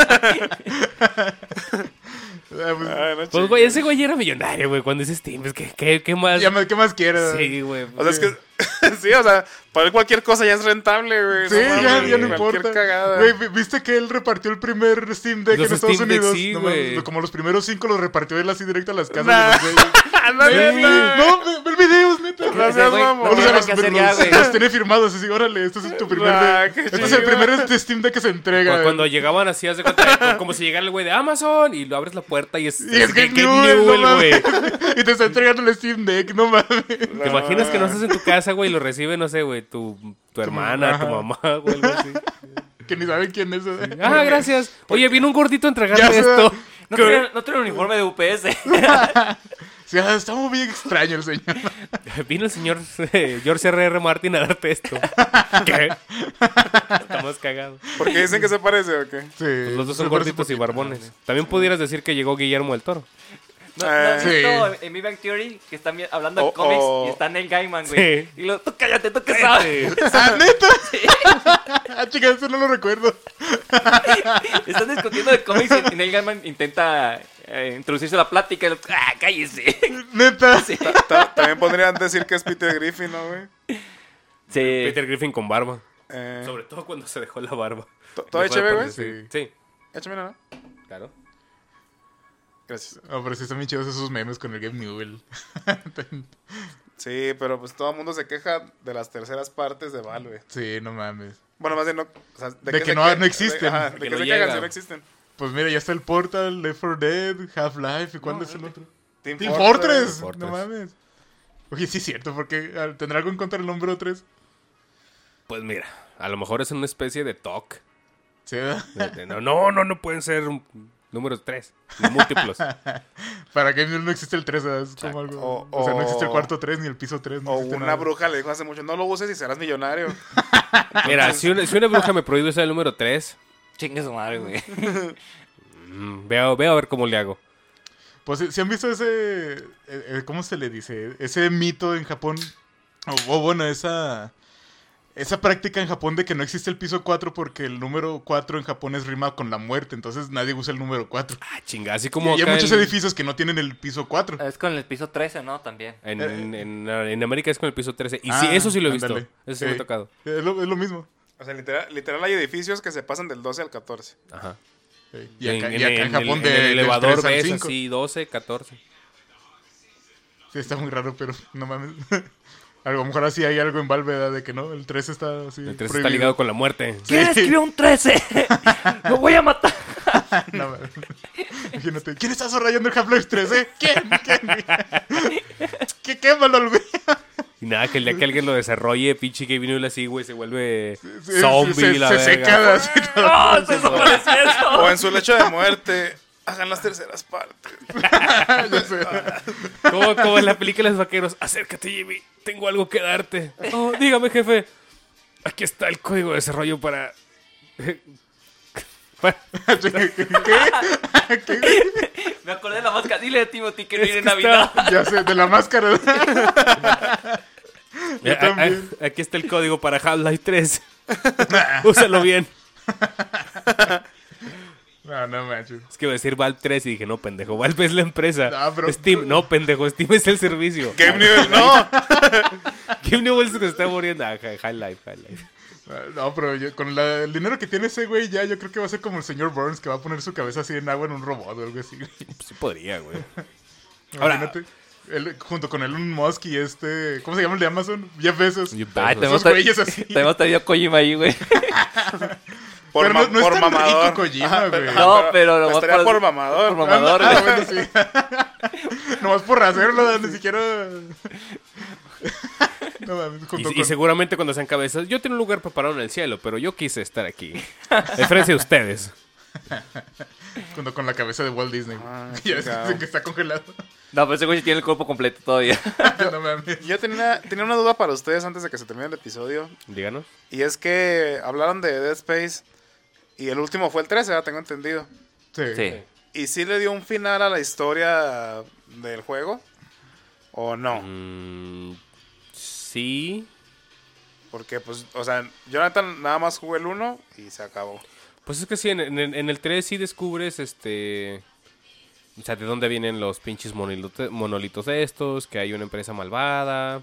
D: Ah, pues,
A: Ay, no
B: Pues,
A: chingues.
B: güey, ese güey era millonario, güey. Cuando dice Steam, es que, ¿qué más?
D: ¿Qué más quieres?
B: Sí, güey.
A: O sea, es que... sí, o sea, para él cualquier cosa ya es rentable, güey.
D: Sí,
A: no
D: ya,
A: mames,
D: ya no
A: cualquier
D: importa.
A: cagada.
D: Güey, ¿viste que él repartió el primer Steam Deck
B: Los
D: en Estados
B: Steam Deck,
D: Unidos?
B: sí,
D: No mames,
B: güey.
D: como los primeros 5 los repartió él así directo a las casas
A: Nah.
D: de los güeyes.
A: No,
D: Sí,
A: neta.
D: no, ve el video, neta.
A: No
C: Ese
A: seas
C: güey,
A: mamón.
C: no
D: O sea,
C: tiene que hacer ya, güey.
D: los tiene firmados así, órale, este es tu primer
A: Ah,
D: Deck.
A: qué
D: Este es el
A: chido.
D: primer Steam Deck que se entrega.
B: Cuando llegaban así, haz de cuenta, como si llegara el güey de Amazon y lo abres la puerta y es,
D: Y es
B: Game
D: Game Newell, no
B: Newell, güey.
D: mames. Y te está entregando el Steam Deck, no mames.
B: ¿Te imaginas que no estás en tu casa, güey, y lo recibe, no sé, güey, tu hermana, tu
D: ajá.
B: mamá, güey, algo así?
D: Que ni saben quién es.
B: Ah, gracias. Oye, vino un gordito a entregarme
D: Ya sé.
B: esto.
C: No tiene uniforme de UPS.
D: Sí, está muy bien extraño el señor.
B: Vino el señor George R.R. Martin a darte esto. ¿Qué? Estamos cagados.
A: ¿Por qué dicen que se parece o qué?
D: Sí,
B: Pues los dos son
D: me parece
B: gorditos y
D: poquito.
B: barbones. También pudieras decir que llegó Guillermo del Toro.
C: ¿No has
D: Sí.
C: visto en Big Bang Theory que están hablando de cómics y está Neil Gaiman, güey?
B: Sí.
C: Y luego, tú cállate, tú qué sabes.
D: ¡Ah, neta! Ah, chica, eso no lo recuerdo.
C: Están discutiendo de cómics y Neil Gaiman intenta introducirse a la plática y lo, cállese.
D: Neta.
A: También podrían decir que es Peter Griffin, ¿no, güey?
C: Sí.
B: Peter Griffin con barba.
A: Eh,
B: Sobre todo cuando se dejó la barba.
A: ¿Todo
B: Dejó de
A: HB, güey?
B: parecer- Sí,
A: Échame, ¿no?
B: claro.
A: Gracias.
D: No, pero sí están bien chidos esos memes con el Gabe Newell.
A: Sí, pero pues todo el mundo se queja de las terceras partes de Valve.
D: Sí, no mames.
A: Bueno, más bien no... O sea,
D: De que
A: se
D: no-
A: que-
D: no existen.
A: Ajá,
B: De
A: de
B: que
A: que
B: no
A: se quejan
B: llega.
A: si no existen.
D: Pues mira, ya está el Portal, Left 4 Dead, Half-Life, ¿y cuál es el otro?
A: Team
D: Team Fortress.
B: Fortress.
D: No mames. Oye, sí es cierto, porque ¿tendrá algo en contra del número 3?
B: Pues mira, a lo mejor es una especie de TOC.
D: Sí, ¿verdad?
B: No pueden ser números 3, ni múltiplos.
D: Para Game Newell no existe el 3, ¿verdad? Es como algo... O sea, no existe el cuarto 3 ni el piso 3. No
A: O
D: existe
A: una
D: nada.
A: bruja le dijo hace mucho, no lo uses y serás millonario.
B: Mira, si una bruja me prohíbe usar el número 3,
C: Chingue su madre, güey.
B: veo a ver cómo le hago.
D: Pues si han visto ese... ¿cómo se le dice? Ese mito en Japón. O bueno, esa práctica en Japón de que no existe el piso 4 porque el número 4 en Japón es rima con la muerte. Entonces nadie usa el número 4.
B: Ah, chinga, así como
D: Y hay
B: acá
D: muchos edificios que no tienen el piso 4.
C: Es con el piso 13, ¿no? También.
B: en América es con el piso 13. Y
D: Ah,
B: sí, eso sí lo he visto.
D: ándale.
B: Eso sí me ha tocado.
D: Es lo mismo.
A: O sea, literal hay edificios que se pasan del 12 al 14.
B: Ajá.
D: Sí. Y acá en Japón
B: en el
D: del
B: elevador
D: 3 al
B: ves
D: 5.
B: así 12, 14.
D: Sí, está muy raro, pero no mames. A lo mejor así hay algo en Valve, ¿verdad? De que no, el 3 está así.
B: El 3 está
D: prohibido.
B: ligado con la muerte.
C: ¿Quién escribió un 13? ¡Lo voy a matar!
D: No mames. Imagínate. ¿Quién está rayando el Half-Life 3, ¿Quién? ¿Qué quémalo, güey?
B: Y nada, que el día que alguien lo desarrolle, pinche Gabe Newell así, güey, se vuelve
D: Sí,
B: zombie, la
D: se
B: verga.
D: seca así todo.
C: ¡Oh, se desapareció eso!
A: O en su lecho de muerte, hagan las terceras partes.
D: Ya sé.
B: Como en la película de los vaqueros. Acércate, Jimmy, tengo algo que darte. Oh, dígame, jefe. Aquí está el código de desarrollo para...
C: Me acordé de la máscara. Dile a Timothy que no
B: Es
C: viene
B: que
C: Navidad.
D: Ya sé, de la máscara. Yo también.
B: Aquí está el código para Half-Life 3. Úsalo bien.
D: No manches.
B: Es que iba a decir Valve 3 y dije, no, pendejo, Valve es la empresa.
D: No, pero-
B: Steam, no, pendejo, Steam es el servicio.
A: Game Newell, no.
B: Game Newell se está muriendo. Ah, Half-Life.
D: No, pero con el dinero que tiene ese güey ya, yo creo que va a ser como el señor Burns, que va a poner su cabeza así en agua en un robot o algo así.
B: Sí podría, güey. Ahora-
D: Imagínate. Él, junto con Elon Musk y ¿cómo se llama el de Amazon? Jeff Bezos.
B: Jeff
C: Ay,
B: Bezos.
D: Esos güeyes así.
C: Tenemos todavía a Kojima ahí, güey.
A: Por,
D: Pero no es
A: por
D: tan
A: mamador.
D: rico Kojima,
A: Ajá,
D: güey.
A: ajá,
C: No, pero nomás
A: estaría
C: por-
A: por mamador.
C: por mamador,
D: Ah,
C: güey.
D: bueno, sí. Nomás por hacerlo, ni siquiera... No mames, junto
B: Y
D: con...
B: seguramente cuando sean cabezas, yo tengo un lugar preparado en el cielo, pero yo quise estar aquí. En frente de ustedes.
D: Junto con la cabeza de Walt Disney.
A: Ah,
D: Ya
A: chingado.
D: dicen que está congelado.
C: No, pero ese güey sí tiene el cuerpo completo todavía.
D: No mames.
A: Yo tenía una duda para ustedes antes de que se termine el episodio.
B: Díganos.
A: Y es que hablaron de Dead Space. Y el último fue el 13, ya tengo entendido.
D: Sí.
C: Sí.
A: ¿Y sí le dio un final a la historia del juego? ¿O no?
B: Sí.
A: Porque, pues, o sea, yo nada más jugué el 1 y se acabó.
B: Pues es que sí, en el 3 sí descubres, o sea, de dónde vienen los pinches monolitos estos, que hay una empresa malvada.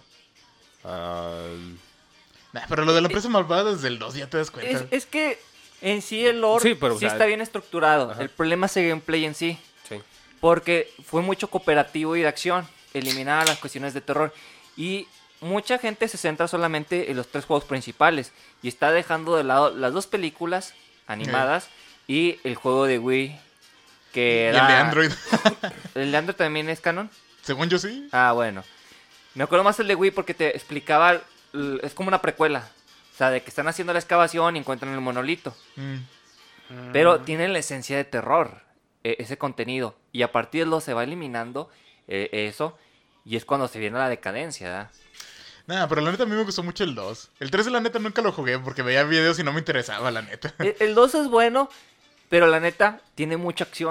D: Nah, pero lo de la empresa malvada desde el 2 ya te das cuenta.
C: Es que en sí el lore
B: Sí,
C: sí,
B: pero, o sea,
C: está bien estructurado.
B: ajá.
C: El problema es el gameplay en sí.
B: Sí.
C: Porque fue mucho cooperativo y de acción. Eliminaba las cuestiones de terror. Y mucha gente se centra solamente en los 3 juegos principales. Y está dejando de lado las 2 películas animadas y el juego de Wii. Que
D: Y el
C: era...
D: de Android.
C: ¿El de Android también es canon?
D: Según yo sí.
C: Ah, bueno. Me acuerdo más el de Wii porque te explicaba... Es como una precuela. O sea, de que están haciendo la excavación y encuentran el monolito. Pero tiene la esencia de terror, ese contenido. Y a partir de lo se va eliminando eso. Y es cuando se viene la decadencia, ¿verdad?
D: Nah, pero la neta a mí me gustó mucho el 2. El 3 la neta nunca lo jugué porque veía videos y no me interesaba, la neta.
C: El 2 es bueno, pero la neta tiene mucha acción.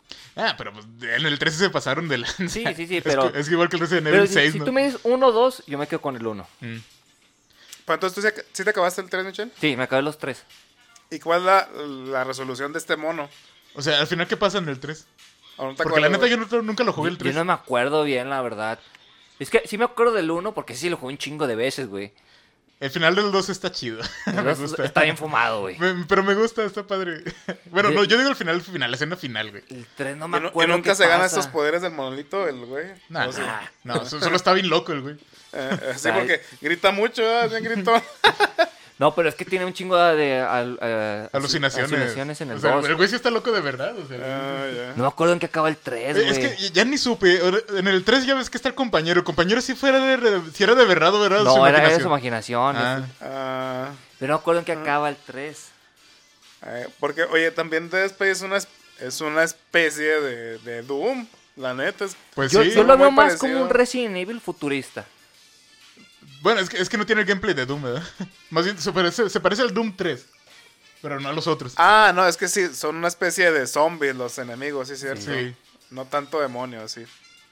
D: Ah, pero pues en el 13 se pasaron de lanza.
C: Sí, pero...
D: Es igual que el Resident
C: Pero
D: Evil
C: si,
D: 6,
C: si
D: ¿no?
C: tú me dices 1 o 2, yo me quedo con el 1.
D: Mm.
A: Pero entonces, ¿tú sí te acabaste el 3, Michelle?
C: Sí, me acabé los 3.
A: ¿Y cuál es la resolución de este mono?
D: O sea, al final, ¿qué pasa en el 3?
A: ¿O no te
D: Porque la
A: acuerdas,
D: neta
A: güey?
D: yo nunca lo jugué el
C: Yo
D: 3.
C: no me acuerdo bien, la verdad. Es que sí me acuerdo del 1 porque sí lo jugué un chingo de veces, güey.
D: El final del 2 está chido.
C: El
D: Me
C: 2
D: gusta.
C: está bien fumado, güey.
D: Pero me gusta, está padre. Bueno, no, yo digo el final, la escena final, güey.
C: El 3 no
A: ¿Y,
C: me
A: no- y
C: acuerdo
A: nunca
C: qué
A: se gana
C: pasa.
A: estos poderes del monolito, el güey?
D: Nah,
A: ¿O sí?
D: no, solo está bien loco el güey.
A: Sí, porque grita mucho, bien gritó.
C: No, pero es que tiene un chingo de
D: Alucinaciones.
C: en el
D: O sea,
C: 2.
D: el güey sí está loco de verdad. O sea,
A: Ah, ya.
C: No me acuerdo en qué acaba el 3, güey.
D: es que ya ni supe. En el 3 ya ves que está el compañero. El compañero si era de verdad o era
C: No,
D: su
C: era
D: imaginación.
C: su imaginación.
D: Ah,
A: Ah,
C: Pero no me acuerdo en qué acaba el 3.
A: porque, oye, también Dead Space es una especie de Doom. La neta es...
D: pues
C: Yo,
D: sí.
C: yo lo
A: muy
C: veo más
A: parecido.
C: como un Resident Evil futurista.
D: Bueno, es que no tiene el gameplay de Doom, ¿verdad? Más bien se parece al Doom 3. Pero no a los otros.
A: Ah, no, es que sí, son una especie de zombies los enemigos, sí es cierto.
D: Sí.
A: No tanto demonios, sí.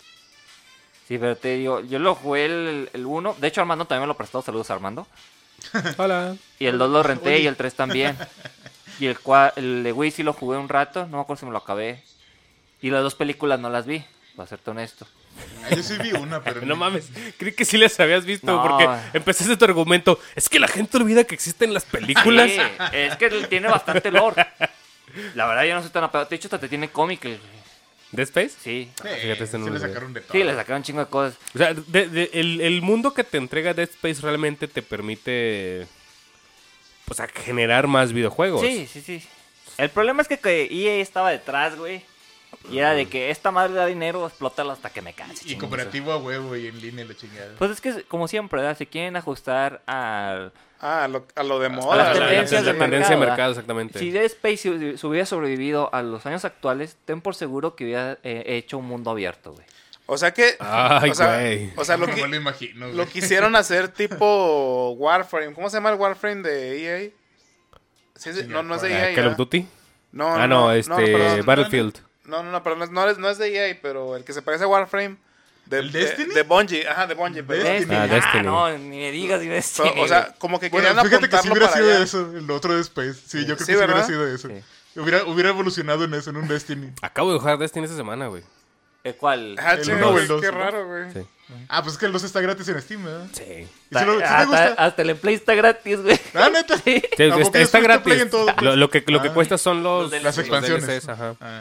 C: Sí, pero te digo, yo lo jugué el 1. De hecho, Armando también me lo prestó. Saludos, Armando.
B: Hola.
C: Y el 2 lo renté y el 3 también. Y el de Wii sí lo jugué un rato. No me acuerdo si me lo acabé. Y las 2 películas no las vi, para serte honesto.
D: Ah, yo sí vi una, pero...
B: No mames, creí que sí las habías visto
C: No.
B: porque empezaste tu argumento. Es que la gente olvida que existen las películas.
C: Sí, es que tiene bastante lore. La verdad, yo no soy tan apegado. De hecho, hasta te tiene cómic.
B: ¿De Space?
C: Sí.
B: Fíjate, este no
D: sí
B: lo
D: le
B: vi.
D: sacaron de todo.
C: Sí, le sacaron un chingo de cosas.
B: O sea, el mundo que te entrega Dead Space realmente te permite, pues, a generar más videojuegos.
C: Sí. El problema es que EA estaba detrás, güey. Y era de que esta madre da dinero, explótalo hasta que me canse.
D: Y
C: chingue
D: cooperativo a huevo y en línea y la chingada.
C: Pues es que, como siempre, ¿verdad? Se quieren ajustar al...
A: Ah, a lo de
C: A
A: moda.
C: las
A: la-
C: tendencias
B: la
C: del
B: tendencia de
C: mercado,
B: mercado,
C: ¿verdad?
B: exactamente.
C: Si Dead Space se hubiera sobrevivido a los años actuales, ten por seguro que hubiera hecho un mundo abierto, güey.
A: O sea que...
B: Ay,
A: o sea,
B: güey.
A: o sea,
D: No me lo imagino, güey.
A: lo quisieron hacer tipo Warframe. ¿Cómo se llama el Warframe de EA? Sí,
D: Sí,
A: no es de
D: ¿cuál?
A: EA.
B: Call
A: ¿verdad?
B: of Duty.
A: No,
B: No, Battlefield.
A: No, pero no es de EA, pero el que se parece a Warframe.
D: ¿El Destiny?
A: De Bungie, ajá, de Bungie. Pero,
D: Destiny.
B: Ah, Destiny.
C: No, ni me digas ni Destiny.
A: o sea, como que
D: Bueno,
A: querían
D: fíjate que si
A: apuntarlo
D: hubiera
A: para
D: sido
A: allá.
D: eso, el otro de Space. Sí, yo creo
A: Sí,
D: que sí hubiera
A: ¿verdad?
D: sido eso.
C: Sí.
D: Hubiera evolucionado en eso, en un Destiny.
B: Acabo de jugar Destiny esta semana, güey.
C: ¿Cuál?
A: Ah,
D: El
A: chinga,
D: uno o
A: güey,
D: el dos,
A: qué
D: ¿no?
A: raro, güey.
B: Sí.
D: Ah, pues es que el 2 está gratis en Steam, ¿verdad?
B: Sí.
D: ¿Y si te
C: hasta,
D: gusta?
C: hasta el Play está gratis, güey.
D: Ah, neta.
C: Sí.
B: Sí,
D: ¿A poco
B: está
D: ya fuiste
B: gratis.
D: Play en todo?
B: Lo que
D: Ah.
B: cuesta son los
D: Las expansiones.
B: DLCs, ajá.
D: Ah.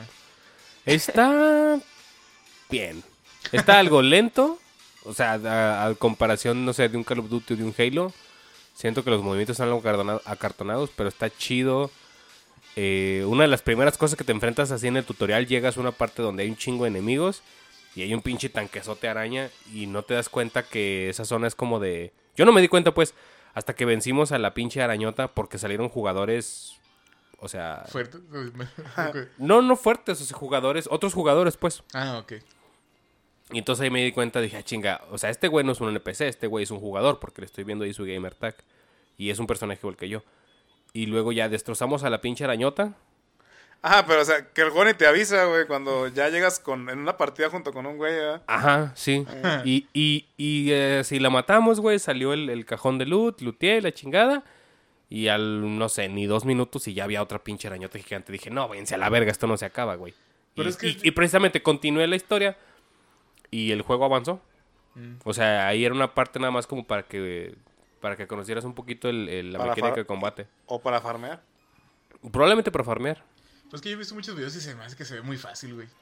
B: Está bien. Está algo lento. O sea, a comparación, no sé, de un Call of Duty o de un Halo. Siento que los movimientos están algo acartonados, pero está chido. Una de las primeras cosas que te enfrentas así en el tutorial, llegas a una parte donde hay un chingo de enemigos y hay un pinche tanquezote araña y no te das cuenta que esa zona es como de... Yo no me di cuenta, pues, hasta que vencimos a la pinche arañota porque salieron jugadores... O sea...
D: Fuerte. Ok.
B: No fuertes, o sea, otros jugadores, pues.
D: Ah, ok.
B: Y entonces ahí me di cuenta, dije, ah, chinga, o sea, este güey no es un NPC, este güey es un jugador, porque le estoy viendo ahí su gamer tag. Y es un personaje igual que yo. Y luego ya destrozamos a la pinche arañota.
A: Ajá, pero o sea, que el güey ni te avisa, güey, cuando ya llegas en una partida junto con un güey, ¿verdad?
B: Ajá, sí. Y si la matamos, güey, salió el cajón de loot, looteé la chingada. Y no sé, ni 2 minutos y ya había otra pinche arañota gigante. Dije, no, váyanse a la verga, esto no se acaba, güey.
D: Pero
B: Y,
D: es que-
B: y precisamente continué la historia y el juego avanzó. O sea, ahí era una parte nada más como para que conocieras un poquito la
A: Para
B: mecánica de combate.
A: O para farmear.
B: Probablemente para farmear.
D: Pues que yo he visto muchos videos y se me hace que se ve muy fácil, güey.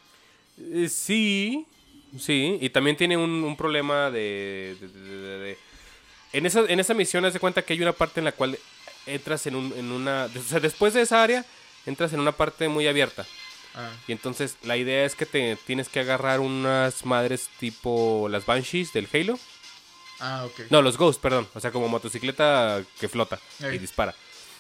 B: Sí. Y también tiene un problema de En esa misión, haz de cuenta que hay una parte en la cual entras en una... O sea, después de esa área, entras en una parte muy abierta.
D: Ah.
B: Y entonces la idea es que te tienes que agarrar unas madres tipo las Banshees del Halo.
D: Ah, ok.
B: No, los Ghosts, perdón. O sea, como motocicleta que flota
D: Ey.
B: y dispara.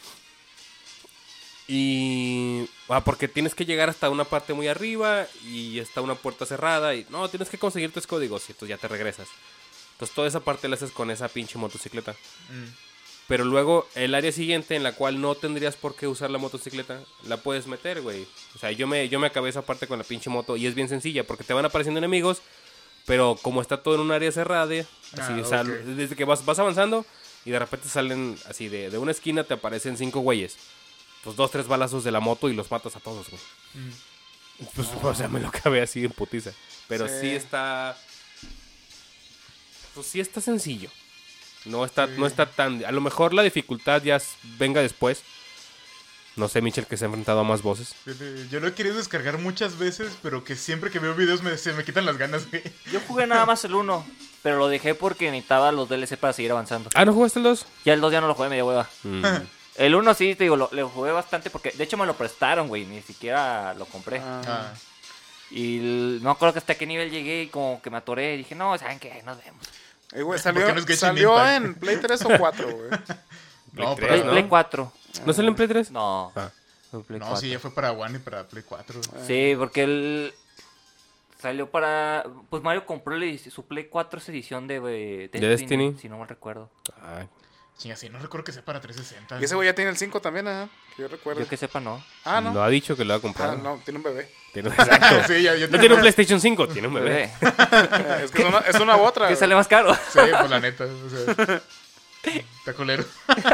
B: Y... porque tienes que llegar hasta una parte muy arriba y está una puerta cerrada y... No, tienes que conseguir 3 códigos y entonces ya te regresas. Entonces toda esa parte la haces con esa pinche motocicleta. Pero luego el área siguiente en la cual no tendrías por qué usar la motocicleta, la puedes meter, güey. O sea, yo me acabé esa parte con la pinche moto y es bien sencilla porque te van apareciendo enemigos, pero como está todo en un área cerrada, así,
D: ok.
B: desde que vas avanzando y de repente salen así de una esquina te aparecen 5 güeyes. Pues 2, 3 balazos de la moto y los matas a todos, güey. Pues, o sea, me lo acabé así en putiza. Pero sí está... Pues sí está sencillo. No está tan... A lo mejor la dificultad ya venga después. No sé, Michel, que se ha enfrentado a más voces.
D: Yo lo he querido descargar muchas veces, pero que siempre que veo videos se me quitan las ganas, güey.
C: Yo jugué nada más el 1, pero lo dejé porque necesitaba los DLC para seguir avanzando.
B: Ah, ¿no jugaste el 2?
C: Ya el 2 ya no lo jugué, me dio hueva. El 1 sí, te digo, lo jugué bastante porque... De hecho me lo prestaron, güey, ni siquiera lo compré.
D: Ah.
C: Y no me acuerdo que hasta qué nivel llegué y como que me atoré y dije, no, ¿saben qué? Nos vemos.
A: Güey,
D: ¿Por qué no es Genshin
A: salió
D: Impact?
A: en Play 3 o 4, güey.
D: No,
B: Play
D: para...
B: ¿no?
C: Play 4.
B: ¿No sale en Play 3?
C: No.
B: Ah.
C: Fue Play
D: No,
C: 4.
D: sí, ya fue para One y para Play 4.
C: Sí, porque él salió para... Pues Mario compró su Play 4 esa edición de
B: Destiny.
C: si no mal recuerdo.
B: Ay.
D: Chinga, sí, no recuerdo que sea para 360.
A: Y ese güey ya tiene el 5 también, ¿ah? Que yo recuerdo.
C: Yo que sepa, no.
A: Ah, ¿no?
B: Lo ha dicho que lo va a comprar.
A: Ah, no, tiene un bebé.
B: Exacto.
D: Sí, ya
B: No tiene un PlayStation 5, tiene un bebé.
A: Es que es una u otra.
C: ¿Qué
A: güey.
C: sale más caro?
D: Sí, pues la neta, o sea... Está culero.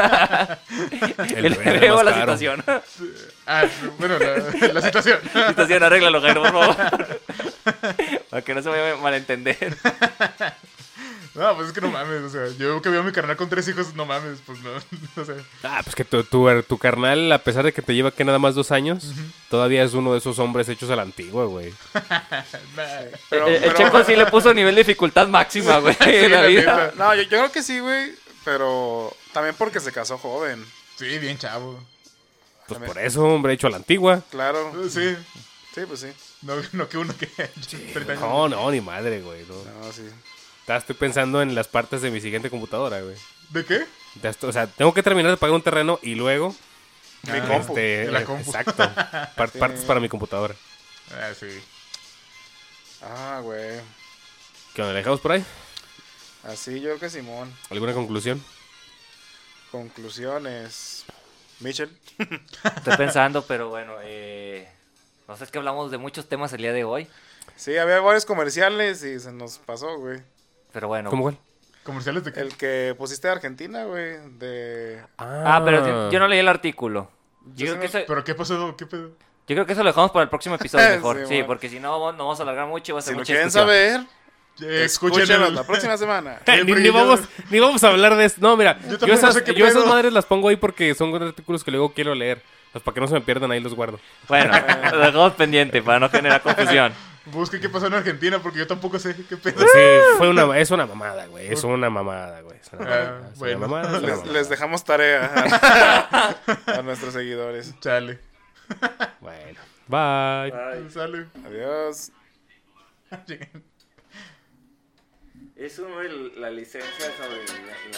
C: El
B: bebé
C: bebé o
B: más
C: la
B: caro.
C: situación.
D: Ah, bueno, la situación.
C: Situación, arréglalo, Jairo, por favor. Para que no se vaya a malentender.
D: No, pues es que no mames, o sea, yo que veo a mi carnal con 3 hijos, no mames, pues no, o sea...
B: Ah, pues que tu carnal, a pesar de que te lleva que nada más 2 años, todavía es uno de esos hombres hechos a la antigua, güey.
A: Pero-
C: el
A: pero-
C: Checo sí le puso nivel de dificultad máxima, güey. en la
D: la
C: vida.
D: neta.
A: No, yo creo que sí, güey. Pero también porque se casó joven.
D: Sí, bien chavo.
B: Pues por eso, hombre, hecho a la antigua.
A: Claro.
D: Sí,
A: Sí, pues sí.
D: no que uno que... 30 años.
B: No, ni madre, güey. No.
A: No, sí.
B: Estoy pensando en las partes de mi siguiente computadora, güey.
D: ¿De qué?
B: O sea, tengo que terminar de pagar un terreno y luego...
A: Mi compu.
D: de la compu.
B: Exacto. Partes para mi computadora.
D: Ah, sí.
A: Ah, güey.
B: ¿Qué onda? ¿Le dejamos por ahí?
A: Así yo creo que Simón.
B: ¿Alguna conclusión?
A: Conclusiones. Mitchell.
C: Estoy pensando, pero bueno, no sé, es que hablamos de muchos temas el día de hoy.
A: Sí, había varios comerciales y se nos pasó, güey.
C: Pero bueno.
B: ¿Cómo cuál?
D: ¿Comerciales de qué?
A: El que pusiste de Argentina, güey. De...
C: Ah, pero yo no leí el artículo. Yo
A: Eso
C: creo, que
A: no-
C: eso,
D: ¿Pero qué pasó? ¿Qué pedo?
C: yo creo que eso lo dejamos para el próximo episodio mejor.
A: Sí,
C: Sí,
A: bueno.
C: porque si no, no vamos a alargar mucho y va a ser
A: Si lo
C: mucha
A: quieren
C: discusión.
A: saber,
D: Escuchen
A: escúchenos la próxima semana.
B: Ni vamos a hablar de esto. No, mira,
D: Yo
B: yo
D: tampoco
B: esas,
D: sé qué
B: yo esas
D: pedo.
B: madres las pongo ahí porque son artículos que luego quiero leer. Pues para que no se me pierdan, ahí los guardo.
C: Bueno, lo dejamos pendiente para no generar confusión.
D: Busque qué pasó en Argentina porque yo tampoco sé qué pedo.
B: Pues sí, es una mamada, güey. Es una mamada, güey. Es una mamada. Es una
D: bueno.
B: mamada, es una mamada.
A: Les dejamos tarea a nuestros seguidores.
D: Chale.
B: Bueno, bye.
D: Sale.
A: Adiós.
C: Es uno de la licencia sobre